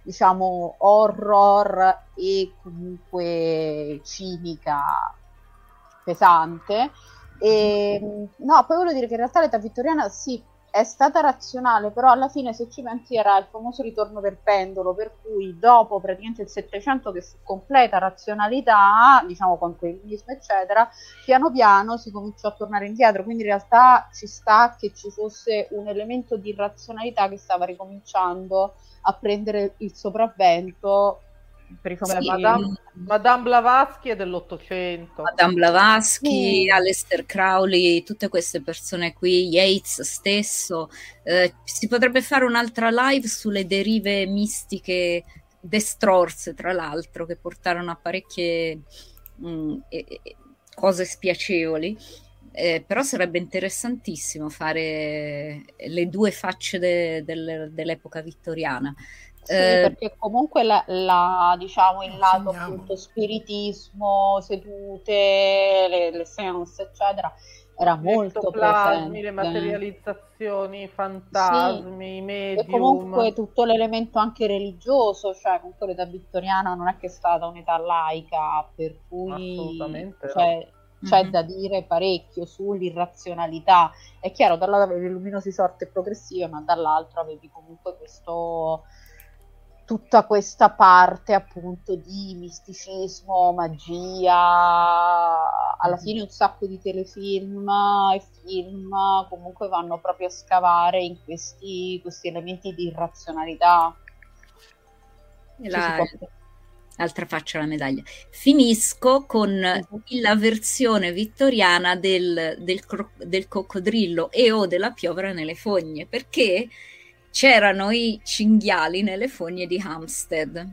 diciamo horror e comunque cinica pesante. E no, poi volevo dire che in realtà l'età vittoriana sì, è stata razionale, però alla fine, se ci pensi, era il famoso ritorno del pendolo, per cui dopo praticamente il Settecento, che fu completa razionalità, diciamo con querismo eccetera, piano piano si cominciò a tornare indietro, quindi in realtà ci sta che ci fosse un elemento di razionalità che stava ricominciando a prendere il sopravvento per i Beh, Madame, Madame Blavatsky è dell'Ottocento. Madame Blavatsky, Sì. Aleister Crowley, tutte queste persone qui, Yeats stesso. Eh, si potrebbe fare un'altra live sulle derive mistiche destrorse, tra l'altro, che portarono a parecchie mh, e, e, cose spiacevoli. Eh, però sarebbe interessantissimo fare le due facce de, del, dell'epoca vittoriana. Sì, Eh, perché comunque la, la- diciamo il lato Segniamo. appunto spiritismo, sedute, le, le seance, eccetera, era Gli molto ectoplasmi, le presente. materializzazioni, i fantasmi, i E medium. comunque tutto l'elemento anche religioso, cioè comunque l'età vittoriana non è che è stata un'età laica, per cui Assolutamente no. c'è, c'è Mhm. da dire parecchio sull'irrazionalità. È chiaro, da un lato avevi luminosi sorte e progressive, ma dall'altro avevi comunque questo, tutta questa parte appunto di misticismo, magia, alla fine un sacco di telefilm e film comunque vanno proprio a scavare in questi, questi elementi di irrazionalità. E Ci la- si può- Altra faccia alla medaglia. Finisco con Mhm. la versione vittoriana del, del cro- del coccodrillo e o della piovra nelle fogne, perché c'erano i cinghiali nelle fogne di Hampstead,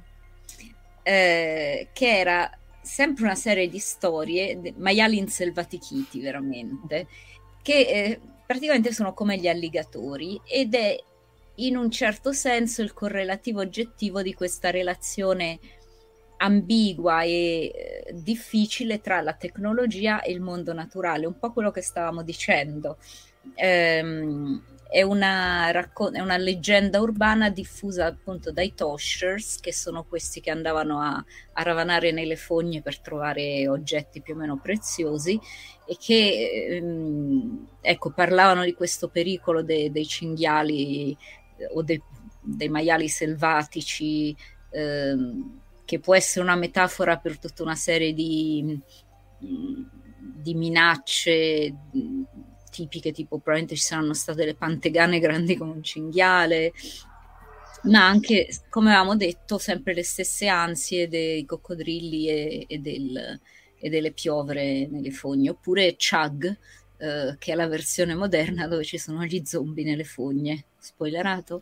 eh, che era sempre una serie di storie, de- maiali inselvatichiti veramente, che eh, praticamente sono come gli alligatori, ed è in un certo senso il correlativo oggettivo di questa relazione ambigua e eh, difficile tra la tecnologia e il mondo naturale, un po' quello che stavamo dicendo. Ehm, è una, racco- è una leggenda urbana diffusa appunto dai Toshers, che sono questi che andavano a, a ravanare nelle fogne per trovare oggetti più o meno preziosi, e che ehm, ecco, parlavano di questo pericolo de- dei cinghiali eh, o dei, dei maiali selvatici, ehm, che può essere una metafora per tutta una serie di, di minacce tipiche, tipo probabilmente ci saranno state le pantegane grandi come un cinghiale, ma anche, come avevamo detto, sempre le stesse ansie dei coccodrilli e, e, del, e delle piovre nelle fogne, oppure Chug, eh, che è la versione moderna dove ci sono gli zombie nelle fogne. Spoilerato?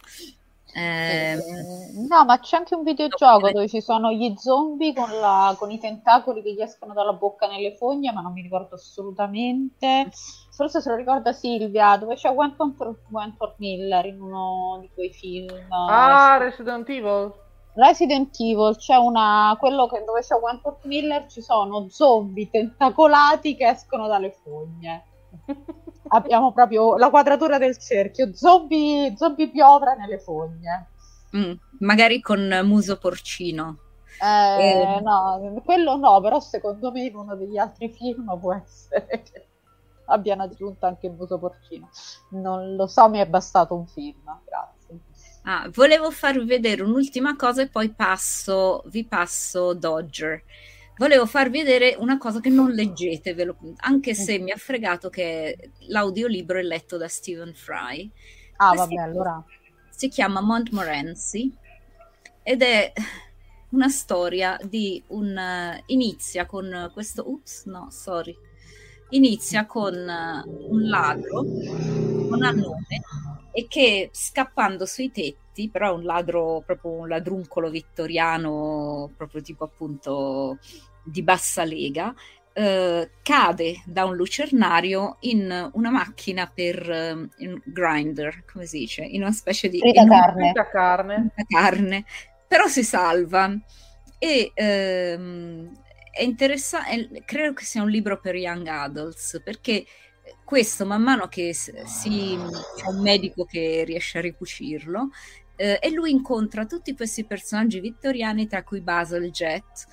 Eh, Eh, no, ma c'è anche un videogioco dove ci sono gli zombie con, la, con i tentacoli che gli escono dalla bocca nelle fogne, ma non mi ricordo assolutamente. Forse se lo ricorda Silvia, dove c'è Wentworth, Wentworth Miller in uno di quei film. Ah, Resident Evil? Resident Evil, c'è una, quello che, dove c'è Wentworth Miller, ci sono zombie tentacolati che escono dalle fogne. Abbiamo proprio la quadratura del cerchio, zombie, zombie piovra nelle fogne. mm, magari con muso porcino. Eh, Eh, no, quello no, però secondo me in uno degli altri film può essere che abbiano aggiunto anche il muso porcino. Non lo so, mi è bastato un film, grazie. ah, volevo farvi vedere un'ultima cosa e poi passo, vi passo Dodger. Volevo farvi vedere una cosa che non leggete, ve lo- anche se mi ha fregato che l'audiolibro è letto da Stephen Fry. Ah, Questi- vabbè, allora. Si chiama Montmorency ed è una storia di un... eh, inizia con questo... Ups, no, sorry. Inizia con eh, un ladro, non ha nome, e che scappando sui tetti, però è un ladro, proprio un ladruncolo vittoriano, proprio tipo appunto di bassa lega, eh, cade da un lucernario in una macchina per eh, in grinder, come si dice, in una specie di Trita in un- carne. Trita carne. trita carne, però si salva. E ehm, è interessante, credo che sia un libro per young adults, perché questo man mano che s- si c'è un medico che riesce a ricucirlo, eh, e lui incontra tutti questi personaggi vittoriani, tra cui Bazalgette,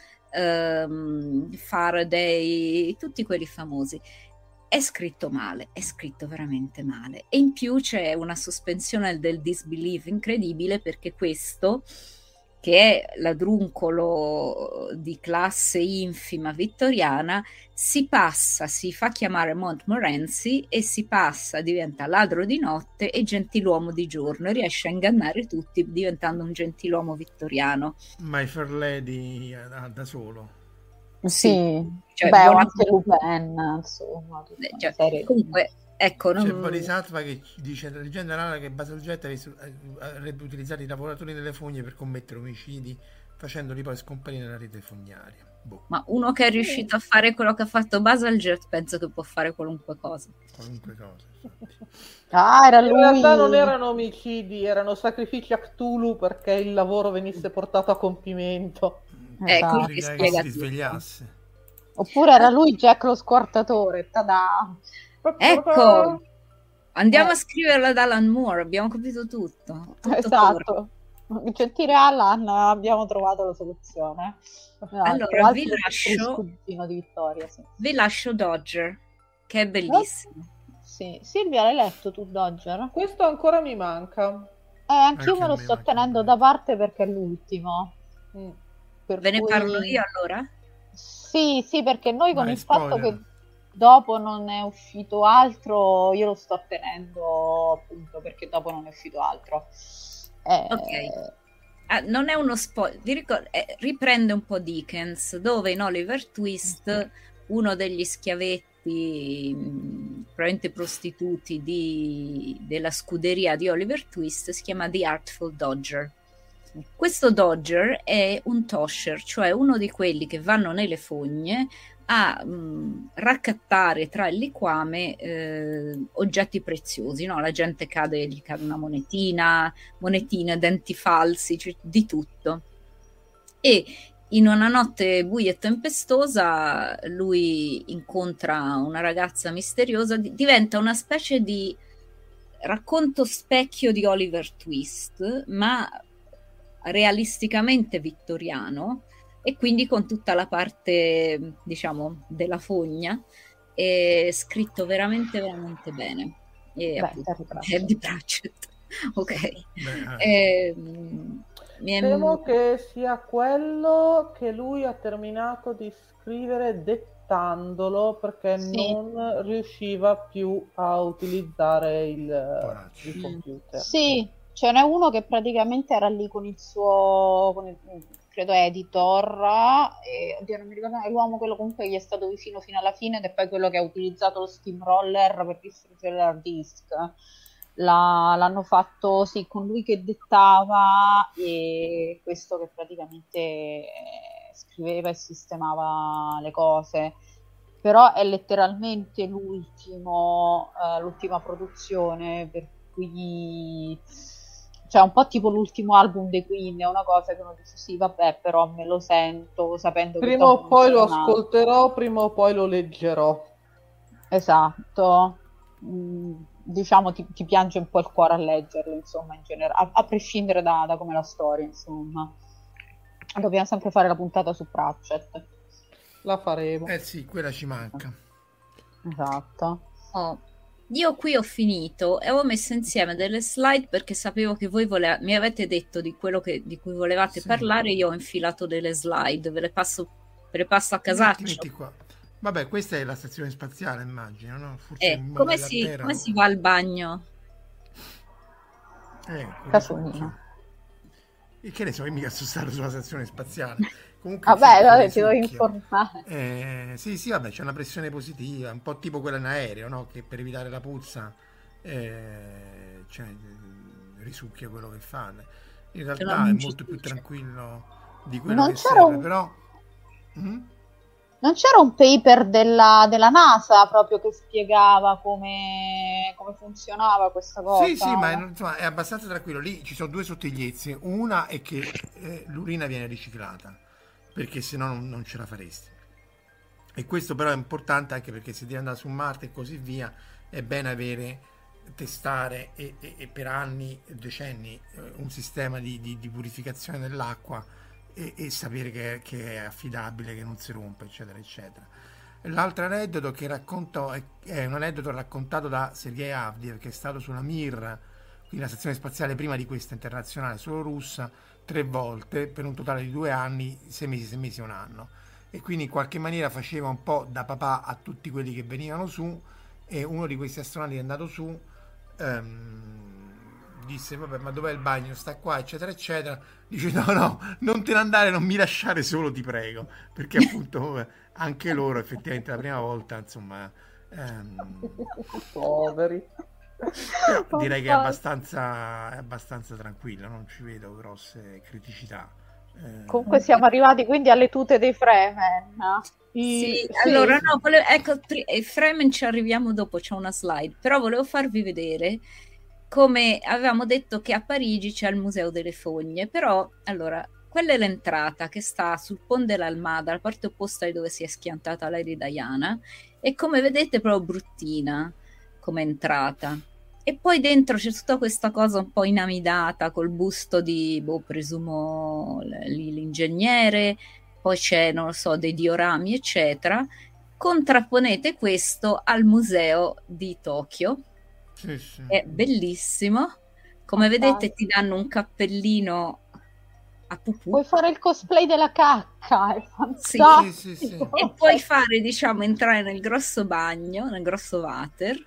ehm, Faraday, tutti quelli famosi. È scritto male, è scritto veramente male, e in più c'è una sospensione del disbelief incredibile, perché questo, che è ladruncolo di classe infima vittoriana, si passa, si fa chiamare Montmorency e si passa, diventa ladro di notte e gentiluomo di giorno, e riesce a ingannare tutti diventando un gentiluomo vittoriano. My Fair Lady da solo. Sì, cioè, beh, buona... anche Lupin, insomma. Cioè, comunque, ecco, non... C'è Bodhisattva che dice: la leggenda narra che Bazalgette avrebbe utilizzato i lavoratori delle fogne per commettere omicidi, facendoli poi scomparire nella rete fognaria. Boh. Ma uno che è riuscito a fare quello che ha fatto Bazalgette penso che può fare qualunque cosa. Qualunque cosa. Ah, era lui. In realtà non erano omicidi, erano sacrifici a Cthulhu perché il lavoro venisse portato a compimento. Ecco, che si svegliasse. Oppure era lui Jack lo squartatore. Tada! Ecco, andiamo eh. a scriverla ad Alan Moore, abbiamo capito tutto. tutto esatto. Gentile Alan, abbiamo trovato la soluzione. No, allora vi lascio di Vittoria, sì. vi lascio Dodger, che è bellissimo. Oh, sì. Silvia, l'hai letto tu Dodger? Questo ancora mi manca. Eh, anch'io Anche me lo sto tenendo da parte perché è l'ultimo. Mm. Per Ve ne cui... parlo io allora? Sì, sì, perché noi con Vai, il spoiler. fatto che dopo non è uscito altro, io lo sto tenendo appunto perché dopo non è uscito altro. Eh... Ok. Ah, non è uno spoiler, ricordo, eh, riprende un po' Dickens, dove in Oliver Twist mm-hmm. uno degli schiavetti, mh, probabilmente prostituti di, della scuderia di Oliver Twist, si chiama The Artful Dodger. Questo Dodger è un tosher, cioè uno di quelli che vanno nelle fogne a mh, raccattare tra il liquame eh, oggetti preziosi, no? La gente cade, gli cade una monetina, monetine, denti falsi, cioè, di tutto. E in una notte buia e tempestosa lui incontra una ragazza misteriosa, diventa una specie di racconto specchio di Oliver Twist, ma realisticamente vittoriano, e quindi con tutta la parte, diciamo, della fogna, è scritto veramente veramente bene. E Beh, appunto, Terry è di Pratchett. Ok. Beh, e, mi Temo è... che sia quello che lui ha terminato di scrivere dettandolo perché Sì. non riusciva più a utilizzare il, il computer. Sì, ce n'è uno che praticamente era lì con il suo, con il, credo editor, e oddio, non mi ricordo, è l'uomo quello comunque gli è stato vicino fino alla fine, ed è poi quello che ha utilizzato lo steamroller per distruggere l'hard disk. La, l'hanno fatto sì con lui che dettava e questo che praticamente eh, scriveva e sistemava le cose. Però è letteralmente l'ultimo, uh, l'ultima produzione, per cui cioè un po' tipo l'ultimo album dei Queen, è una cosa che uno dice sì vabbè, però me lo sento sapendo prima che o poi lo ascolterò, prima o poi lo leggerò. Esatto. Mm, diciamo ti, ti piange un po' il cuore a leggerlo, insomma, in generale, a, a prescindere da, da come la storia, insomma. Dobbiamo sempre fare la puntata su Pratchett. La faremo. Eh sì, quella ci manca. Esatto. Oh, io qui ho finito e ho messo insieme delle slide perché sapevo che voi vole- mi avete detto di quello che, di cui volevate sì. parlare. Io ho infilato delle slide, ve le passo, ve le passo a casaccio. Metti, metti qua. Vabbè, questa è la stazione spaziale, immagino, no? Forse eh, come, si, terra, come no? si va al bagno? Eh, Casolino. E che ne so, io mica sono stato sulla stazione spaziale. Comunque, vabbè, vabbè ti devo informare. Eh, sì, sì, vabbè, c'è una pressione positiva, un po' tipo quella in aereo, no? Che per evitare la puzza eh, cioè, risucchia quello che fa. In realtà è molto più tranquillo di quello non che serve, un... però... Mm? Non c'era un paper della, della NASA proprio che spiegava come, come funzionava questa cosa? Sì, sì, ma è, insomma, è abbastanza tranquillo. Lì ci sono due sottigliezze. Una è che eh, l'urina viene riciclata, perché se no non, non ce la faresti. E questo però è importante anche perché se devi andare su Marte e così via, è bene avere testare e, e, e per anni, decenni, un sistema di, di, di purificazione dell'acqua e, e sapere che, che è affidabile, che non si rompe, eccetera, eccetera. L'altro aneddoto che racconto è, è un aneddoto raccontato da Sergei Avdiev, che è stato sulla Mir, quindi la stazione spaziale prima di questa internazionale, solo russa, tre volte per un totale di due anni, sei mesi, sei mesi, un anno, e quindi in qualche maniera faceva un po' da papà a tutti quelli che venivano su, e uno di questi astronauti è andato su, ehm, disse vabbè, ma dov'è il bagno, sta qua, eccetera eccetera, dice no no, non te ne andare, non mi lasciare solo, ti prego, perché appunto anche loro effettivamente la prima volta, insomma, ehm, poveri. Direi che è abbastanza, è abbastanza tranquilla, non ci vedo grosse criticità. Eh... Comunque siamo arrivati quindi alle tute dei Fremen. Sì, sì, allora no, volevo, ecco, i Fremen ci arriviamo dopo, c'è una slide, però volevo farvi vedere come avevamo detto che a Parigi c'è il Museo delle Fogne, però allora quella è l'entrata che sta sul Pont de l'Almada, la parte opposta di dove si è schiantata Lady Diana, e come vedete è proprio bruttina come entrata. E poi dentro c'è tutta questa cosa un po' inamidata col busto di, boh, presumo lì l'ingegnere, poi c'è, non lo so, dei diorami, eccetera. Contrapponete questo al museo di Tokyo. Sì, sì. È bellissimo. Come ah, vedete ti danno un cappellino a pupù. Puoi fare il cosplay della cacca, è sì. fantastico. Sì, sì, sì. E puoi fare, diciamo, entrare nel grosso bagno, nel grosso water.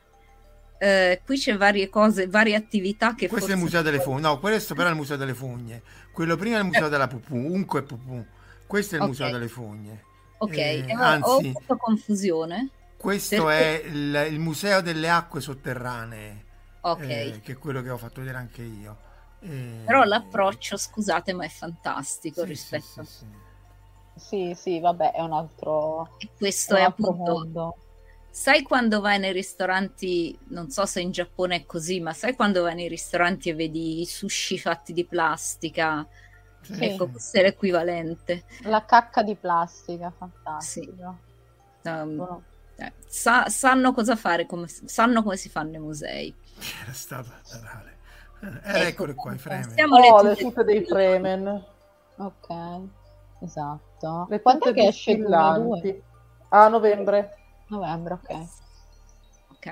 Uh, qui c'è varie cose, varie attività che questo è il museo delle fogne, no, questo però è il museo delle fogne, quello prima è il museo eh. della pupù, Unco e pupù, questo è il okay. museo delle fogne, ok, eh, eh, anzi, ho avuto confusione, questo perché... è il, il museo delle acque sotterranee, ok, eh, che è quello che ho fatto vedere anche io, eh, però l'approccio, scusate, ma è fantastico sì, rispetto sì, sì, sì. sì, sì, vabbè, è un altro, e questo un è altro appunto mondo. Sai quando vai nei ristoranti, non so se in Giappone è così, ma sai quando vai nei ristoranti e vedi i sushi fatti di plastica? Sì. Ecco, questo è l'equivalente. La cacca di plastica, fantastico. Sì. Um, oh. eh, sa, sanno cosa fare, come, sanno come si fanno i musei. Era stato Natale. Eh, ecco, eccolo qua, i Fremen. Oh, le tute dei Fremen. Ok, esatto. Le quando che esce due? A novembre. Novembre, ok. Ok.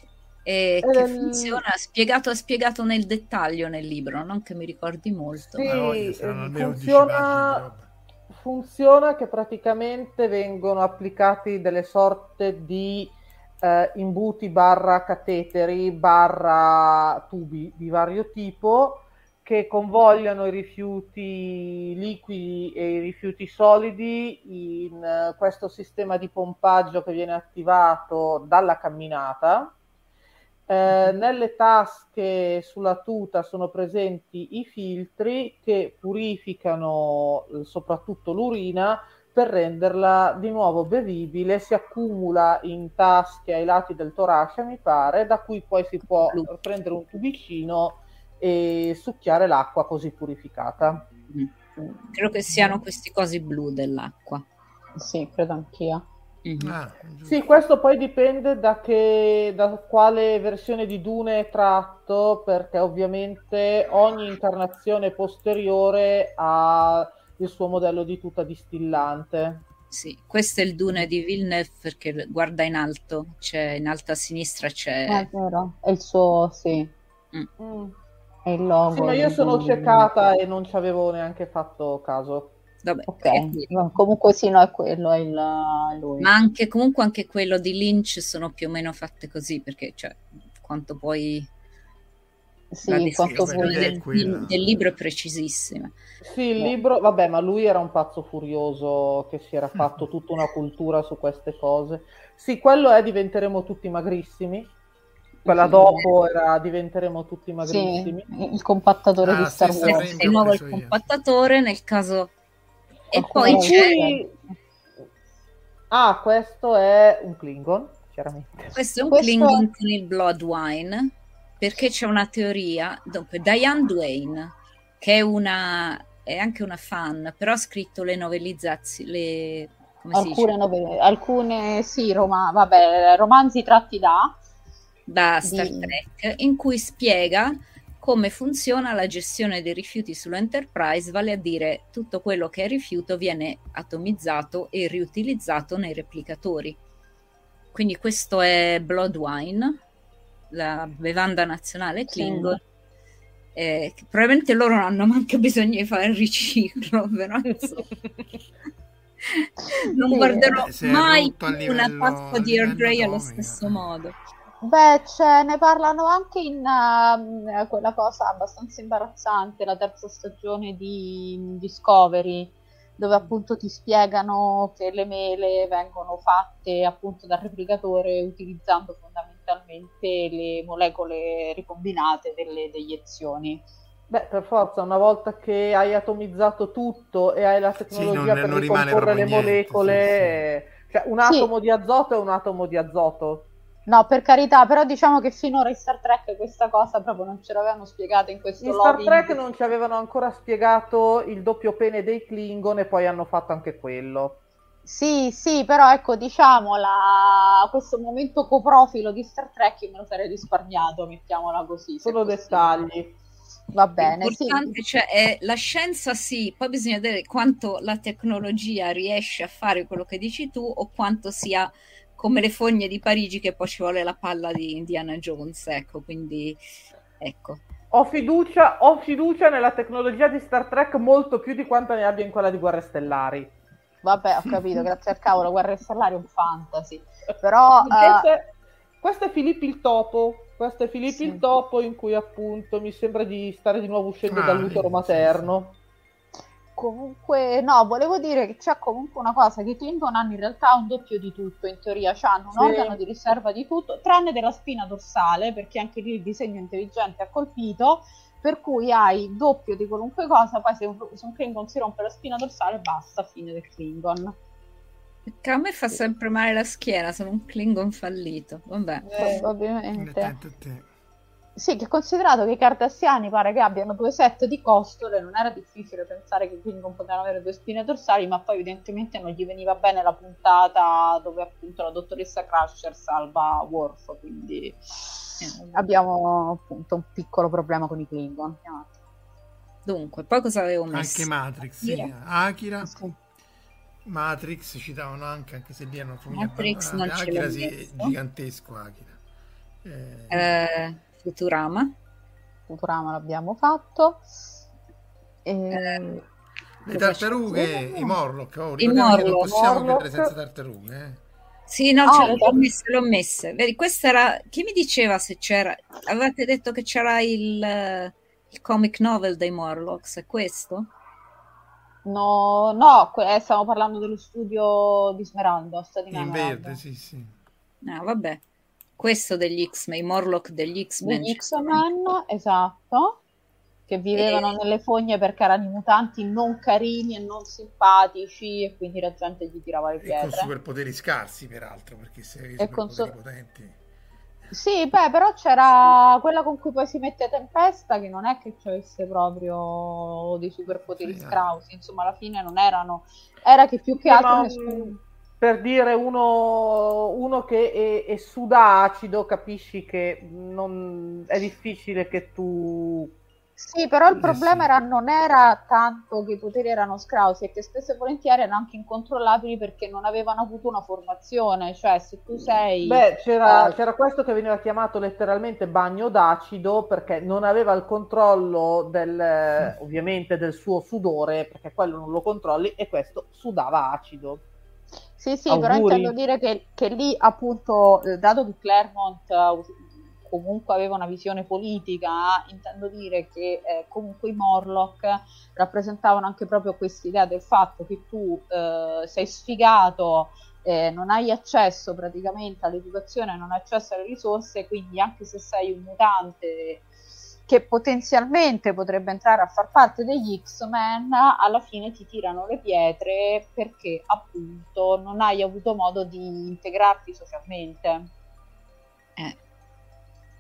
E ehm... che funziona, spiegato, spiegato nel dettaglio nel libro, non che mi ricordi molto. Sì, no, funziona, funziona che praticamente vengono applicati delle sorte di eh, imbuti barra cateteri barra tubi di vario tipo che convogliano i rifiuti liquidi e i rifiuti solidi in uh, questo sistema di pompaggio che viene attivato dalla camminata. Eh, nelle tasche sulla tuta sono presenti i filtri che purificano eh, soprattutto l'urina per renderla di nuovo bevibile. Si accumula in tasche ai lati del torace, mi pare, da cui poi si può prendere un tubicino e succhiare l'acqua così purificata. Credo che siano questi cosi blu dell'acqua. Sì, credo anch'io. Mm-hmm. Ah, sì, questo poi dipende da che da quale versione di Dune è tratto, perché ovviamente ogni incarnazione posteriore ha il suo modello di tuta distillante. Sì, questo è il Dune di Villeneuve, perché guarda in alto, c'è in alto a sinistra c'è... È vero, è il suo, sì. Mm. Mm. È il logo. Sì, ma io sono ciecata e non ci avevo neanche fatto caso. Vabbè, ok, comunque sì, no, è quello, è il, lui. Ma anche comunque anche quello di Lynch sono più o meno fatte così, perché cioè quanto poi sì, la descrizione del, del, del libro è precisissima. Sì, il no. libro, vabbè, ma lui era un pazzo furioso che si era fatto tutta una cultura su queste cose. Sì, quello è diventeremo tutti magrissimi. Quella dopo era diventeremo tutti magrissimi. Sì, il compattatore ah, di Star Wars. Di nuovo il compattatore nel caso. E oh, poi c'è cui... ah, questo è un Klingon, chiaramente. Questo è un questo... Klingon con il Bloodwine, perché c'è una teoria. Dunque, Diane Duane, che è una è anche una fan, però ha scritto le novellizzazioni, le come alcune si dice? Novelle, alcune sì, roma... vabbè, romanzi tratti da da Star Di- Trek, in cui spiega come funziona la gestione dei rifiuti sull'Enterprise, vale a dire tutto quello che è rifiuto viene atomizzato e riutilizzato nei replicatori. Quindi questo è Blood Wine, la bevanda nazionale Klingon. Sì. Eh, che probabilmente loro non hanno manco bisogno di fare il riciclo, però insomma. Non Sì. guarderò Eh, se è mai rotto a più una livello- tazza a di Earl livello Grey allo atomico. stesso modo. Beh, ce ne parlano anche in uh, quella cosa abbastanza imbarazzante, la terza stagione di Discovery, dove appunto ti spiegano che le mele vengono fatte appunto dal replicatore utilizzando fondamentalmente le molecole ricombinate delle deiezioni. Beh, per forza, una volta che hai atomizzato tutto e hai la tecnologia non- per non rimane ricomporre le proprio niente, molecole, cioè un Sì. atomo di azoto è un atomo di azoto. No, per carità, però diciamo che finora in Star Trek questa cosa proprio non ce l'avevano spiegata in questo In Star loading. Trek non ci avevano ancora spiegato il doppio pene dei Klingon e poi hanno fatto anche quello. Sì, sì, però ecco, diciamo, la... questo momento coprofilo di Star Trek io me lo sarei risparmiato, mettiamola così. se Sono possibile. dettagli. Va bene, sì. L'importante, cioè, è la scienza, sì, poi bisogna vedere quanto la tecnologia riesce a fare quello che dici tu o quanto sia come le fogne di Parigi che poi ci vuole la palla di Indiana Jones, ecco, quindi ecco. Ho fiducia, ho fiducia nella tecnologia di Star Trek molto più di quanta ne abbia in quella di Guerre Stellari. Vabbè, ho capito, grazie al cavolo, Guerre Stellari è un fantasy. Però... Questo eh, è, questo è Filippo il Topo. Questo è Filippo Sì. il Topo in cui appunto mi sembra di stare di nuovo uscendo Ah, dall'utero sì, materno. Comunque, no, volevo dire che c'è comunque una cosa, che i Klingon hanno in realtà un doppio di tutto, in teoria, cioè hanno un Sì. organo di riserva di tutto, tranne della spina dorsale, perché anche lì il disegno intelligente ha colpito, per cui hai doppio di qualunque cosa, poi se un, se un Klingon si rompe la spina dorsale, basta, fine del Klingon. Perché a me fa sempre male la schiena, sono un Klingon fallito, vabbè. Eh, Probabilmente. Attento a te. Sì, che considerato che i cardassiani pare che abbiano due set di costole, non era difficile pensare che i Klingon potevano avere due spine dorsali, ma poi evidentemente non gli veniva bene la puntata dove appunto la dottoressa Crusher salva Worf, quindi Eh, abbiamo appunto un piccolo problema con i Klingon. Dunque, poi cosa avevo messo? Anche Matrix, sì. Io? Akira. Sì. Matrix citavano anche, anche se lì hanno famiglie Matrix abbandonate. non ce l'ho Akira sì, è messo. gigantesco Akira. Eh, Eh, Futurama. Futurama l'abbiamo fatto. E... Eh, le tartarughe, i Morlock, oh, I ricordiamo che non Morlock. possiamo Morlock. vivere senza tartarughe. Eh. Sì, no, Ah, ce le l'ho tar- messe, l'ho messe. Vedi, questa era... Chi mi diceva se c'era... Avevate detto che c'era il, il comic novel dei Morlocks, è questo? No, no, que- eh, stiamo parlando dello studio di Smeraldo, sta di In Emerald. verde, sì, sì. No, vabbè. Questo degli X-Men, i Morlock degli X-Men. Degli X-Men, esatto, che vivevano E- nelle fogne perché erano i mutanti non carini e non simpatici e quindi la gente gli tirava le E con pietre. superpoteri scarsi, peraltro, perché se avevi E con superpoteri so- potenti... Sì, beh, però c'era quella con cui poi si mette Tempesta che non è che ci avesse proprio dei superpoteri Sì, eh. scrausi, insomma alla fine non erano, era che più che Sì, altro ma, nessuno... mh, per dire uno, uno che è, è suda acido, capisci che non è difficile che tu... Sì, però il Eh, problema sì. era, non era tanto che i poteri erano scrausi, è che spesso e volentieri erano anche incontrollabili perché non avevano avuto una formazione, cioè se tu sei... Beh, c'era, eh, c'era questo che veniva chiamato letteralmente bagno d'acido perché non aveva il controllo del, ovviamente del suo sudore, perché quello non lo controlli, e questo sudava acido. Sì, sì, però Auguri. intendo dire che, che lì appunto, eh, dato che Claremont eh, us- comunque aveva una visione politica, intendo dire che eh, comunque i Morlock rappresentavano anche proprio quest'idea del fatto che tu eh, sei sfigato, eh, non hai accesso praticamente all'educazione, non hai accesso alle risorse, quindi anche se sei un mutante che potenzialmente potrebbe entrare a far parte degli X-Men, alla fine ti tirano le pietre perché appunto non hai avuto modo di integrarti socialmente. Eh.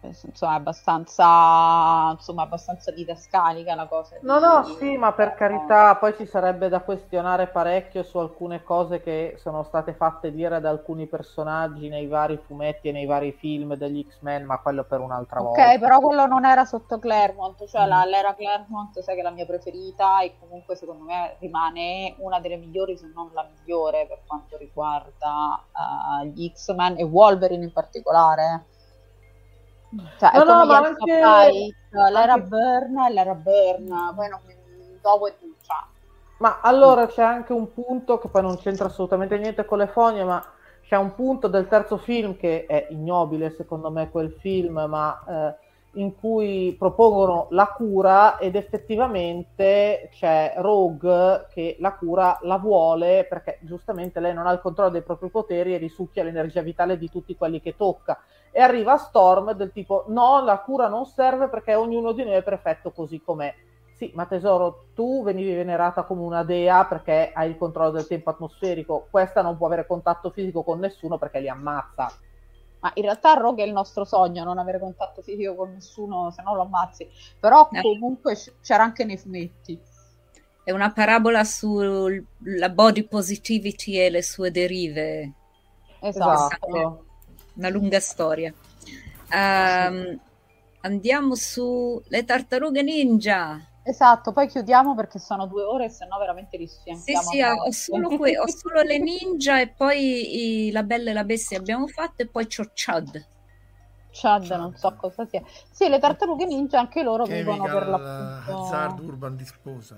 insomma è abbastanza insomma abbastanza didascalica la cosa. No, no, sì, ma per carità, poi ci sarebbe da questionare parecchio su alcune cose che sono state fatte dire da alcuni personaggi nei vari fumetti e nei vari film degli X-Men, ma quello per un'altra Ok, volta. però quello non era sotto Claremont, cioè la, l'era Claremont, sai che è la mia preferita e comunque secondo me rimane una delle migliori, se non la migliore per quanto riguarda uh, gli X-Men e Wolverine in particolare. Cioè, No, è no, come ma gli anche- Alpha Flight, l'era anche- Burn, l'era Burn, poi non mi dopo e tu, cioè. Ma allora c'è anche un punto che poi non c'entra assolutamente niente con le fogne, ma c'è un punto del terzo film che è ignobile secondo me quel film, ma eh, in cui propongono la cura ed effettivamente c'è Rogue che la cura la vuole perché giustamente lei non ha il controllo dei propri poteri e risucchia l'energia vitale di tutti quelli che tocca. E arriva Storm del tipo no, la cura non serve perché ognuno di noi è perfetto così com'è. Sì, ma tesoro, tu venivi venerata come una dea perché hai il controllo del tempo atmosferico, questa non può avere contatto fisico con nessuno perché li ammazza. Ma in realtà Rogue è il nostro sogno, non avere contatto fisico con nessuno, se no lo ammazzi. Però Eh. comunque c- c'era anche nei fumetti. È una parabola sulla body positivity e le sue derive. Esatto. Una lunga storia. Ehm, andiamo su Le Tartarughe Ninja. Esatto, poi chiudiamo perché sono due ore e se no veramente Sì, rischiamo. sì, ho, ho solo que- ho solo le ninja e poi i- la Bella e la Bestia abbiamo fatto e poi c'ho Chad. Chad, non so cosa sia. Sì, le tartarughe ninja anche loro vivono per Chemical l'appunto. Hazard Urban Disposal.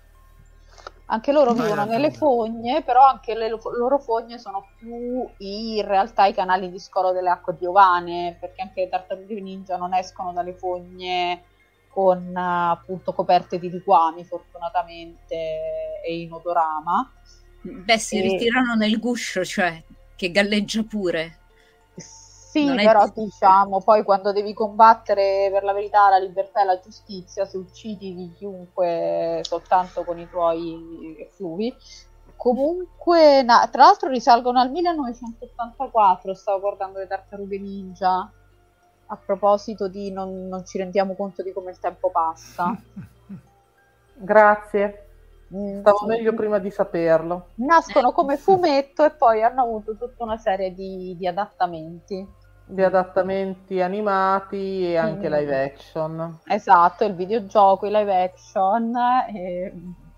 Anche loro Vai, vivono Antonio. nelle fogne, però anche le lo- loro fogne sono più i- in realtà i canali di scolo delle acque piovane, perché anche le tartarughe ninja non escono dalle fogne con eh, appunto coperte di liquami, fortunatamente, e in odorama. Beh, si E- ritirano nel guscio, cioè, che galleggia pure. Sì, Non è però possibile. diciamo, poi quando devi combattere per la verità, la libertà e la giustizia, se uccidi di chiunque soltanto con i tuoi effluvi. Comunque, na- tra l'altro risalgono al millenovecentottantaquattro, stavo guardando le tartarughe ninja, a proposito di non, non ci rendiamo conto di come il tempo passa. Grazie, Mm, stavo sì. meglio prima di saperlo. Nascono come fumetto e poi hanno avuto tutta una serie di, di adattamenti. Di adattamenti animati e anche Mm. live action. Esatto, il videogioco, i live action e...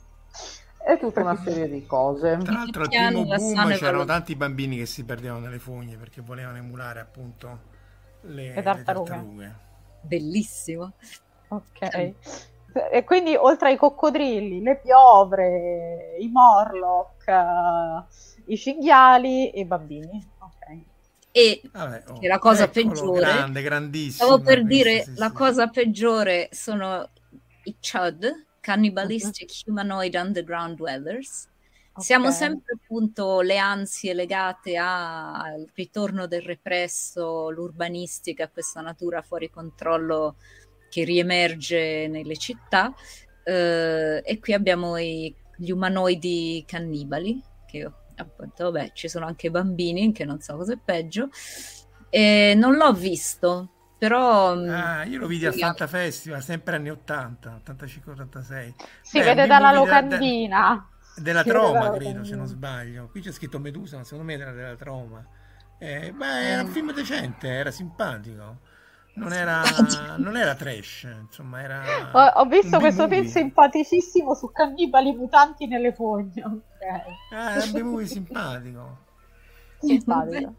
E tutta una serie di cose. Tra l'altro al Piano, primo la boom sana e c'erano volo- tanti bambini che si perdevano nelle fogne perché volevano emulare appunto le, Le tartarughe. le tartarughe. Bellissimo. Ok. E quindi oltre ai coccodrilli, le piovre, i morlock, eh, i cinghiali e i bambini. Ok. E Vabbè, oh, che la cosa eccolo, peggiore, grande, grandissimo. stavo per questo, dire, sì, la sì. cosa peggiore sono i Chud, Cannibalistic Humanoid Underground Dwellers. Siamo Ok. sempre appunto le ansie legate a- al ritorno del represso, l'urbanistica, questa natura fuori controllo che riemerge nelle città. Eh, e qui abbiamo i- gli umanoidi cannibali, che appunto, vabbè, ci sono anche bambini, che non so cosa è peggio. E non l'ho visto, però... mh, Ah, io lo vidi al sì, Fanta Festival, sempre anni ottanta, ottantacinque ottantasei. Si Beh, vede un dalla B-movie da- da- locandina. della Si vede Troma, dalla credo, se non locandina. sbaglio. Qui c'è scritto Medusa, ma secondo me era della Troma. Eh, beh, era un film decente, era simpatico. Non era, non era trash, insomma, era Ho, ho visto un questo B-movie. film simpaticissimo su cannibali mutanti nelle fogne. Ok. Ah, era un B-movie simpatico. Simpatico.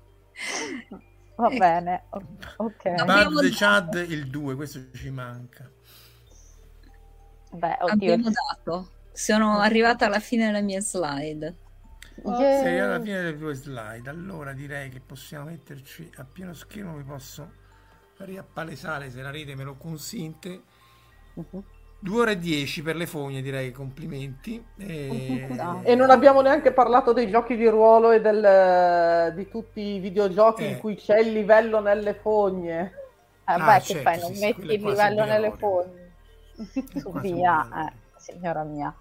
Va Ecco. bene. o- Ok. Abbiamo Bud the dato- Chad il due, questo ci manca. Beh, oddio. abbiamo dato. Sono arrivata alla fine della mia slide. Yeah. Sei alla fine delle tue slide, allora direi che possiamo metterci a pieno schermo, mi posso riappalesare se la rete me lo consente. Mhm. due ore e dieci per le fogne, direi, complimenti. E... No. E non abbiamo neanche parlato dei giochi di ruolo e del, di tutti i videogiochi Eh. in cui c'è il livello nelle fogne. Eh, Ah, beh, che certo, fai? sì, Non sì, metti quelle il qua livello sono nelle obbligatorie. fogne? Su qua sono via, obbligatorie. eh, signora mia.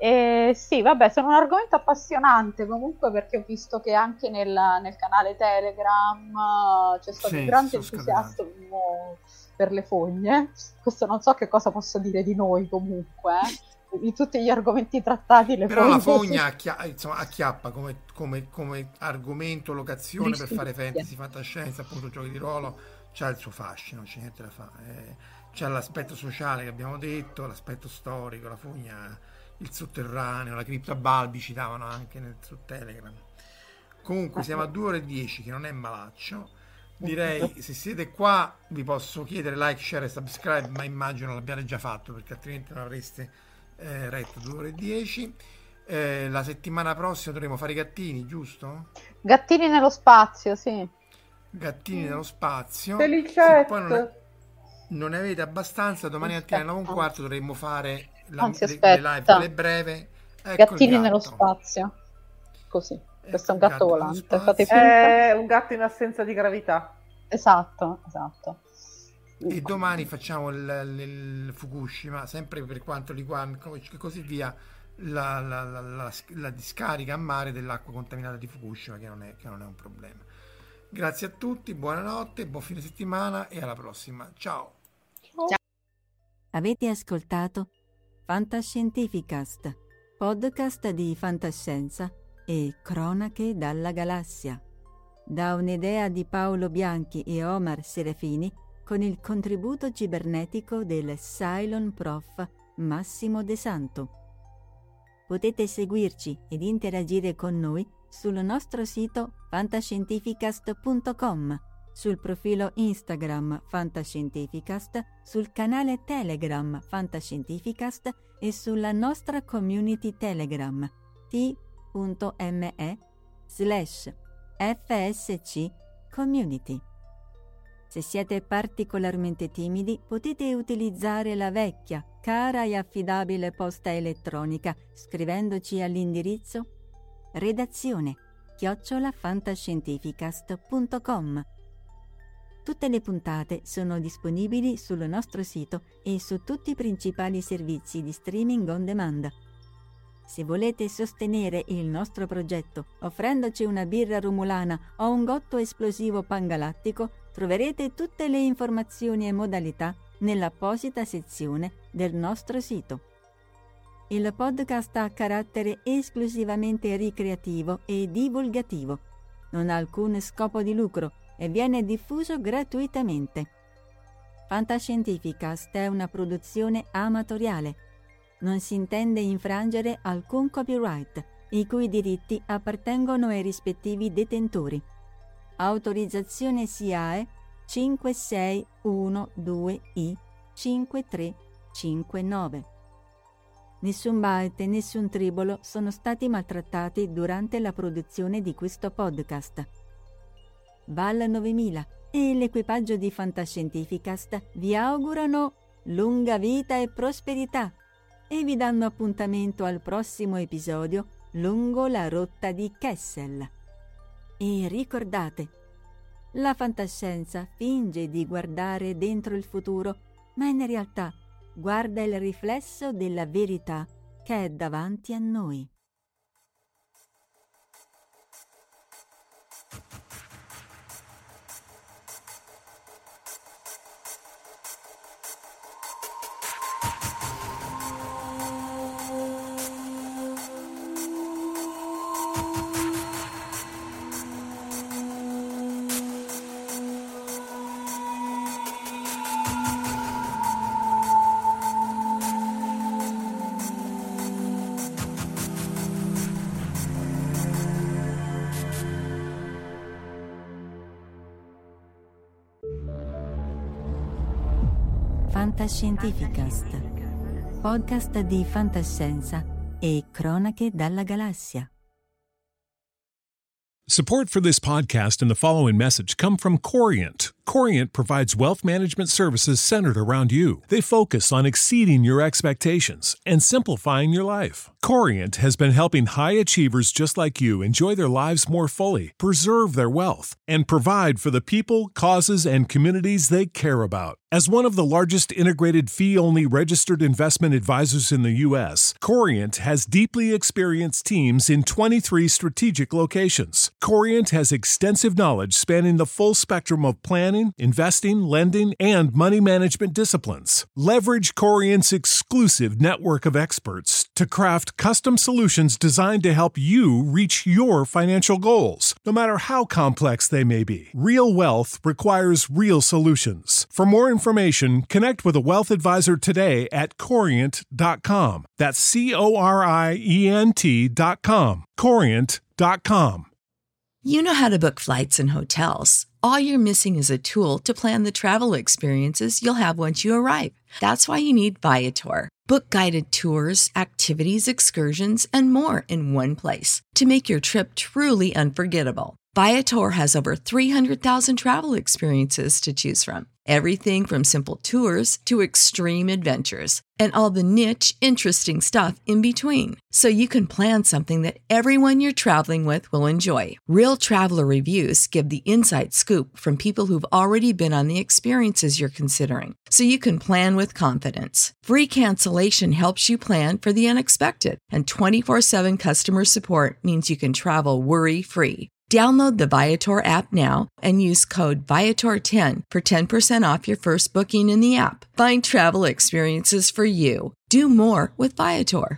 E sì, vabbè, sono un argomento appassionante comunque, perché ho visto che anche nel, nel canale Telegram uh, c'è stato Sì, un grande sono entusiasmo per le fogne. Questo non so che cosa possa dire di noi comunque, eh. Di tutti gli argomenti trattati, le Però fogne la fogna sì. acchia- insomma, acchiappa come, come- come argomento, locazione per fare fantasy, fantascienza, appunto giochi di ruolo, c'ha il suo fascino, c'è niente da fare. Eh, c'è l'aspetto sociale che abbiamo detto, l'aspetto storico, la fogna, il sotterraneo, la cripta Balbi citavano anche nel, su Telegram. Comunque siamo a due ore e dieci, che non è malaccio. Direi, se siete qua vi posso chiedere like, share e subscribe, ma immagino l'abbiate già fatto, perché altrimenti non avreste eh, retto due ore e dieci. Eh, la settimana prossima dovremo fare i gattini, giusto? Gattini nello spazio, sì. Gattini nello spazio. Felicetto. Se poi non, è, non ne avete abbastanza, domani mattina alle nove e un quarto dovremmo fare la, Anzi, le, le live, quelle breve. Ecco Gattini nello spazio. Così. Questo è un gatto, gatto volante. Fate è un gatto in assenza di gravità. Esatto, esatto. E domani facciamo il, il Fukushima, sempre per quanto riguarda e così via, la, la, la, la, la discarica a mare dell'acqua contaminata di Fukushima, che non è, che non è un problema. Grazie a tutti, buonanotte, buon fine settimana e alla prossima. Ciao. Ciao. Avete ascoltato Fantascientificast, podcast di fantascienza e cronache dalla galassia, da un'idea di Paolo Bianchi e Omar Serafini, con il contributo cibernetico del Cylon Prof Massimo De Santo. Potete seguirci ed interagire con noi sul nostro sito fantascientificast punto com, sul profilo Instagram Fantascientificast, sul canale Telegram Fantascientificast e sulla nostra community Telegram t.me slash fsc community. Se siete particolarmente timidi, potete utilizzare la vecchia, cara e affidabile posta elettronica scrivendoci all'indirizzo redazione chiocciola fantascientificast punto com. Tutte le puntate sono disponibili sul nostro sito e su tutti i principali servizi di streaming on demand. Se volete sostenere il nostro progetto offrendoci una birra romulana o un gotto esplosivo pangalattico, troverete tutte le informazioni e modalità nell'apposita sezione del nostro sito. Il podcast ha carattere esclusivamente ricreativo e divulgativo. Non ha alcun scopo di lucro e viene diffuso gratuitamente. Fantascientificast è una produzione amatoriale. Non si intende infrangere alcun copyright, i cui diritti appartengono ai rispettivi detentori. Autorizzazione S I A E cinque sei uno due I cinque tre cinque nove. Nessun byte e nessun tribolo sono stati maltrattati durante la produzione di questo podcast. Val novemila e l'equipaggio di Fantascientificast vi augurano lunga vita e prosperità e vi danno appuntamento al prossimo episodio lungo la rotta di Kessel. E ricordate, la fantascienza finge di guardare dentro il futuro, ma in realtà guarda il riflesso della verità che è davanti a noi. Fantascientificast, podcast di fantascienza e cronache dalla galassia. Support for this podcast and the following message come from Corient. Corient provides wealth management services centered around you. They focus on exceeding your expectations and simplifying your life. Corient has been helping high achievers just like you enjoy their lives more fully, preserve their wealth, and provide for the people, causes, and communities they care about. As one of the largest integrated fee-only registered investment advisors in the U S, Corient has deeply experienced teams in twenty-three strategic locations. Corient has extensive knowledge spanning the full spectrum of planning, investing, lending, and money management disciplines. Leverage Corient's exclusive network of experts to craft custom solutions designed to help you reach your financial goals, no matter how complex they may be. Real wealth requires real solutions. For more information, connect with a wealth advisor today at corient dot com. That's C O R I E N T dot com. corient dot com. You know how to book flights and hotels. All you're missing is a tool to plan the travel experiences you'll have once you arrive. That's why you need Viator. Book guided tours, activities, excursions, and more in one place to make your trip truly unforgettable. Viator has over three hundred thousand travel experiences to choose from. Everything from simple tours to extreme adventures and all the niche, interesting stuff in between. So you can plan something that everyone you're traveling with will enjoy. Real traveler reviews give the inside scoop from people who've already been on the experiences you're considering. So you can plan with confidence. Free cancellation helps you plan for the unexpected. And twenty-four seven customer support means you can travel worry-free. Download the Viator app now and use code Viator ten for ten percent off your first booking in the app. Find travel experiences for you. Do more with Viator.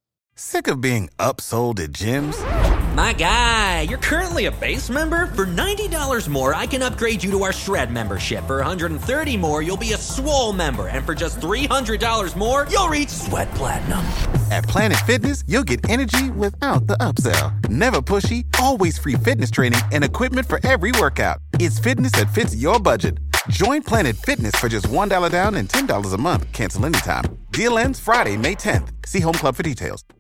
Sick of being upsold at gyms? My guy, you're currently a base member? For ninety dollars more, I can upgrade you to our Shred membership. For one hundred thirty dollars more, you'll be a Swole member. And for just three hundred dollars more, you'll reach Sweat Platinum. At Planet Fitness, you'll get energy without the upsell. Never pushy, always free fitness training and equipment for every workout. It's fitness that fits your budget. Join Planet Fitness for just one dollar down and ten dollars a month. Cancel anytime. Deal ends Friday, May tenth. See Home Club for details.